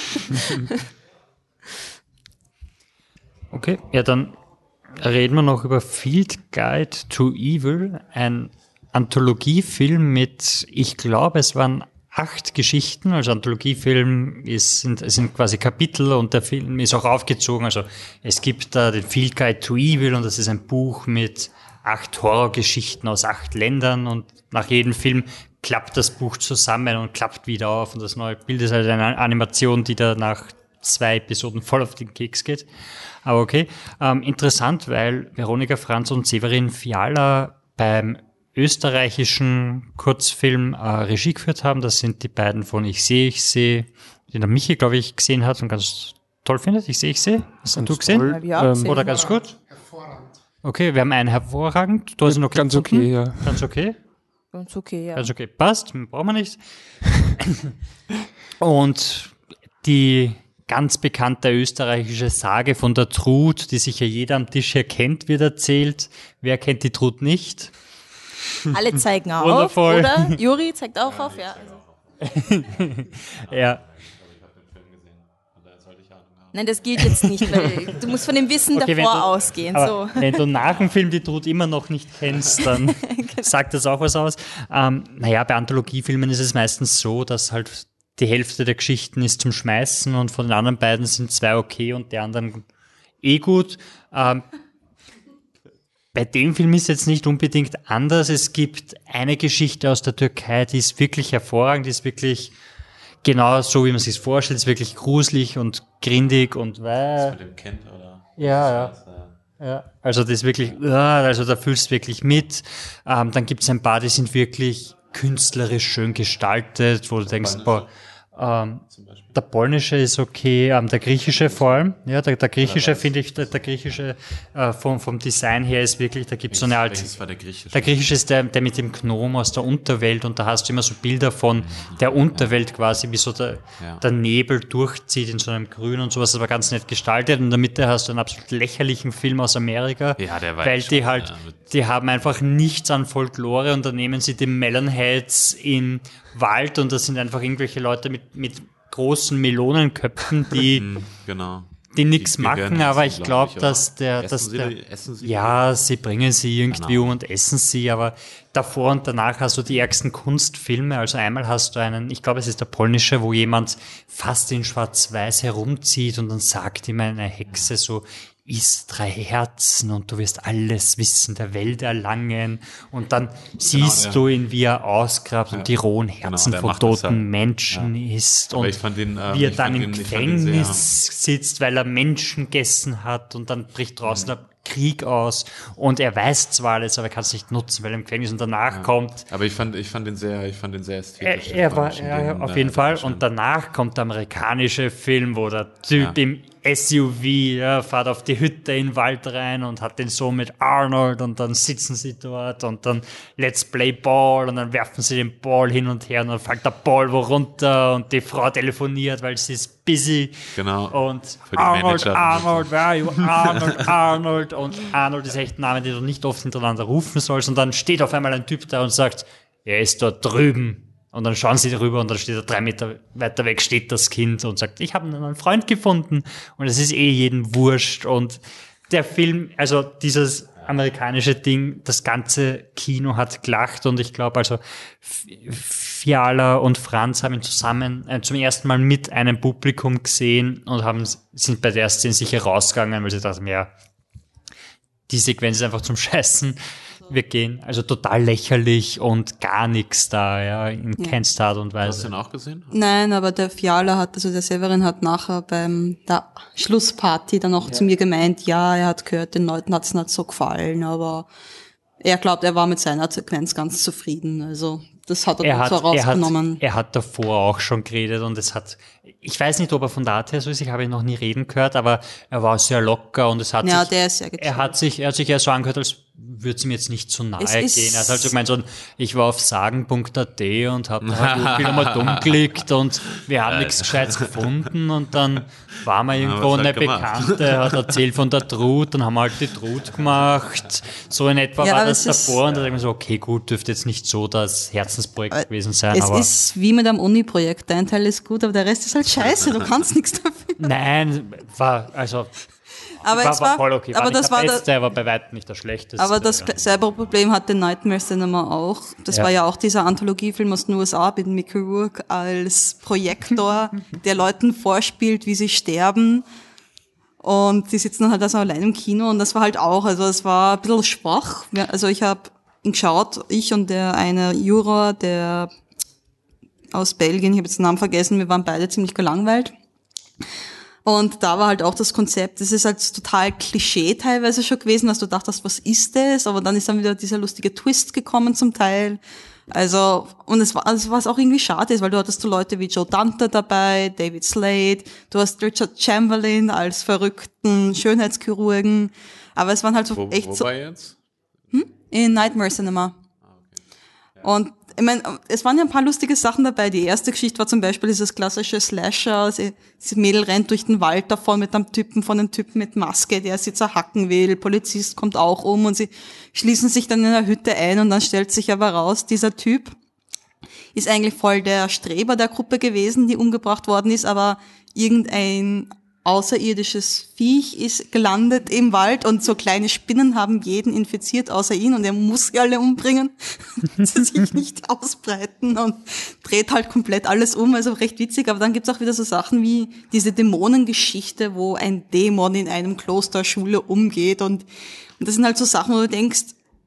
Okay, ja, dann reden wir noch über Field Guide to Evil, ein Anthologiefilm mit, ich glaube, es waren acht Geschichten. Also Anthologiefilm ist, sind, sind quasi Kapitel und der Film ist auch aufgezogen. Also es gibt da den Field Guide to Evil und das ist ein Buch mit acht Horrorgeschichten aus acht Ländern und nach jedem Film klappt das Buch zusammen und klappt wieder auf und das neue Bild ist halt eine Animation, die da nach zwei Episoden voll auf den Keks geht. Aber okay, ähm, interessant, weil Veronika Franz und Severin Fiala beim österreichischen Kurzfilm äh, Regie geführt haben. Das sind die beiden von Ich sehe, ich sehe, den der Michi, glaube ich, gesehen hat und ganz toll findet. Ich sehe, ich sehe. Hast du gesehen? Toll. Ja, Ähm, Oder ganz gut? Okay, wir haben einen hervorragend. Du hast ihn noch ganz gefunden? okay, ja. Ganz okay. Ganz okay, ja. Also okay, passt, brauchen wir nicht. Und die ganz bekannte österreichische Sage von der Trud, die sicher jeder am Tisch hier kennt, wird erzählt. Wer kennt die Trud nicht? Alle zeigen auf, Wundervoll. oder? Juri zeigt auch auf, ja. Also. Ja, Nein, das gilt jetzt nicht, weil du musst von dem Wissen okay, wenn davor du, ausgehen. aber So. wenn du nach dem Film die Trud immer noch nicht kennst, dann sagt das auch was aus. Ähm, naja, bei Anthologiefilmen ist es meistens so, dass halt die Hälfte der Geschichten ist zum Schmeißen und von den anderen beiden sind zwei okay und die anderen eh gut. Ähm, bei dem Film ist jetzt nicht unbedingt anders. Es gibt eine Geschichte aus der Türkei, die ist wirklich hervorragend, die ist wirklich genau so, wie man sich vorstellt, ist wirklich gruselig und grindig und äh, Mit dem Kind, oder? ja, ja. Ja, also das ist wirklich, also da fühlst du wirklich mit. Ähm, dann gibt es ein paar, die sind wirklich künstlerisch schön gestaltet, wo du denkst, boah, ähm, der polnische ist okay, ähm, der griechische vor allem, ja, der, der griechische finde ich, der, der griechische äh, vom, vom Design her ist wirklich, da gibt es so eine Art, Welches war der griechische? der griechische ist der, der mit dem Gnom aus der Unterwelt und da hast du immer so Bilder von der Unterwelt quasi, wie so der, Ja. der Nebel durchzieht in so einem Grün und sowas, das war ganz nett gestaltet und in der Mitte hast du einen absolut lächerlichen Film aus Amerika, Ja, der war weil echt die schon, halt, ja, mit- die haben einfach nichts an Folklore und dann nehmen sie die Melonheads im Wald und das sind einfach irgendwelche Leute mit, mit großen Melonenköpfen, die Genau. die nichts Die machen, gehören aber essen, ich glaub glaube, ich, oder? dass der, Essen dass sie der, die- essen sie ja, sie bringen sie irgendwie Genau. um und essen sie, aber davor und danach hast du die ärgsten Kunstfilme, also einmal hast du einen, ich glaube, es ist der polnische, wo jemand fast in schwarz-weiß herumzieht und dann sagt ihm eine Hexe so, iss drei Herzen und du wirst alles Wissen der Welt erlangen. Und dann siehst der- du ihn, wie er ausgrabt Ja. und die rohen Herzen Genau, der von macht das toten ja. Menschen isst. Aber Und ich fand ihn, ähm, wie er ich dann fand im ihn- ich fand ihn sehr- Gefängnis sitzt, weil er Menschen gegessen hat und dann bricht draußen der Krieg aus und er weiß zwar alles, aber er kann es nicht nutzen, weil er im Gefängnis und danach kommt. Aber ich fand, ich fand ihn sehr, ich fand ihn sehr ästhetisch. Er, er war Schon ja, den, auf äh, jeden Fall. Darsteller. Und danach kommt der amerikanische Film, wo der Typ Ja. im S U V ja, fährt auf die Hütte in den Wald rein und hat den Sohn mit Arnold und dann sitzen sie dort und dann Let's Play Ball und dann werfen sie den Ball hin und her und dann fällt der Ball wo runter und die Frau telefoniert, weil sie ist busy. Genau. Und Für die Arnold, Manager. Arnold, where are you? Arnold, Arnold. Und Arnold ist echt ein Name, den du nicht oft hintereinander rufen sollst. Und dann steht auf einmal ein Typ da und sagt, er ist dort drüben. Und dann schauen sie rüber und dann steht er drei Meter weiter weg, steht das Kind und sagt, ich habe einen Freund gefunden. Und es ist eh jedem wurscht. Und der Film, also dieses amerikanische Ding, das ganze Kino hat gelacht. Und ich glaube, also F- Fiala und Franz haben ihn zusammen äh, zum ersten Mal mit einem Publikum gesehen und haben, sind bei der Szene sicher rausgegangen, weil sie dachten, ja, die Sequenz ist einfach zum Scheißen. Wir gehen, also total lächerlich und gar nichts da, ja, in keinster Art und Hast du Weise. ihn auch gesehen? Nein, aber der Fiala hat, also der Severin hat nachher beim der Schlussparty dann auch zu mir gemeint, ja, er hat gehört, den Leuten hat's nicht so gefallen, aber er glaubt, er war mit seiner Sequenz ganz zufrieden. Also das hat er, Er dann hat, so er, hat, rausgenommen. er hat davor auch schon geredet und es hat, ich weiß nicht, ob er von der Art her so ist, ich habe ihn noch nie reden gehört, aber er war sehr locker und es hat Ja, sich, der ist sehr gechillt. er hat sich, er hat sich eher so angehört, als würde es ihm jetzt nicht zu nahe Es gehen. ist- Er hat halt so gemeint, so, ich war auf sagen punkt a t und habe da halt viel einmal dumm geklickt und wir haben nichts Gescheites gefunden und dann waren wir irgendwo was eine halt gemacht. Bekannte, hat erzählt von der Trut, dann haben wir halt die Trut gemacht. So in etwa Ja, war aber das es ist- davor und da denke ich mir so, okay, gut, dürfte jetzt nicht so das Herzensprojekt gewesen sein, Es aber ist wie mit einem Uni-Projekt. Dein Teil ist gut, aber der Rest ist halt scheiße. Du kannst nichts dafür. nein, war, also, Aber war, es war war, voll okay. War aber nicht das der war der, Beste, aber bei weitem nicht der Schlechteste. aber das ja. selbe Problem hatte Nightmare Cinema auch. Das Ja. war ja auch dieser Anthologiefilm aus den U S A mit Mickey Rourke als Projektor, der Leuten vorspielt, wie sie sterben. Und die sitzen dann halt also allein im Kino und das war halt auch, also es war ein bisschen schwach. Ja, also ich habe ihn geschaut, ich und der eine Juror, der aus Belgien, ich habe jetzt den Namen vergessen, wir waren beide ziemlich gelangweilt. Und da war halt auch das Konzept, das ist halt total Klischee teilweise schon gewesen, dass du dachtest, was ist das? Aber dann ist dann wieder dieser lustige Twist gekommen zum Teil. Also, und es war, also was auch irgendwie schade ist, weil du hattest so Leute wie Joe Dante dabei, David Slade, du hast Richard Chamberlain als verrückten Schönheitschirurgen. Aber es waren halt so Wo, echt so wobei jetzt? in Nightmare Cinema. Und ich meine, es waren ja ein paar lustige Sachen dabei. Die erste Geschichte war zum Beispiel dieses klassische Slasher. Sie- Das Mädel rennt durch den Wald davon mit einem Typen, von einem Typen mit Maske, der sie zerhacken will. Polizist kommt auch um und sie schließen sich dann in einer Hütte ein und dann stellt sich aber raus, dieser Typ ist eigentlich voll der Streber der Gruppe gewesen, die umgebracht worden ist, aber irgendein außerirdisches Viech ist gelandet im Wald und so kleine Spinnen haben jeden infiziert außer ihn und er muss sie alle umbringen, damit sie sich nicht ausbreiten und dreht halt komplett alles um, also recht witzig, aber dann gibt's auch wieder so Sachen wie diese Dämonengeschichte, wo ein Dämon in einem Klosterschule umgeht und, und das sind halt so Sachen, wo du denkst,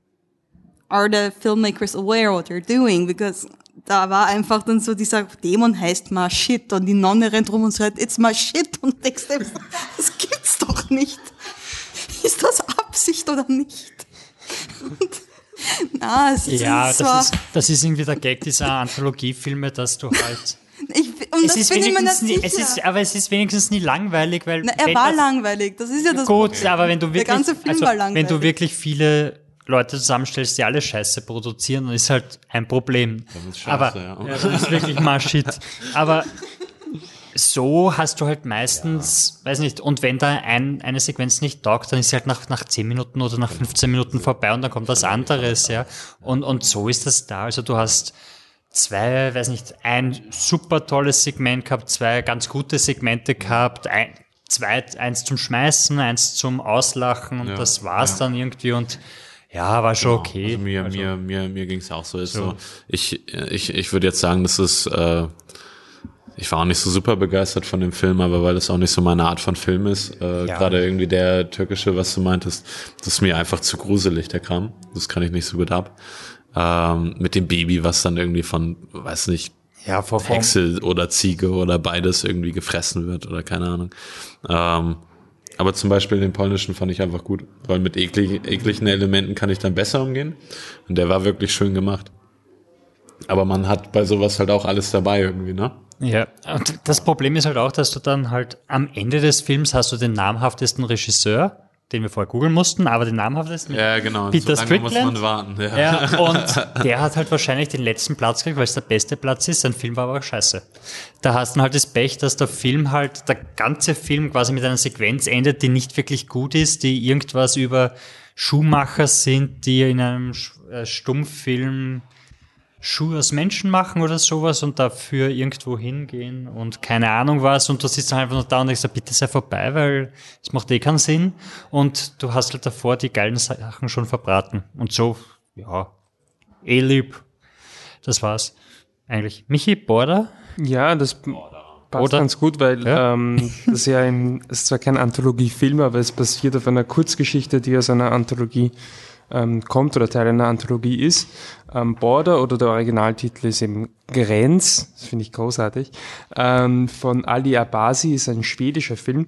are the filmmakers aware what they're doing? Because da war einfach dann so dieser Dämon heißt mal Shit und die Nonne rennt rum und sagt, it's my shit und denkst dir, das gibt's doch nicht. Ist das Absicht oder nicht? Und, na, es ist, Ja, es das war, ist, das ist irgendwie der Gag dieser Anthologiefilme, dass du halt. ich, und Es das ist bin ich mir nicht wenigstens nie, sicher. es ist, aber es ist wenigstens nie langweilig, weil. Na, er wenn war das- langweilig, das ist ja das Gut, Problem. aber wenn du wirklich, Der ganze Film also, war langweilig. wenn du wirklich viele Leute zusammenstellst, die alle Scheiße produzieren, dann ist halt ein Problem. ist scheiße, aber ja. ja, das ist wirklich mal Shit. Aber so hast du halt meistens, weiß nicht, und wenn da ein, eine Sequenz nicht taugt, dann ist sie halt nach, nach zehn Minuten oder nach fünfzehn Minuten vorbei und dann kommt was anderes, ja. Und, und so ist das da. Also du hast zwei, weiß nicht, ein super tolles Segment gehabt, zwei ganz gute Segmente gehabt, ein, zwei, eins zum Schmeißen, eins zum Auslachen und Ja, das war's ja. dann irgendwie und ja, war schon okay. Also mir, Also, mir, mir, mir ging's auch so. Ist So. so. Ich, ich, ich würde jetzt sagen, das ist, äh, ich war auch nicht so super begeistert von dem Film, aber weil das auch nicht so meine Art von Film ist, äh, Ja. gerade irgendwie der türkische, was du meintest, das ist mir einfach zu gruselig, der Kram. Das kann ich nicht so gut ab. Ähm, mit dem Baby, was dann irgendwie von, weiß nicht, Ja, vor Form. Hexe oder Ziege oder beides irgendwie gefressen wird oder keine Ahnung. Ähm, aber zum Beispiel den polnischen fand ich einfach gut, weil mit eklig, ekligen Elementen kann ich dann besser umgehen. Und der war wirklich schön gemacht. Aber man hat bei sowas halt auch alles dabei irgendwie, ne? Ja, und das Problem ist halt auch, dass du dann halt am Ende des Films hast du den namhaftesten Regisseur, den wir vorher googeln mussten, aber den namhaftesten Ja, genau. Peter so lange muss Strickland. man warten. Ja. Ja, und der hat halt wahrscheinlich den letzten Platz gekriegt, weil es der beste Platz ist. Sein Film war aber auch scheiße. Da hast du dann halt das Pech, dass der Film halt, der ganze Film quasi mit einer Sequenz endet, die nicht wirklich gut ist, die irgendwas über Schuhmacher sind, die in einem Sch- äh, Stummfilm Schuhe aus Menschen machen oder sowas und dafür irgendwo hingehen und keine Ahnung was und du sitzt dann einfach nur da und denkst, bitte sei vorbei, weil es macht eh keinen Sinn und du hast halt davor die geilen Sachen schon verbraten und so, ja, eh lieb. Das war's eigentlich. Michi, Border? Ja, das passt Oder? ganz gut, weil Ja. ähm, das ja im, es ist zwar kein Anthologiefilm, aber es basiert auf einer Kurzgeschichte, die aus einer Anthologie ähm, kommt oder Teil einer Anthologie ist. Ähm, Border oder der Originaltitel ist eben Gräns, das finde ich großartig, ähm, von Ali Abbasi, ist ein schwedischer Film.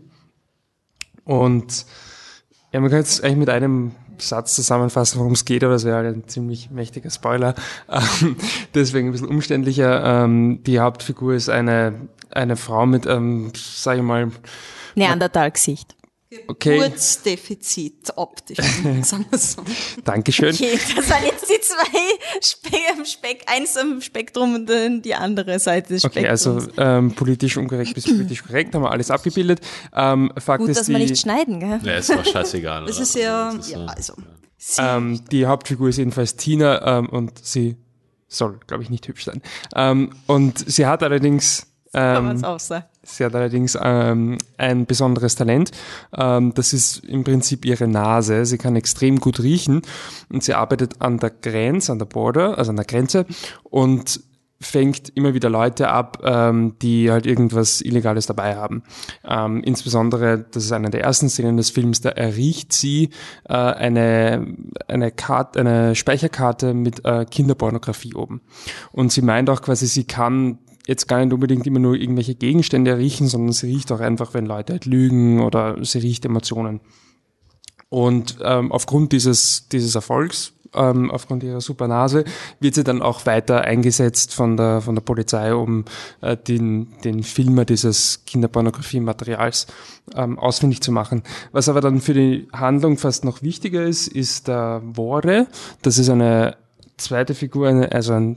Und ja, man kann jetzt eigentlich mit einem Satz zusammenfassen, worum es geht, aber das wäre halt ein ziemlich mächtiger Spoiler. Ähm, deswegen ein bisschen umständlicher. Ähm, die Hauptfigur ist eine, eine Frau mit, ähm, sage ich mal, Neandertal-Gesicht. okay, Geburtsdefizit optisch, sagen wir so. Dankeschön. Okay, das waren jetzt die zwei Speck am Speck, eins am Spektrum und dann die andere Seite des Okay, Spektrums. also ähm, politisch unkorrekt bis politisch korrekt, haben wir alles abgebildet. Ähm, Fakt Gut, ist, dass wir die, nicht schneiden, gell? Ja, ist doch scheißegal. Das oder? ist ja, Das ist, ja, äh, also, ähm, die Hauptfigur ist jedenfalls Tina ähm, und sie soll, glaube ich, nicht hübsch sein. Ähm, und sie hat allerdings Kann man es ähm, auch sagen. Sie hat allerdings ähm, ein besonderes Talent. Ähm, das ist im Prinzip ihre Nase. Sie kann extrem gut riechen und sie arbeitet an der Grenze, an der Border, also an der Grenze und fängt immer wieder Leute ab, ähm, die halt irgendwas Illegales dabei haben. Ähm, insbesondere, das ist eine der ersten Szenen des Films, da erriecht sie äh, eine eine Karte, eine Speicherkarte mit äh, Kinderpornografie oben. Und sie meint auch quasi, sie kann jetzt gar nicht unbedingt immer nur irgendwelche Gegenstände riechen, sondern sie riecht auch einfach, wenn Leute halt lügen oder sie riecht Emotionen. Und ähm, aufgrund dieses dieses Erfolgs, ähm, aufgrund ihrer super Nase, wird sie dann auch weiter eingesetzt von der von der Polizei, um äh, den den Filmer dieses Kinderpornografie-Materials ähm, ausfindig zu machen. Was aber dann für die Handlung fast noch wichtiger ist, ist der Vore. Das ist eine zweite Figur, eine, also ein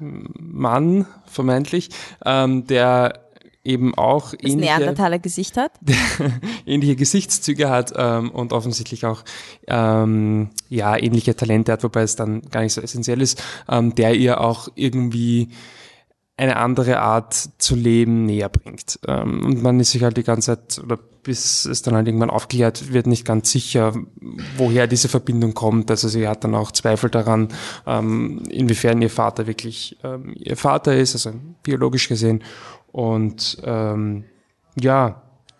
Mann vermeintlich, ähm, der eben auch Das ähnliche, Neandertaler Gesicht hat. ähnliche Gesichtszüge hat ähm, und offensichtlich auch ähm, ja ähnliche Talente hat, wobei es dann gar nicht so essentiell ist, ähm, der ihr auch irgendwie eine andere Art zu leben näher bringt. Ähm, und man ist sich halt die ganze Zeit, oder bis es dann halt irgendwann aufgeklärt wird, nicht ganz sicher, woher diese Verbindung kommt. Also sie hat dann auch Zweifel daran, ähm, inwiefern ihr Vater wirklich ähm, ihr Vater ist, also biologisch gesehen. Und ähm, ja,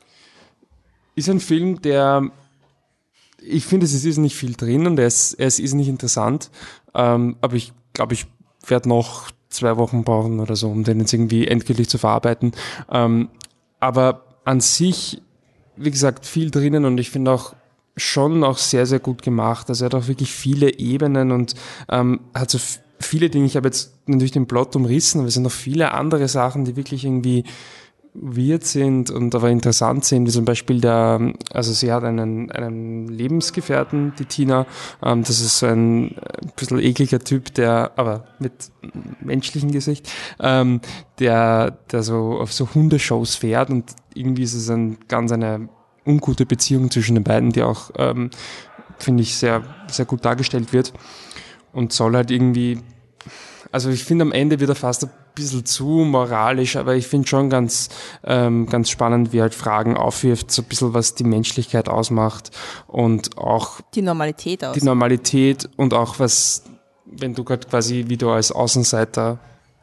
ist ein Film, der, ich finde, es ist nicht viel drin und er ist, er ist nicht interessant, ähm, aber ich glaube, ich werde noch zwei Wochen brauchen oder so, um den jetzt irgendwie endgültig zu verarbeiten. Ähm, aber an sich, wie gesagt, viel drinnen und ich finde auch schon auch sehr, sehr gut gemacht. Also er hat auch wirklich viele Ebenen und ähm, hat so f- viele Dinge. Ich habe jetzt natürlich den Plot umrissen, aber es sind noch viele andere Sachen, die wirklich irgendwie weird sind und aber interessant sind, wie zum Beispiel der, also sie hat einen, einen Lebensgefährten, die Tina, ähm, das ist so ein, ein bisschen ekliger Typ, der, aber mit menschlichem Gesicht, ähm, der, der so auf so Hundeshows fährt und irgendwie ist es ein, ganz eine ungute Beziehung zwischen den beiden, die auch, ähm, finde ich, sehr, sehr gut dargestellt wird und soll halt irgendwie, also ich finde am Ende wird er fast ein bisschen zu moralisch, aber ich finde schon ganz ähm, ganz spannend, wie er halt Fragen aufwirft, so ein bisschen was die Menschlichkeit ausmacht und auch Die Normalität aus. die Normalität und auch was, wenn du gerade quasi, wie du als Außenseiter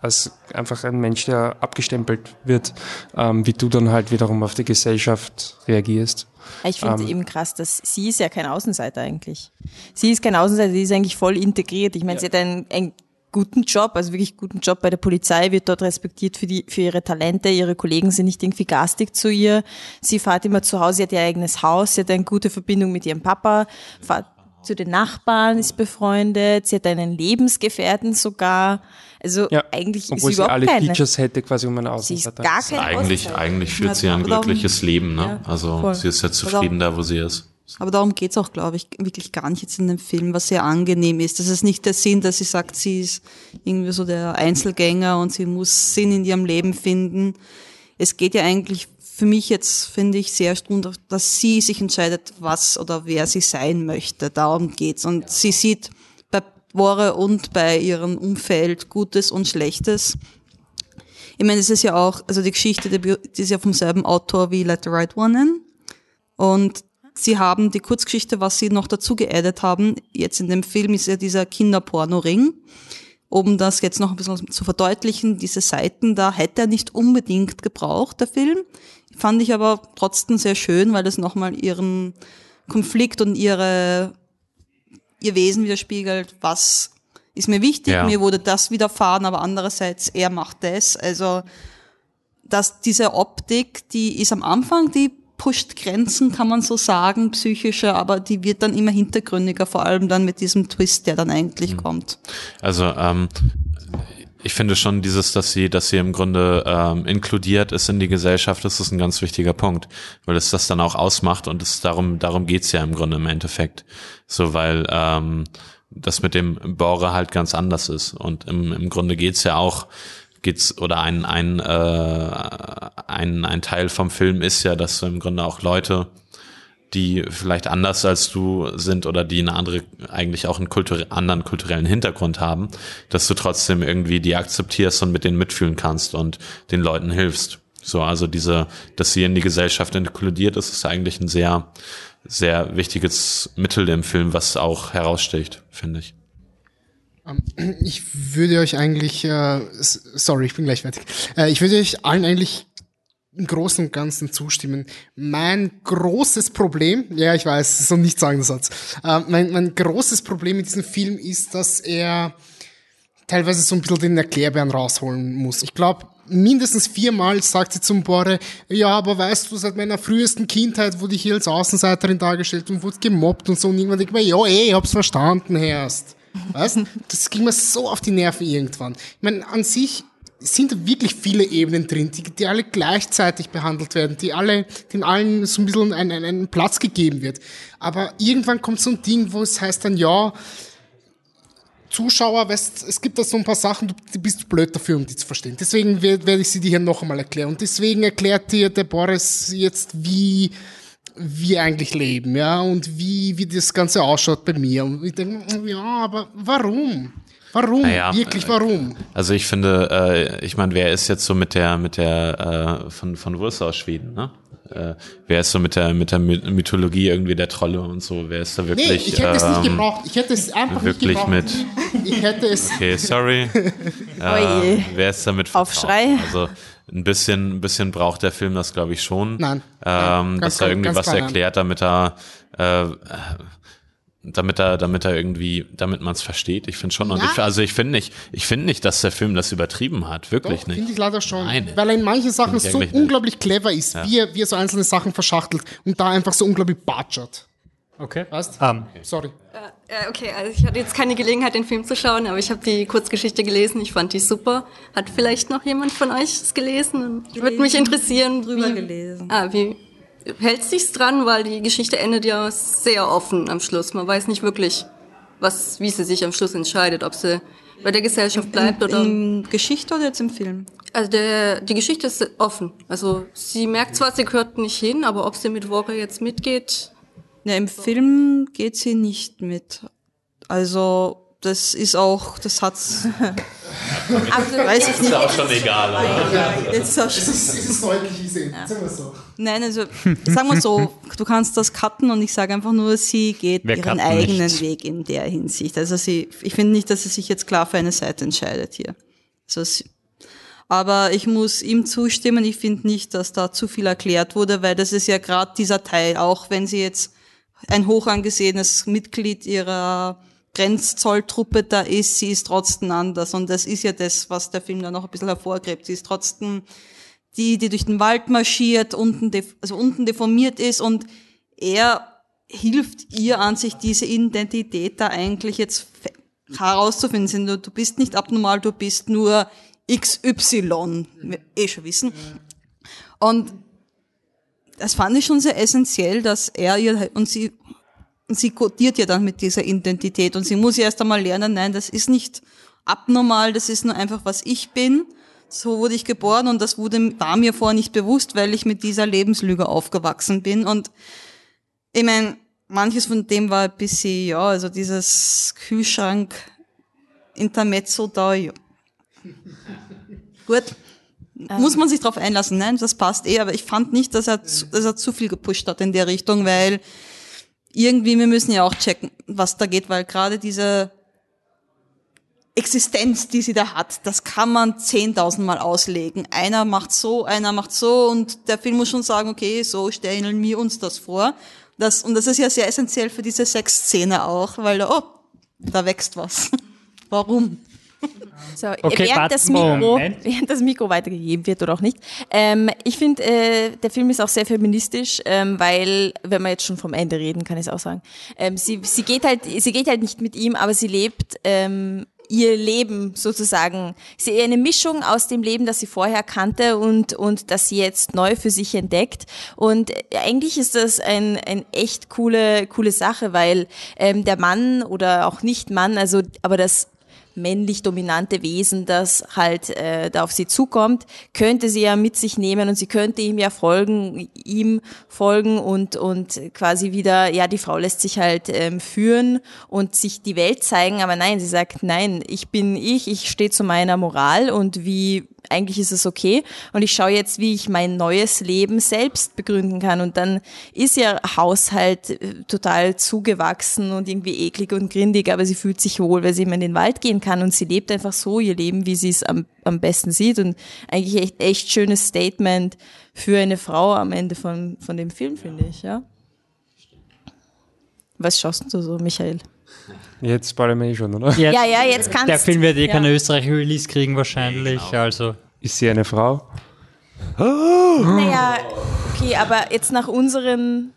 als einfach ein Mensch, der abgestempelt wird, ähm, wie du dann halt wiederum auf die Gesellschaft reagierst. Ich finde es Ähm, eben krass, dass sie ist ja kein Außenseiter eigentlich. Sie ist kein Außenseiter, sie ist eigentlich voll integriert. Ich meine, sie hat einen, einen guten Job, also wirklich guten Job bei der Polizei, wird dort respektiert für die, für ihre Talente. Ihre Kollegen sind nicht irgendwie garstig zu ihr. Sie fährt immer zu Hause, sie hat ihr eigenes Haus, sie hat eine gute Verbindung mit ihrem Papa, fährt zu den Nachbarn, ist befreundet, sie hat einen Lebensgefährten sogar. Also ja, eigentlich obwohl ist sie sie überhaupt alle keine. Features hätte, quasi um eine Sie ist Außenseiter. gar keine Eigentlich, Außenseiter. eigentlich führt Ja, sie ein aber darum- glückliches Leben, ne? Ja, Also voll. sie ist ja zufrieden da, wo sie ist. Aber darum geht's auch, glaube ich, wirklich gar nicht jetzt in dem Film, was sehr angenehm ist. Das ist nicht der Sinn, dass sie sagt, sie ist irgendwie so der Einzelgänger und sie muss Sinn in ihrem Leben finden. Es geht ja eigentlich für mich jetzt, finde ich, sehr darum, dass sie sich entscheidet, was oder wer sie sein möchte. Darum geht's. Und sie sieht bei Bore und bei ihrem Umfeld Gutes und Schlechtes. Ich meine, es ist ja auch, also die Geschichte, die die ist ja vom selben Autor wie Let the Right One in. Und sie haben die Kurzgeschichte, was sie noch dazu geaddet haben, jetzt in dem Film ist ja dieser Kinderporno-Ring. Um das jetzt noch ein bisschen zu verdeutlichen, diese Seiten da hätte er nicht unbedingt gebraucht, der Film. Fand ich aber trotzdem sehr schön, weil das nochmal ihren Konflikt und ihre, ihr Wesen widerspiegelt, was ist mir wichtig, Ja. mir wurde das widerfahren, aber andererseits, er macht das. Also, dass diese Optik, die ist am Anfang, die pusht Grenzen, kann man so sagen, psychische, aber die wird dann immer hintergründiger, vor allem dann mit diesem Twist, der dann eigentlich kommt. Also ähm, ich finde schon dieses, dass sie, dass sie im Grunde ähm, inkludiert ist in die Gesellschaft, das ist ein ganz wichtiger Punkt, weil es das dann auch ausmacht und es darum, darum geht's ja im Grunde im Endeffekt. So, weil ähm, das mit dem Bore halt ganz anders ist und im, im Grunde geht's ja auch geht's oder ein ein äh, ein ein Teil vom Film ist ja, dass du im Grunde auch Leute, die vielleicht anders als du sind oder die eine andere, eigentlich auch einen kulturell, anderen kulturellen Hintergrund haben, dass du trotzdem irgendwie die akzeptierst und mit denen mitfühlen kannst und den Leuten hilfst. So, also diese, dass sie in die Gesellschaft inkludiert ist, ist eigentlich ein sehr, sehr wichtiges Mittel im Film, was auch heraussticht, finde ich. Ich würde euch eigentlich, äh, sorry, ich bin gleich fertig. Äh, ich würde euch allen eigentlich im Großen und Ganzen zustimmen. Mein großes Problem, ja, ich weiß, so nicht sagen, der Satz. Äh, mein, mein großes Problem mit diesem Film ist, dass er teilweise so ein bisschen den Erklärbären rausholen muss. Ich glaube, mindestens viermal sagt sie zum Bore, ja, aber weißt du, seit meiner frühesten Kindheit wurde ich hier als Außenseiterin dargestellt und wurde gemobbt und so. Und irgendwann denke ich mir, ja, ey, ich hab's verstanden, Herrst. Weißt? Das ging mir so auf die Nerven irgendwann. Ich meine, an sich sind da wirklich viele Ebenen drin, die, die alle gleichzeitig behandelt werden, die alle, den allen so ein bisschen einen, einen Platz gegeben wird. Aber irgendwann kommt so ein Ding, wo es heißt dann, ja, Zuschauer, weißt, es gibt da so ein paar Sachen, du, du bist blöd dafür, um die zu verstehen. Deswegen werde werd ich sie dir hier noch einmal erklären. Und deswegen erklärt dir der Boris jetzt, wie wir eigentlich leben, ja, und wie, wie das Ganze ausschaut bei mir. Und ich denke, ja, aber warum? Warum? Naja, Wirklich, warum? Also ich finde, äh, ich meine, wer ist jetzt so mit der, mit der, äh, von, von wo ist er aus Schweden, ne? Äh, wer ist so mit der, mit der Mythologie irgendwie der Trolle und so? Wer ist da wirklich? Nee, ich hätte es nicht ähm, gebraucht. Ich hätte es einfach wirklich nicht gebraucht. mit. Ich hätte es. Okay, sorry. Oje. äh, wer ist damit vertraut? Aufschrei. Also ein bisschen, ein bisschen braucht der Film das, glaube ich, schon. Nein. Ähm, Nein, dass ganz- er irgendwie ganz was klar, nein. erklärt, damit er, äh, damit er, damit er irgendwie, damit man es versteht. Ich finde schon. Und Ja. ich, also ich finde nicht, ich finde nicht, dass der Film das übertrieben hat. Wirklich Doch, nicht. finde ich leider schon. Nein. Weil er in manchen Sachen Finde ich so eigentlich nicht. unglaublich clever ist, Ja. wie, er, wie er so einzelne Sachen verschachtelt und da einfach so unglaublich batschert. Okay. Weißt? Ähm, Sorry. Äh, okay, also ich hatte jetzt keine Gelegenheit, den Film zu schauen, aber ich habe die Kurzgeschichte gelesen. Ich fand die super. Hat vielleicht noch jemand von euch es gelesen? Würde mich interessieren. Drüber wie, gelesen. Ah, wie hält sich's dran? Weil die Geschichte endet ja sehr offen am Schluss. Man weiß nicht wirklich, was, wie sie sich am Schluss entscheidet, ob sie bei der Gesellschaft bleibt in, oder. in Geschichte oder jetzt im Film? Also der, die Geschichte ist offen. Also sie merkt zwar, sie gehört nicht hin, aber ob sie mit Walker jetzt mitgeht. Ja, im Film geht sie nicht mit. Also, das ist auch, das hat's, Also, weiß ich nicht. auch schon egal, oder? Jetzt ist auch Es ist, es ist deutlich gesehen. Sagen wir so. Nein, also sagen wir so, du kannst das cutten und ich sage einfach nur, sie geht Wir ihren cutten eigenen nicht. Weg in der Hinsicht. Also sie, ich finde nicht, dass sie sich jetzt klar für eine Seite entscheidet hier. Also sie, Aber ich muss ihm zustimmen, ich finde nicht, dass da zu viel erklärt wurde, weil das ist ja gerade dieser Teil, auch wenn sie jetzt ein hoch angesehenes Mitglied ihrer Grenzzolltruppe da ist, sie ist trotzdem anders. Und das ist ja das, was der Film dann noch ein bisschen hervorgräbt. Sie ist trotzdem die, die durch den Wald marschiert, unten, also unten deformiert ist, und er hilft ihr an, sich diese Identität da eigentlich jetzt herauszufinden. Du, du bist nicht abnormal, du bist nur X Y, wir eh schon wissen. Und das fand ich schon sehr essentiell, dass er ihr, und sie, und sie kodiert ja dann mit dieser Identität, und sie muss ja erst einmal lernen, nein, das ist nicht abnormal, das ist nur einfach, was ich bin. So wurde ich geboren, und das wurde, war mir vorher nicht bewusst, weil ich mit dieser Lebenslüge aufgewachsen bin. Und ich meine, manches von dem war ein bisschen, ja, also dieses Kühlschrank Intermezzo da, ja. Gut, ähm. muss man sich drauf einlassen, nein, das passt eh, aber ich fand nicht, dass er, zu, dass er zu viel gepusht hat in der Richtung, weil irgendwie, wir müssen ja auch checken, was da geht, weil gerade diese Existenz, die sie da hat, das kann man zehntausend Mal auslegen. Einer macht so, einer macht so, und der Film muss schon sagen, okay, so stellen wir uns das vor. Das, und das ist ja sehr essentiell für diese Sexszene auch, weil da, oh, da wächst was. Warum? So, okay, während, das Mikro, während das Mikro weitergegeben wird oder auch nicht. Ähm, ich finde, äh, der Film ist auch sehr feministisch, ähm, weil, wenn wir jetzt schon vom Ende reden, kann ich es auch sagen, ähm, sie, sie geht halt, sie geht halt nicht mit ihm, aber sie lebt ähm, ihr Leben sozusagen. Sie ist eine Mischung aus dem Leben, das sie vorher kannte und und das sie jetzt neu für sich entdeckt. Und eigentlich ist das ein ein echt coole coole Sache, weil ähm, der Mann oder auch nicht Mann, also aber das männlich dominante Wesen, das halt äh, da auf sie zukommt, könnte sie ja mit sich nehmen, und sie könnte ihm ja folgen, ihm folgen und und quasi wieder, ja, die Frau lässt sich halt ähm, führen und sich die Welt zeigen, aber nein, sie sagt, nein, ich bin ich, ich stehe zu meiner Moral, und wie eigentlich ist es okay, und ich schaue jetzt, wie ich mein neues Leben selbst begründen kann, und dann ist ihr Haushalt total zugewachsen und irgendwie eklig und grindig, aber sie fühlt sich wohl, weil sie immer in den Wald gehen kann, und sie lebt einfach so ihr Leben, wie sie es am, am besten sieht, und eigentlich echt, echt schönes Statement für eine Frau am Ende von, von dem Film, finde ich, ja. Was schaust du so, Michael? Jetzt spoilern wir eh schon, oder? Ja, ja, ja, jetzt kannst du. Der Film wird eh ja. keine österreichische Release kriegen wahrscheinlich, Genau. also. Ist sie eine Frau? Naja, okay, aber jetzt nach unseren,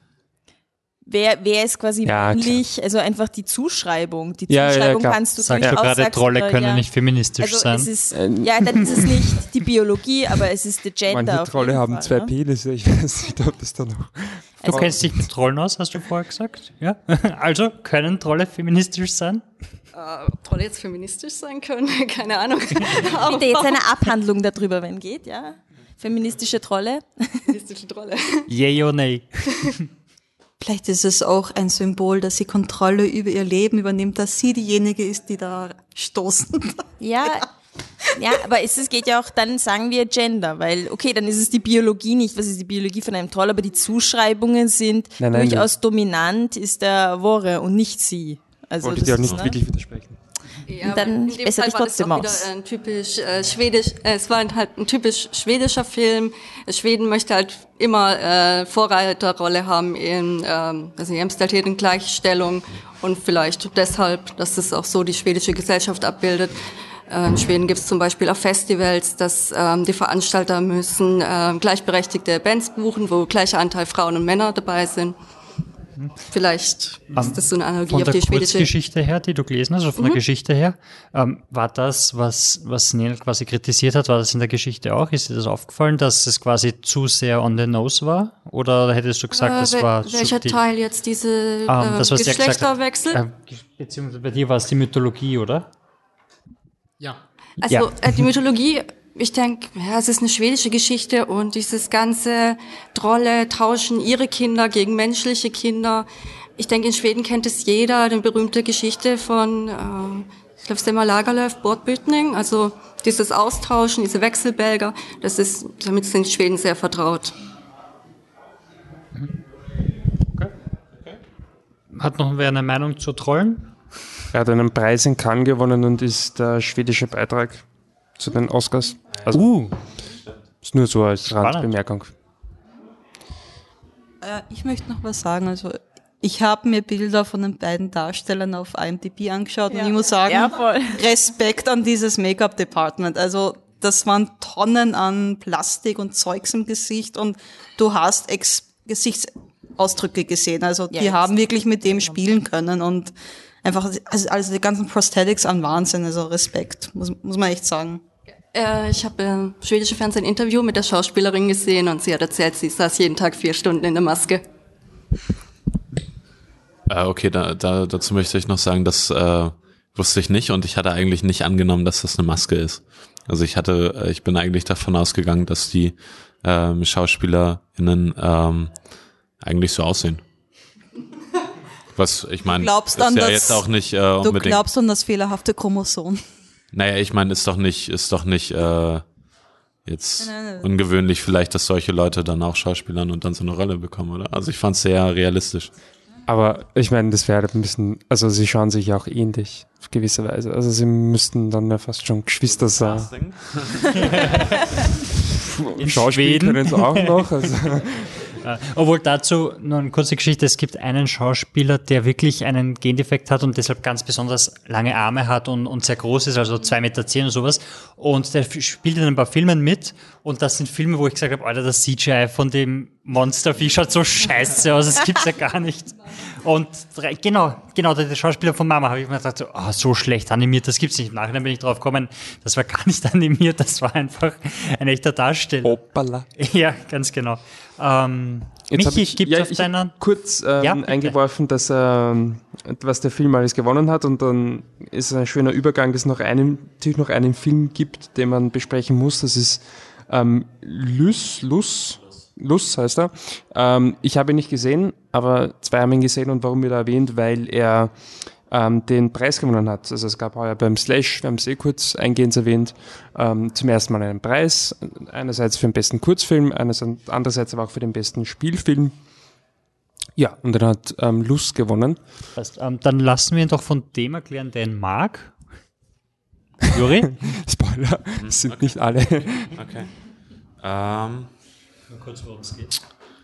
wer, wer ist quasi Ja, männlich, also einfach die Zuschreibung. Die Ja, ja, Zuschreibung klar. kannst du Sagst du durchaus gerade, sagst, Trolle oder, können ja. nicht feministisch also sein? Es ist, ja, dann ist es nicht die Biologie, aber es ist der Gender. Manche auf Trolle jeden haben Fall, zwei ne? Penisse, ich weiß nicht, ob das da noch... Du kennst dich mit Trollen aus, hast du vorher gesagt? Ja. Also, können Trolle feministisch sein? Äh, ob Trolle jetzt feministisch sein können, keine Ahnung. Aber Bitte jetzt eine Abhandlung darüber, wenn geht, ja? Feministische Trolle. feministische Trolle. Yay or nay? Vielleicht ist es auch ein Symbol, dass sie Kontrolle über ihr Leben übernimmt, dass sie diejenige ist, die da stoßen. Ja, ja, aber es, es geht ja auch, dann sagen wir Gender, weil, okay, dann ist es die Biologie nicht, was ist die Biologie von einem Troll, aber die Zuschreibungen sind Nein, nein, durchaus dominant, ist der Wore und nicht sie. Also Wollte das dir auch ist, nicht ne? wirklich widersprechen. Ja, Und dann in dem besser Fall dich war das trotzdem auch aus. wieder ein typisch äh, schwedisch, äh, es war halt ein typisch schwedischer Film. Schweden möchte halt immer äh, Vorreiterrolle haben in ähm, also Jämställdhet und Gleichstellung, und vielleicht deshalb, dass es auch so die schwedische Gesellschaft abbildet. Äh, in Schweden gibt es zum Beispiel auch Festivals, dass ähm, die Veranstalter müssen äh, gleichberechtigte Bands buchen, wo gleicher Anteil Frauen und Männer dabei sind. Vielleicht ist das so eine Analogie Von auf der die schwedische... Kurzgeschichte her, die du gelesen hast, also von der Geschichte her, ähm, war das, was, was Nel quasi kritisiert hat, war das in der Geschichte auch? Ist dir das aufgefallen, dass es quasi zu sehr on the nose war? Oder hättest du gesagt, das äh, war... wel- welcher die, Teil jetzt diese ähm, äh, das, was der gesagt hat, Geschlechterwechsel? äh, beziehungsweise bei dir war es die Mythologie, oder? Ja. Also Ja. äh, die Mythologie, ich denke, ja, es ist eine schwedische Geschichte, und dieses ganze Trolle tauschen ihre Kinder gegen menschliche Kinder. Ich denke, in Schweden kennt es jeder, die berühmte Geschichte von, äh, ich glaube, Selma Lagerlöf, Båtbytning, also dieses Austauschen, diese Wechselbälger, das ist, damit sind Schweden sehr vertraut. Hat noch wer eine Meinung zu Trollen? Er hat einen Preis in Cannes gewonnen und ist der schwedische Beitrag zu den Oscars. Also Uh, ist nur so als Spannend. Randbemerkung. Äh, ich möchte noch was sagen. Also ich habe mir Bilder von den beiden Darstellern auf I M D B angeschaut und ich muss sagen, Ja, voll. Respekt an dieses Make-up-Department. Also das waren Tonnen an Plastik und Zeugs im Gesicht und du hast Ex- Gesichtsausdrücke gesehen. Also Ja, die jetzt- haben wirklich mit dem spielen können und einfach, also, also die ganzen Prosthetics an Wahnsinn, also Respekt, muss, muss man echt sagen. Äh, ich habe im schwedischen Fernsehen ein Interview mit der Schauspielerin gesehen und sie hat erzählt, sie saß jeden Tag vier Stunden in der Maske. Äh, okay, da, da, dazu möchte ich noch sagen, das äh, wusste ich nicht und ich hatte eigentlich nicht angenommen, dass das eine Maske ist. Also ich hatte, äh, ich bin eigentlich davon ausgegangen, dass die ähm, SchauspielerInnen ähm, eigentlich so aussehen. Was ich meine, ist glaubst ja an das- jetzt auch nicht äh, Du unbedingt. glaubst an das fehlerhafte Chromosom. Naja, ich meine, ist doch nicht, ist doch nicht äh, jetzt Nein, nein, nein. ungewöhnlich vielleicht, dass solche Leute dann auch Schauspielern und dann so eine Rolle bekommen, oder? Also ich fand es sehr realistisch. Aber ich meine, das wäre ein bisschen, also sie schauen sich ja auch ähnlich, auf gewisse Weise. Also sie müssten dann ja fast schon Geschwister sein. in Schauspiel Schweden. können sie auch noch. Also. Äh, obwohl dazu nur eine kurze Geschichte, es gibt einen Schauspieler, der wirklich einen Gendefekt hat und deshalb ganz besonders lange Arme hat und, und sehr groß ist, also zwei Meter zehn und sowas. Und der f- spielt in ein paar Filmen mit und das sind Filme, wo ich gesagt habe, Alter, das C G I von dem Monstervieh schaut so scheiße aus, das gibt's ja gar nicht. Und drei, genau, genau, der, der Schauspieler von Mama, habe ich mir gedacht, so, oh, so schlecht animiert, das gibt's nicht. Im Nachhinein bin ich drauf gekommen, das war gar nicht animiert, das war einfach ein echter Darsteller. Hoppala. Ja, ganz genau. Ähm, Jetzt hab Michi, ich, gibt's ja, auf ich deiner... hab kurz ähm, Ja, bitte. eingeworfen, dass ähm, was der Film alles gewonnen hat und dann ist ein schöner Übergang, dass es noch einen, natürlich noch einen Film gibt, den man besprechen muss. Das ist ähm, Lus, Lus, Lus heißt er. Ähm, ich habe ihn nicht gesehen, aber zwei haben ihn gesehen und warum wird er erwähnt? Weil er ähm, den Preis gewonnen hat. Also es gab heuer beim Slash, wir haben es eh kurz eingehend erwähnt, ähm, zum ersten Mal einen Preis. Einerseits für den besten Kurzfilm, einerseits, andererseits aber auch für den besten Spielfilm. Ja, und dann hat ähm, Luz gewonnen. Passt. Ähm, dann lassen wir ihn doch von dem erklären, der ihn mag. Juri? Spoiler, es sind nicht alle. Okay. Ähm, Nur kurz, worum es geht.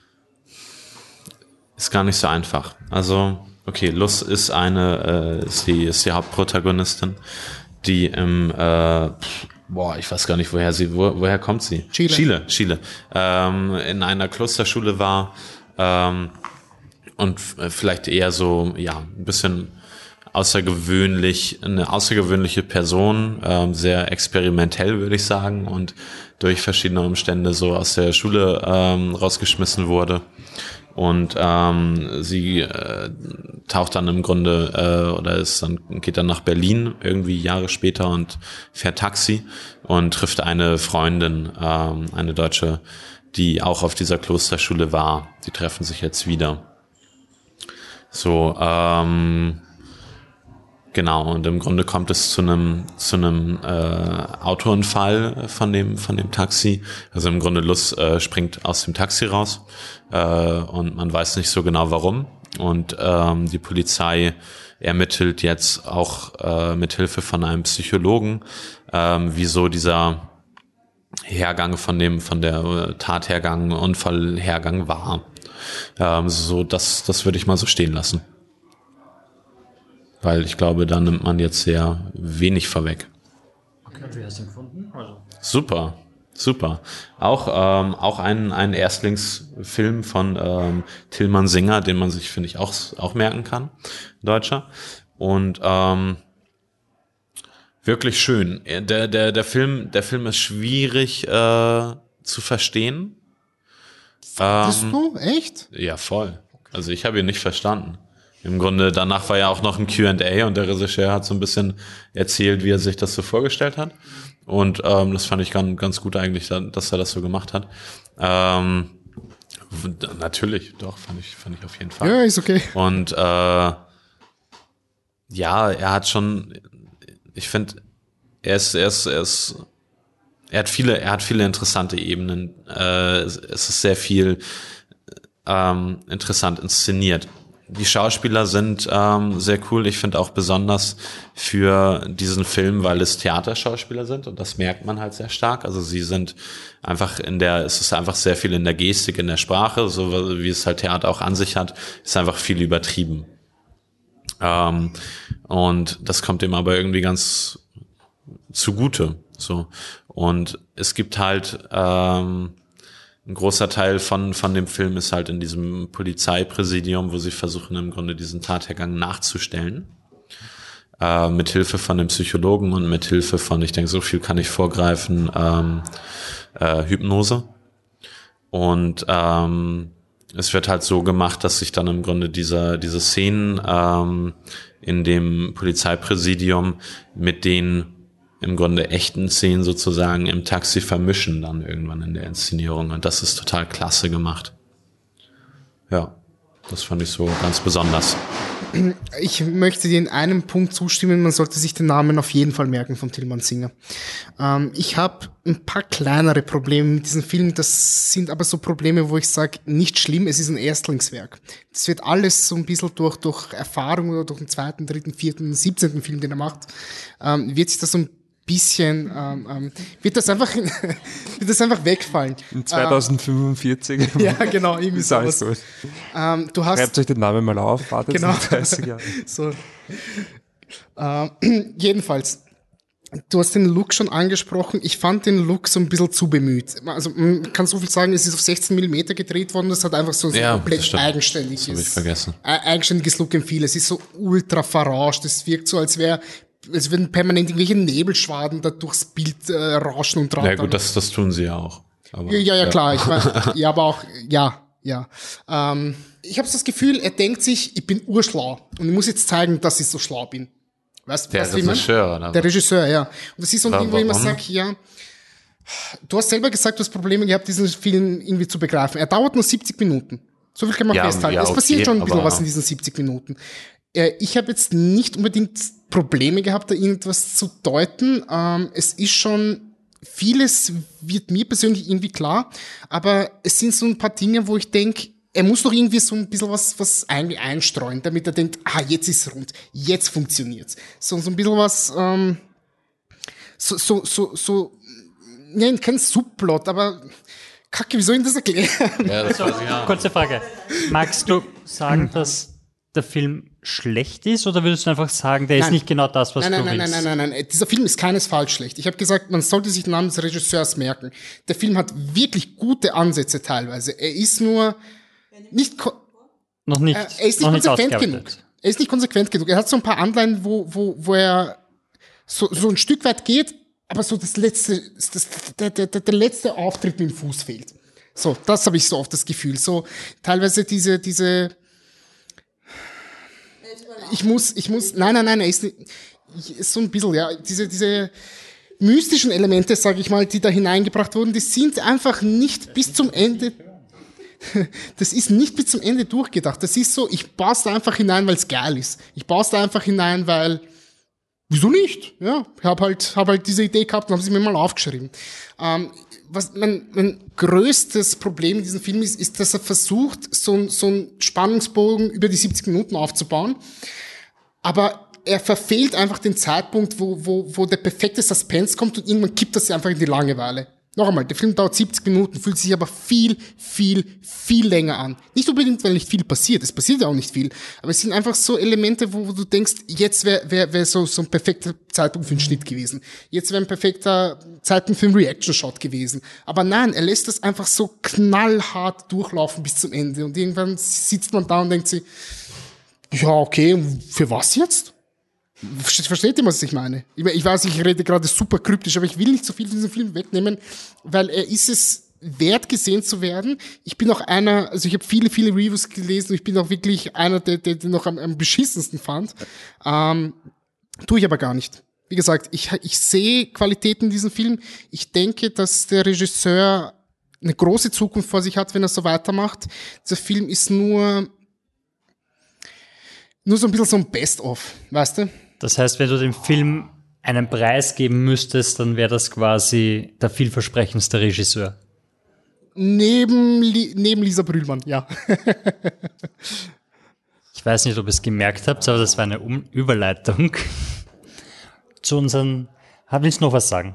ist gar nicht so einfach. Also, okay, Luz ist eine, äh, ist die, ist die Hauptprotagonistin, die im, äh, boah, ich weiß gar nicht, woher sie, wo, woher kommt sie? Chile. Chile, Chile. Ähm, in einer Klosterschule war, ähm, und f- vielleicht eher so, ja, ein bisschen außergewöhnlich, eine außergewöhnliche Person, ähm, sehr experimentell, würde ich sagen, und durch verschiedene Umstände so aus der Schule ähm, rausgeschmissen wurde. Und ähm, sie äh, taucht dann im Grunde äh, oder ist dann geht dann nach Berlin irgendwie Jahre später und fährt Taxi und trifft eine Freundin, ähm, eine Deutsche, die auch auf dieser Klosterschule war. Die treffen sich jetzt wieder. So, ähm, genau, und im Grunde kommt es zu einem zu einem äh, Autounfall von dem von dem Taxi. Also im Grunde Luz äh, springt aus dem Taxi raus äh, und man weiß nicht so genau warum. Und ähm, die Polizei ermittelt jetzt auch äh, mit Hilfe von einem Psychologen, ähm, wieso dieser Hergang von dem von der äh, Tathergang, Unfallhergang war. Ähm, so das das würde ich mal so stehen lassen. Weil ich glaube, da nimmt man jetzt sehr wenig vorweg. Okay, wie hast du ihn gefunden? Also. Super, super. Auch ähm, auch ein ein Erstlingsfilm von ähm, Tillmann Singer, den man sich, finde ich, auch auch merken kann, Deutscher. Und ähm, wirklich schön. Der der der Film der Film ist schwierig äh, zu verstehen. Bist Ähm, du? Echt? Ja, voll. Also ich habe ihn nicht verstanden. Im Grunde, danach war ja auch noch ein Q and A und der Regisseur hat so ein bisschen erzählt, wie er sich das so vorgestellt hat. Und ähm, das fand ich ganz, ganz gut eigentlich, dass er das so gemacht hat. Ähm, w- natürlich, doch, fand ich, fand ich auf jeden Fall. Ja, ist okay. Und äh, ja, er hat schon, ich finde, er ist, er ist, er ist, er hat viele, er hat viele interessante Ebenen. Äh, es es ist sehr viel ähm, interessant inszeniert. die Schauspieler sind ähm, sehr cool. Ich finde auch besonders für diesen Film, weil es Theaterschauspieler sind und das merkt man halt sehr stark. Also sie sind einfach in der, es ist einfach sehr viel in der Gestik, in der Sprache, so wie es halt Theater auch an sich hat, ist einfach viel übertrieben. Ähm, und das kommt ihm aber irgendwie ganz zugute. So. Und es gibt halt ähm, ein großer Teil von von dem Film ist halt in diesem Polizeipräsidium, wo sie versuchen im Grunde diesen Tathergang nachzustellen. Äh, mit Hilfe von dem Psychologen und mit Hilfe von, ich denke, so viel kann ich vorgreifen, ähm, äh, Hypnose. Und ähm, es wird halt so gemacht, dass sich dann im Grunde diese diese Szenen ähm, in dem Polizeipräsidium mit den im Grunde echten Szenen sozusagen im Taxi vermischen dann irgendwann in der Inszenierung. Und das ist total klasse gemacht. Ja, das fand ich so ganz besonders. Ich möchte dir in einem Punkt zustimmen, man sollte sich den Namen auf jeden Fall merken von Tilman Singer. Ähm, ich habe ein paar kleinere Probleme mit diesem Film, das sind aber so Probleme, wo ich sage, nicht schlimm, es ist ein Erstlingswerk. Das wird alles so ein bisschen durch, durch Erfahrung oder durch den zweiten, dritten, vierten, siebzehnten Film, den er macht, ähm, wird sich das so ein bisschen, ähm, ähm, wird das einfach, wird das einfach wegfallen. In zweitausendfünfundvierzig. Ähm, ja, genau, irgendwie ist alles sowas. gut. Ähm, du hast, Schreibt euch den Namen mal auf, wartet genau. dreißig Jahre. So. Ähm, jedenfalls, du hast den Look schon angesprochen. Ich fand den Look so ein bisschen zu bemüht. Also man kann so viel sagen, es ist auf sechzehn Millimeter gedreht worden. Das hat einfach so, so Ja, komplett eigenständiges, das hab ich vergessen. äh, eigenständiges Look im Viel. Es ist so ultra verarscht. Es wirkt so, als wäre als würden permanent irgendwelche Nebelschwaden da durchs Bild äh, rauschen und rattern. Ja gut, das, das tun sie ja auch. Aber, ja, ja, ja, klar. Ich mein, ja, aber auch, ja, ja. Ähm, ich habe das Gefühl, er denkt sich, ich bin urschlau und ich muss jetzt zeigen, dass ich so schlau bin. Weißt, Der weißt, wie ich mein? Regisseur, oder? Der Regisseur, ja. Und das ist so ein Aber Ding, wo ich immer warum? sage, ja, du hast selber gesagt, du hast Probleme gehabt, diesen Film irgendwie zu begreifen. Er dauert nur siebzig Minuten. So viel kann man Ja, festhalten. ja, es passiert okay, schon ein bisschen aber- was in diesen siebzig Minuten. Äh, Ich habe jetzt nicht unbedingt Probleme gehabt, da irgendwas zu deuten. Ähm, es ist schon, vieles wird mir persönlich irgendwie klar, aber es sind so ein paar Dinge, wo ich denke, er muss doch irgendwie so ein bisschen was, was irgendwie einstreuen, damit er denkt, ah, jetzt ist rund, jetzt funktioniert's. So, so ein bisschen was, ähm, so, so, so, so, nein, kein Subplot, aber Kacke, wie soll ich das erklären? Ja, das weiß ich auch. Kurze Frage. Magst du sagen, dass der Film schlecht ist oder würdest du einfach sagen, der ist Nein. nicht genau das, was Nein, nein, du nein, willst? nein, nein, nein, nein. Dieser Film ist keinesfalls schlecht. Ich habe gesagt, man sollte sich den Namen des Regisseurs merken. Der Film hat wirklich gute Ansätze teilweise. Er ist nur nicht, ko- Noch nicht, äh, er ist nicht noch nicht konsequent ausgearbeitet. genug. Er ist nicht konsequent genug. Er hat so ein paar Anleihen, wo, wo, wo er so, so ein Stück weit geht, aber so das letzte, das, der, der, der, der letzte Auftritt mit dem Fuß fehlt. So, das habe ich so oft das Gefühl. So, teilweise diese, diese, ich muss, ich muss, nein, nein, nein, er ist, nicht, ich- ist so ein bisschen, ja, diese, diese mystischen Elemente, sage ich mal, die da hineingebracht wurden, die sind einfach nicht bis zum Ende, das ist nicht bis zum Ende durchgedacht. Das ist so, ich baue es da einfach hinein, weil es geil ist. Ich baue es da einfach hinein, weil, wieso nicht? Ja, ich habe halt, hab halt diese Idee gehabt und habe sie mir mal aufgeschrieben. Ähm, was mein, mein größtes Problem in diesem Film ist, ist, dass er versucht, so, ein- so einen Spannungsbogen über die siebzig Minuten aufzubauen. Aber er verfehlt einfach den Zeitpunkt, wo, wo, wo der perfekte Suspense kommt und irgendwann kippt das einfach in die Langeweile. Noch einmal, der Film dauert siebzig Minuten, fühlt sich aber viel, viel, viel länger an. Nicht unbedingt, weil nicht viel passiert, es passiert ja auch nicht viel, aber es sind einfach so Elemente, wo, wo du denkst, jetzt wäre wär, wär so, so ein perfekter Zeitpunkt für einen Schnitt gewesen. Jetzt wäre ein perfekter Zeitpunkt für einen Reaction-Shot gewesen. Aber nein, er lässt das einfach so knallhart durchlaufen bis zum Ende und irgendwann sitzt man da und denkt sich, ja, okay, und für was jetzt? Versteht ihr, was ich meine? Ich ich weiß, ich rede gerade super kryptisch, aber ich will nicht so viel von diesem Film wegnehmen, weil er ist es wert, gesehen zu werden. Ich bin auch einer, also ich habe viele, viele Reviews gelesen und ich bin auch wirklich einer, der, der den noch am, am beschissensten fand. Ähm, tue ich aber gar nicht. Wie gesagt, ich, ich sehe Qualitäten in diesem Film. Ich denke, dass der Regisseur eine große Zukunft vor sich hat, wenn er so weitermacht. Dieser Film ist nur, nur so ein bisschen so ein Best-of, weißt du? Das heißt, wenn du dem Film einen Preis geben müsstest, dann wäre das quasi der vielversprechendste Regisseur. Neben, Li- neben Lisa Brühlmann, ja. Ich weiß nicht, ob ihr es gemerkt habt, aber das war eine um- Überleitung zu unseren... Willst du noch was sagen?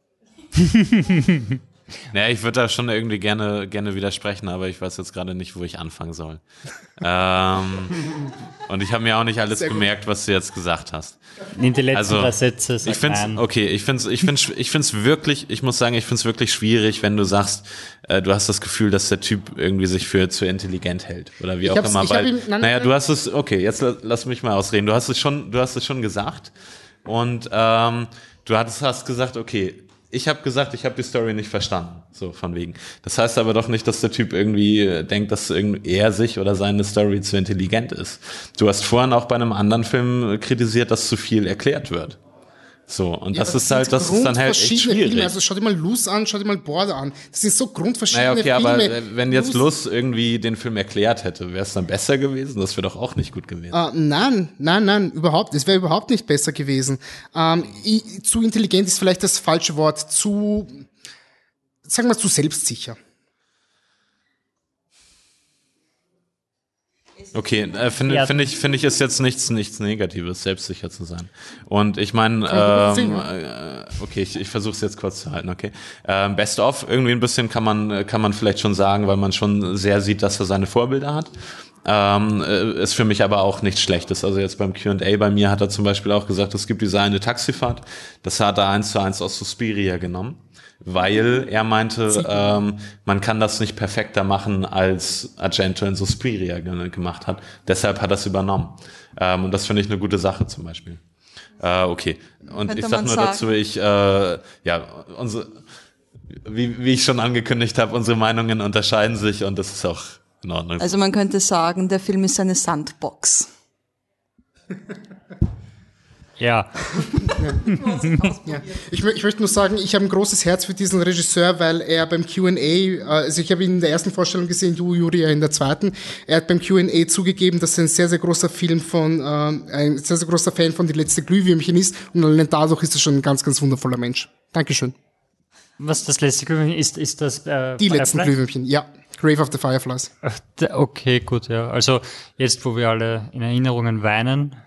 Naja, ich würde da schon irgendwie gerne, gerne widersprechen, aber ich weiß jetzt gerade nicht, wo ich anfangen soll. ähm, und ich habe mir auch nicht alles gemerkt, was du jetzt gesagt hast. In die letzten Also, drei Sätze. Sag Ich finde nein. okay, ich finde ich finde ich finde es wirklich, ich muss sagen, ich finde es wirklich schwierig, wenn du sagst, äh, du hast das Gefühl, dass der Typ irgendwie sich für zu intelligent hält oder wie auch hab's- immer, ich hab weil ihm- nein, naja, nein. du hast es okay, jetzt la- lass mich mal ausreden. Du hast es schon, du hast es schon gesagt und ähm, du hattest hast gesagt, okay, ich habe gesagt, ich habe die Story nicht verstanden, so von wegen. Das heißt aber doch nicht, dass der Typ irgendwie äh, denkt, dass irgendwie er sich oder seine Story zu intelligent ist. Du hast vorhin auch bei einem anderen Film äh, kritisiert, dass zu viel erklärt wird. So, und Ja, das aber ist halt, das ist dann halt echt grundverschiedene schwierig. Filme. Also schau dir mal Luz an, schau dir mal Border an. Das sind so grundverschiedene Naja, okay, Filme. aber äh, wenn jetzt Luz- Luz irgendwie den Film erklärt hätte, wäre es dann besser gewesen? Das wäre doch auch nicht gut gewesen. Äh, nein, nein, nein, überhaupt. Es wäre überhaupt nicht besser gewesen. Ähm, i, zu intelligent ist vielleicht das falsche Wort. Zu, sagen wir, zu selbstsicher. Okay, äh, finde Ja. finde ich, finde ich, ist jetzt nichts, nichts Negatives, selbstsicher zu sein. Und ich meine, Kann ähm, man äh, okay, ich, ich versuche es jetzt kurz zu halten, okay. Ähm, Best of, irgendwie ein bisschen kann man, kann man vielleicht schon sagen, weil man schon sehr sieht, dass er seine Vorbilder hat. Ähm, äh, ist für mich aber auch nichts Schlechtes. Also jetzt beim Q and A bei mir hat er zum Beispiel auch gesagt, es gibt diese eine Taxifahrt. Das hat er eins zu eins aus Suspiria genommen. Weil er meinte, ähm, man kann das nicht perfekter machen, als Argento in Suspiria ge- gemacht hat. Deshalb hat er es übernommen. Ähm, und das finde ich eine gute Sache zum Beispiel. Äh, okay. Und Könnte ich sag man nur sagen. dazu, ich, äh, ja, unsere, wie, wie ich schon angekündigt habe, unsere Meinungen unterscheiden sich und das ist auch in Ordnung. Also man könnte sagen, der Film ist eine Sandbox. Ja, Ja. Ich, mö- ich möchte nur sagen, ich habe ein großes Herz für diesen Regisseur, weil er beim Q and A, äh, also ich habe ihn in der ersten Vorstellung gesehen, du, Juri, ja in der zweiten. Er hat beim Q and A zugegeben, dass er ein sehr, sehr großer Film von, ähm, ein sehr, sehr großer Fan von Die letzte Glühwürmchen ist und allein dadurch ist er schon ein ganz, ganz wundervoller Mensch. Dankeschön. was das letzte Glühwürmchen ist, ist das äh, Die letzten Firefly? Glühwürmchen, ja. Grave of the Fireflies. Ach, d- Okay, gut, ja. Also jetzt, wo wir alle in Erinnerungen weinen,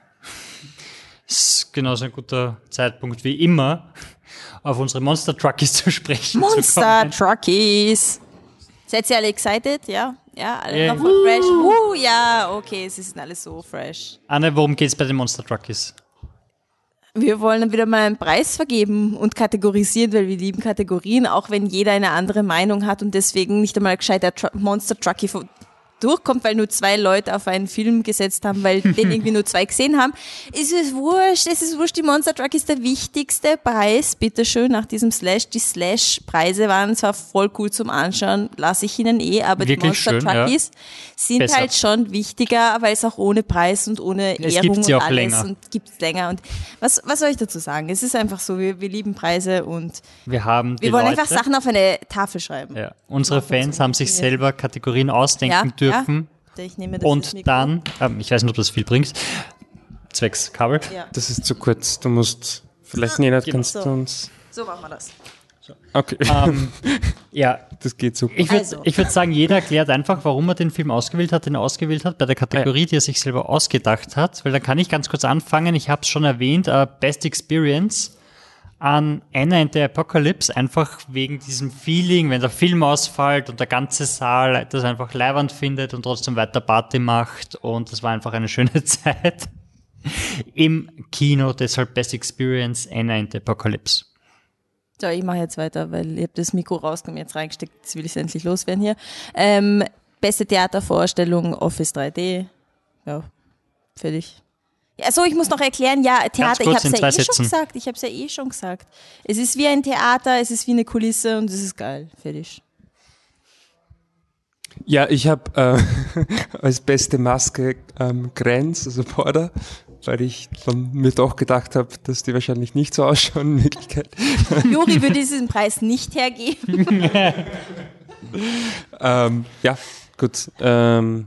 ist genauso ein guter Zeitpunkt wie immer, auf unsere Monster Truckies zu sprechen. zu Monster kommen. Truckies. Seid ihr alle excited? Ja? Ja, alle Ja. noch voll fresh? Uh, ja, okay, sie sind alle so fresh. Anne, worum geht's bei den Monster Truckies? Wir wollen dann wieder mal einen Preis vergeben und kategorisieren, weil wir lieben Kategorien, auch wenn jeder eine andere Meinung hat und deswegen nicht einmal gescheit der Tru- Monster Truckie von- durchkommt, weil nur zwei Leute auf einen Film gesetzt haben, weil den irgendwie nur zwei gesehen haben. Ist es wurscht, es ist wurscht, die Monster Truck ist der wichtigste Preis, bitteschön, nach diesem Slash. Die Slash-Preise waren zwar voll cool zum Anschauen, lasse ich ihnen eh, aber Wirklich die Monster schön, Truckies sind Besser. halt schon wichtiger, weil es auch ohne Preis und ohne Es Ehrung gibt sie und auch alles länger. und gibt's länger. Und was, was soll ich dazu sagen? Es ist einfach so, wir, wir lieben Preise und Wir haben die wir wollen Leute, einfach Sachen auf eine Tafel schreiben. ja, unsere Fans haben sich selber Kategorien ausdenken Ja, dürfen. Ja, ich nehme das Und Mikro. dann, ähm, ich weiß nicht, ob das viel bringt, zwecks Kabel. Ja. Das ist zu kurz. Du musst, vielleicht Nina, Genau. kannst du So. uns... So machen wir das. Okay, Ähm, ja, das geht super. ich würde Also. ich würd sagen, jeder erklärt einfach, warum er den Film ausgewählt hat, den er ausgewählt hat, bei der Kategorie, die er sich selber ausgedacht hat. Weil dann kann ich ganz kurz anfangen. Ich habe es schon erwähnt, äh, Best Experience an Anna and the Apocalypse, einfach wegen diesem Feeling, wenn der Film ausfällt und der ganze Saal das einfach leiwand findet und trotzdem weiter Party macht. Und das war einfach eine schöne Zeit im Kino. Deshalb Best Experience, Anna and the Apocalypse. So, ich mache jetzt weiter, weil ich habe das Mikro rausgenommen, jetzt reingesteckt, jetzt will ich es endlich loswerden hier. Ähm, beste Theatervorstellung, Office drei D. Ja, fertig. Ja, so, ich muss noch erklären, ja, Theater, ich kurz habe in es ja zwei eh schon Sätzen. gesagt, ich habe es ja eh schon gesagt. Es ist wie ein Theater, es ist wie eine Kulisse und es ist geil, fertig. Ja, ich habe äh, als beste Maske ähm, Grenz, also Border, weil ich dann mir doch gedacht habe, dass die wahrscheinlich nicht so ausschauen in Wirklichkeit. Juri würde diesen Preis nicht hergeben. ähm, ja, gut. Ähm,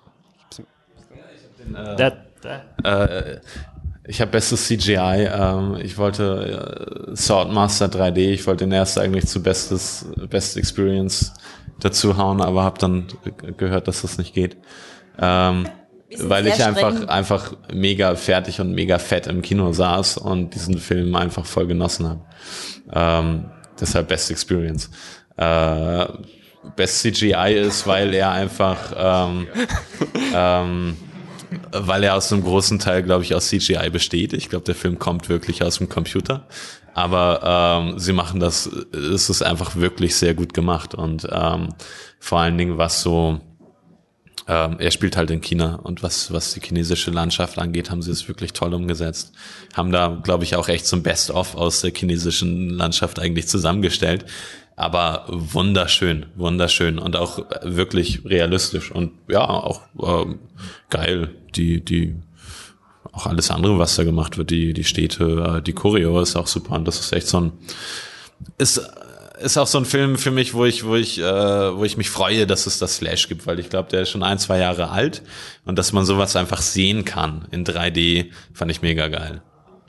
Der, der, Äh, ich habe bestes C G I. Ähm, ich wollte äh, Swordmaster drei D. Ich wollte den erst eigentlich zu bestes Best Experience dazu hauen, aber habe dann g- gehört, dass das nicht geht. Ähm, weil ich sehr einfach, streng. einfach mega fertig und mega fett im Kino saß und diesen Film einfach voll genossen habe. Ähm, deshalb Best Experience. Äh, Best C G I ist, weil er einfach, ähm, ähm, weil er aus einem großen Teil, glaube ich, aus C G I besteht. Ich glaube, der Film kommt wirklich aus dem Computer. Aber ähm, sie machen das, es ist einfach wirklich sehr gut gemacht. Und ähm, vor allen Dingen, was so, ähm, er spielt halt in China. Und was was die chinesische Landschaft angeht, haben sie es wirklich toll umgesetzt. Haben da, glaube ich, auch echt so ein Best-of aus der chinesischen Landschaft eigentlich zusammengestellt. Aber wunderschön, wunderschön und auch wirklich realistisch. Und ja, auch ähm, geil, die die auch alles andere, was da gemacht wird, die die Städte, die Choreo ist auch super und das ist echt so ein ist ist auch so ein Film für mich, wo ich wo ich äh, wo ich mich freue, dass es das Slash gibt, weil ich glaube, der ist schon ein, zwei Jahre alt und dass man sowas einfach sehen kann in drei D, fand ich mega geil.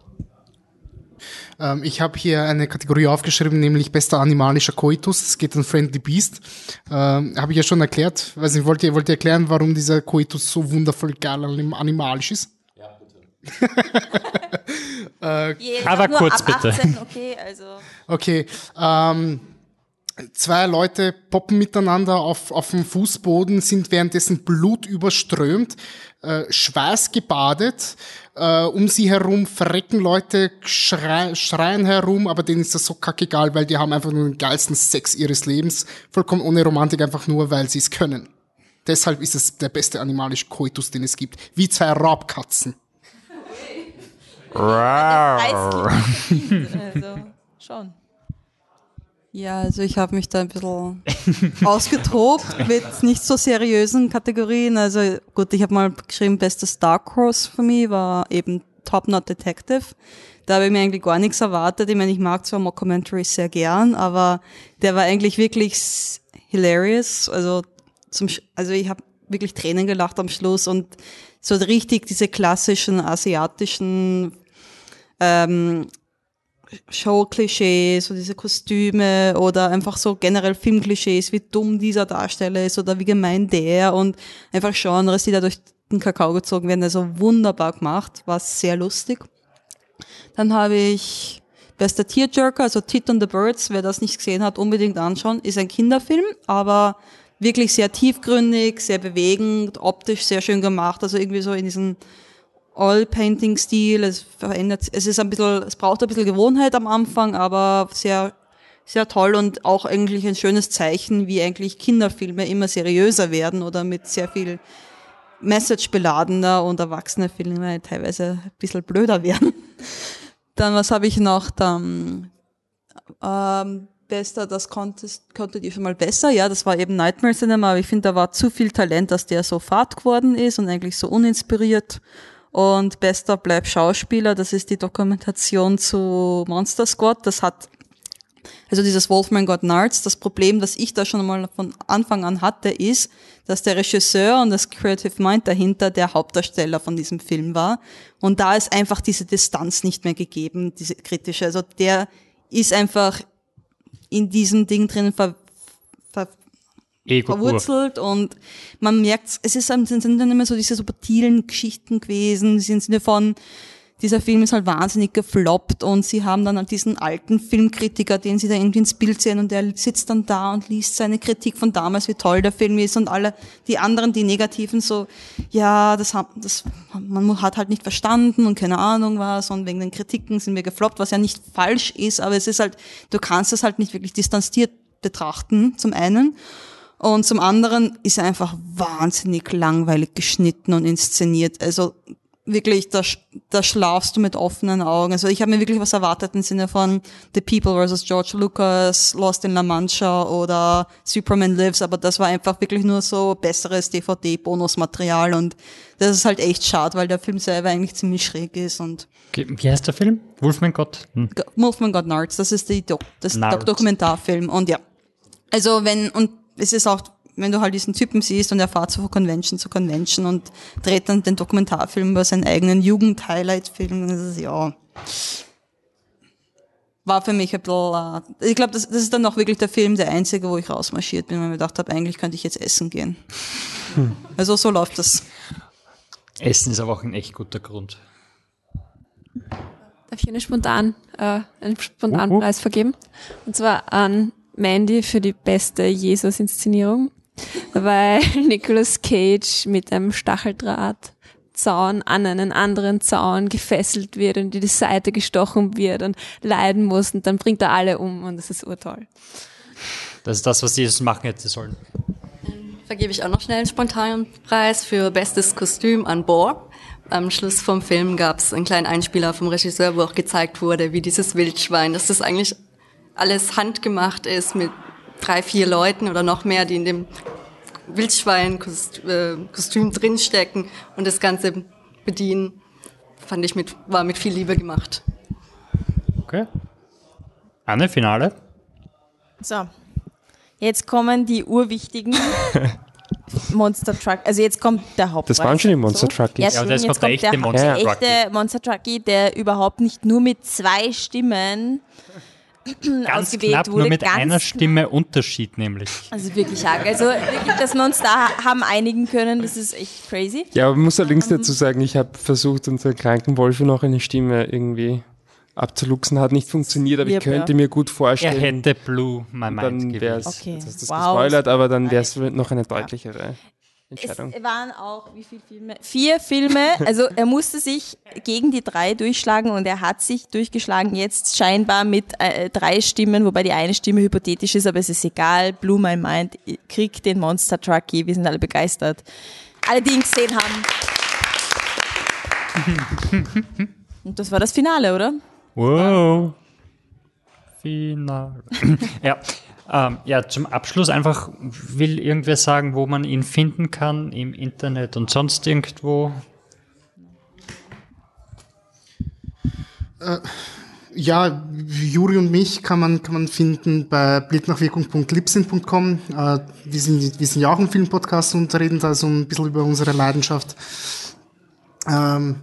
Ähm, ich habe hier eine Kategorie aufgeschrieben, nämlich bester animalischer Koitus. Es geht an Friendly Beast. Ähm, habe ich ja schon erklärt. Weiß nicht, wollt ihr wollt ihr erklären, warum dieser Koitus so wundervoll geil animalisch ist? äh, Aber kurz bitte. achtzehn, okay, also. Okay, ähm, zwei Leute poppen miteinander auf, auf dem Fußboden, sind währenddessen blutüberströmt, äh, schweißgebadet, äh, um sie herum verrecken Leute, schrei, schreien herum, aber denen ist das so kackegal, weil die haben einfach nur den geilsten Sex ihres Lebens, vollkommen ohne Romantik, einfach nur, weil sie es können. Deshalb ist es der beste animalische Koitus, den es gibt. Wie zwei Raubkatzen. Also, schon. Ja, also ich habe mich da ein bisschen ausgetobt mit nicht so seriösen Kategorien. Also gut, ich habe mal geschrieben, bestes Dark Horse für mich war eben Top Knot Detective. Da habe ich mir eigentlich gar nichts erwartet. Ich meine, ich mag zwar Mockumentaries sehr gern, aber der war eigentlich wirklich hilarious. Also zum, also ich habe wirklich Tränen gelacht am Schluss und so richtig diese klassischen asiatischen ähm, Show-Klischees, so diese Kostüme oder einfach so generell Filmklischees, wie dumm dieser Darsteller ist oder wie gemein der und einfach Genres, die da durch den Kakao gezogen werden. Also wunderbar gemacht, war sehr lustig. Dann habe ich bester Tearjerker, also Tit and the Birds, wer das nicht gesehen hat, unbedingt anschauen. Ist ein Kinderfilm, aber wirklich sehr tiefgründig, sehr bewegend, optisch sehr schön gemacht, also irgendwie so in diesem Oil-Painting-Stil. Es verändert, es ist ein bisschen, es braucht ein bisschen Gewohnheit am Anfang, aber sehr, sehr toll und auch eigentlich ein schönes Zeichen, wie eigentlich Kinderfilme immer seriöser werden oder mit sehr viel Message beladener und erwachsene Filme teilweise ein bisschen blöder werden. Dann, was habe ich noch? Dann, ähm, bester, das konntest, konntet ihr schon mal besser. Ja, das war eben Nightmare Cinema, aber ich finde, da war zu viel Talent, dass der so fad geworden ist und eigentlich so uninspiriert. Und bester Bleib Schauspieler, das ist die Dokumentation zu Monster Squad. Das hat, also dieses Wolfman Got Nards, das Problem, das ich da schon mal von Anfang an hatte, ist, dass der Regisseur und das Creative Mind dahinter der Hauptdarsteller von diesem Film war. Und da ist einfach diese Distanz nicht mehr gegeben, diese kritische. Also der ist einfach in diesem Ding drin ver, ver, verwurzelt und man merkt, es ist, sind dann immer so diese subtilen Geschichten gewesen, im Sinne von, dieser Film ist halt wahnsinnig gefloppt und sie haben dann halt diesen alten Filmkritiker, den sie da irgendwie ins Bild sehen und der sitzt dann da und liest seine Kritik von damals, wie toll der Film ist und alle die anderen, die Negativen so, ja, das hat, das, man hat halt nicht verstanden und keine Ahnung was und wegen den Kritiken sind wir gefloppt, was ja nicht falsch ist, aber es ist halt, du kannst es halt nicht wirklich distanziert betrachten, zum einen. Und zum anderen ist er einfach wahnsinnig langweilig geschnitten und inszeniert. Also wirklich, da, da schlafst du mit offenen Augen. Also ich habe mir wirklich was erwartet im Sinne von The People versus George Lucas, Lost in La Mancha oder Superman Lives, aber das war einfach wirklich nur so besseres D V D-Bonusmaterial und das ist halt echt schade, weil der Film selber eigentlich ziemlich schräg ist. Und okay, wie heißt der Film? Wolfman Got? Hm. Wolfman Got Nards, das ist die Do- das Nards. Dokumentarfilm und ja. Also wenn, und es ist auch, wenn du halt diesen Typen siehst und er fährt so von Convention zu Convention und dreht dann den Dokumentarfilm über seinen eigenen Jugend-Highlight-Film, das ist, ja, war für mich ein bisschen, äh, ich glaube, das, das ist dann auch wirklich der Film, der einzige, wo ich rausmarschiert bin, weil ich mir gedacht habe, eigentlich könnte ich jetzt essen gehen. Hm. Also so läuft das. Essen ist aber auch ein echt guter Grund. Darf ich einen spontan, äh, einen spontanen Uh-huh. Preis vergeben? Und zwar an Mandy für die beste Jesus-Inszenierung, weil Nicolas Cage mit einem Stacheldrahtzaun an einen anderen Zaun gefesselt wird und in die Seite gestochen wird und leiden muss und dann bringt er alle um und das ist urtoll. Das ist das, was Jesus machen hätte sollen. Vergebe ich auch noch schnell einen spontanen Preis für bestes Kostüm an Boar. Am Schluss vom Film gab es einen kleinen Einspieler vom Regisseur, wo auch gezeigt wurde, wie dieses Wildschwein, dass das eigentlich alles handgemacht ist mit drei, vier Leuten oder noch mehr, die in dem Wildschwein-Kostüm drinstecken und das Ganze bedienen. Fand ich mit, war mit viel Liebe gemacht. Okay. Anne, Finale? So, jetzt kommen die urwichtigen Monster Truck. Also jetzt kommt der Hauptpreis. Das waren schon die Monster Truckies. Ja, Ja, schon, aber jetzt jetzt kommt der kommt echte der, Monster der Truckie. echte Monster Truckie, der überhaupt nicht nur mit zwei Stimmen Ganz ausgewählt knapp, wurde. nur mit ganz einer Stimme Unterschied nämlich. Also wirklich arg. Also wirklich, dass wir uns da haben einigen können, das ist echt crazy. Ja, aber man muss allerdings dazu sagen, ich habe versucht, unseren kranken Wolfi noch eine Stimme irgendwie abzuluxen, hat nicht funktioniert, aber Yep, ich könnte ja. mir gut Er vorstellen, hätte Blue My Mind dann gewählt. wäre es, Okay, jetzt hast du das wow. gespoilert, aber dann wäre es noch eine deutlichere Es Entscheidung. waren auch, wie viele Filme? Vier Filme. Also er musste sich gegen die drei durchschlagen und er hat sich durchgeschlagen jetzt scheinbar mit äh, drei Stimmen, wobei die eine Stimme hypothetisch ist, aber es ist egal. Blue My Mind kriegt den Monster Truckie. Wir sind alle begeistert. Alle, die ihn gesehen haben. Und das war das Finale, oder? Wow. Finale. ja. Ähm, ja, zum Abschluss einfach, will irgendwer sagen, wo man ihn finden kann im Internet und sonst irgendwo? Ja, Juri und mich kann man, kann man finden bei bildnachwirkung punkt libsyn punkt com. Äh, wir, sind, wir sind ja auch ein Filmpodcast und reden da so ein bisschen über unsere Leidenschaft. Ähm,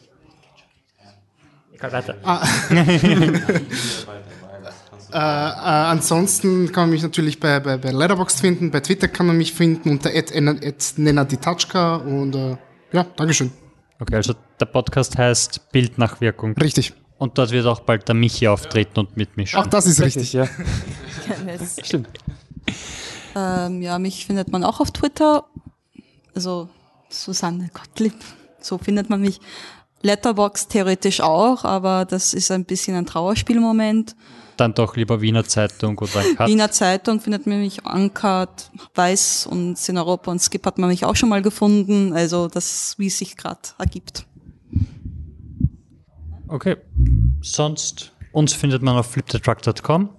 Egal, weiter. Äh, äh, ansonsten kann man mich natürlich bei, bei, bei Letterboxd finden, bei Twitter kann man mich finden unter at nenaditachka und äh, ja, Dankeschön. Okay, also der Podcast heißt Bildnachwirkung. Richtig. Und dort wird auch bald der Michi auftreten und mitmischen. Auch das ist richtig. Ja, Das- stimmt. Ähm, ja, mich findet man auch auf Twitter. Also Susanne Gottlieb, so findet man mich. Letterboxd theoretisch auch, aber das ist ein bisschen ein Trauerspielmoment. Dann doch lieber Wiener Zeitung oder ein Cut. Wiener Zeitung findet man mich, Uncut, Weiß und in Europa und Skip hat man mich auch schon mal gefunden. Also das, wie es sich gerade ergibt. Okay. Sonst, uns findet man auf flip the truck punkt com.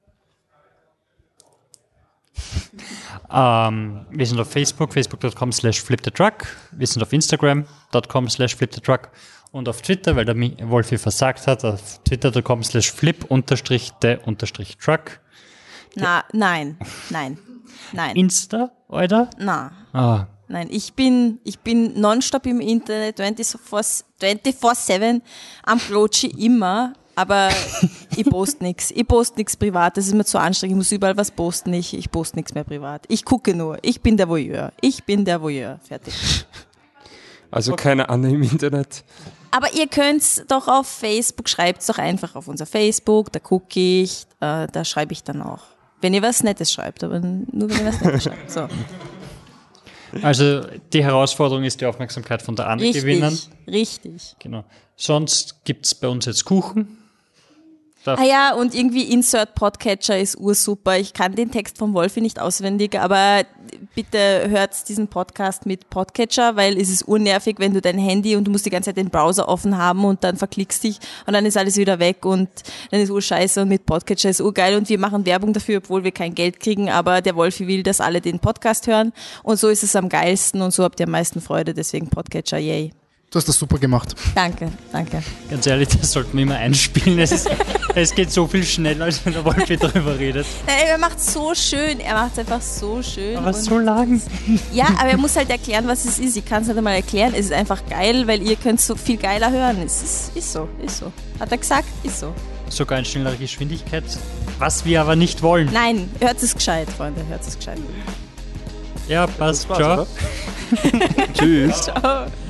ähm, wir sind auf Facebook, facebook punkt com slash flip the truck. Wir sind auf Instagram punkt com slash flip the truck. Und auf Twitter, weil der Mi- Wolfi versagt hat, auf twitter punkt com slash flip unterstrich the unterstrich truck. Na, nein, nein, nein, Insta, oder? na. Ah, Nein, ich bin, ich bin nonstop im Internet, vierundzwanzig sieben am Klotschi immer, aber ich poste nichts. Ich poste nichts privat, das ist mir zu anstrengend, ich muss überall was posten, ich, ich poste nichts mehr privat. Ich gucke nur, ich bin der Voyeur, ich bin der Voyeur, fertig. Also keine Anne im Internet. Aber ihr könnt's doch auf Facebook, schreibt's doch einfach auf unser Facebook, da gucke ich, äh, da schreibe ich dann auch. Wenn ihr was Nettes schreibt, aber nur wenn ihr was Nettes schreibt, so. also die Herausforderung ist die Aufmerksamkeit von der Anne gewinnen. Richtig, richtig. Genau. Sonst gibt's bei uns jetzt Kuchen. Darf Ah ja, und irgendwie Insert Podcatcher ist ursuper. Ich kann den Text vom Wolfi nicht auswendig, aber bitte hört diesen Podcast mit Podcatcher, weil es ist urnervig, wenn du dein Handy und du musst die ganze Zeit den Browser offen haben und dann verklickst dich und dann ist alles wieder weg und dann ist urscheiße und mit Podcatcher ist urgeil und wir machen Werbung dafür, obwohl wir kein Geld kriegen, aber der Wolfi will, dass alle den Podcast hören und so ist es am geilsten und so habt ihr am meisten Freude, deswegen Podcatcher, yay. Du hast das super gemacht. Danke, danke. Ganz ehrlich, das sollten wir immer einspielen. Es, ist, es geht so viel schneller, als wenn der Wolfi darüber redet. Äh, Er macht so schön, er macht es einfach so schön. Aber und so lang. ja, aber er muss halt erklären, was es ist. Ich kann es nicht einmal erklären. Es ist einfach geil, weil ihr könnt so viel geiler hören. Es ist, ist so, ist so. Hat er gesagt, ist so. Sogar in schneller Geschwindigkeit. Was wir aber nicht wollen. Nein, hört es gescheit, Freunde, hört es gescheit. Ja, passt. war's, Ciao. oder? Tschüss. Ciao.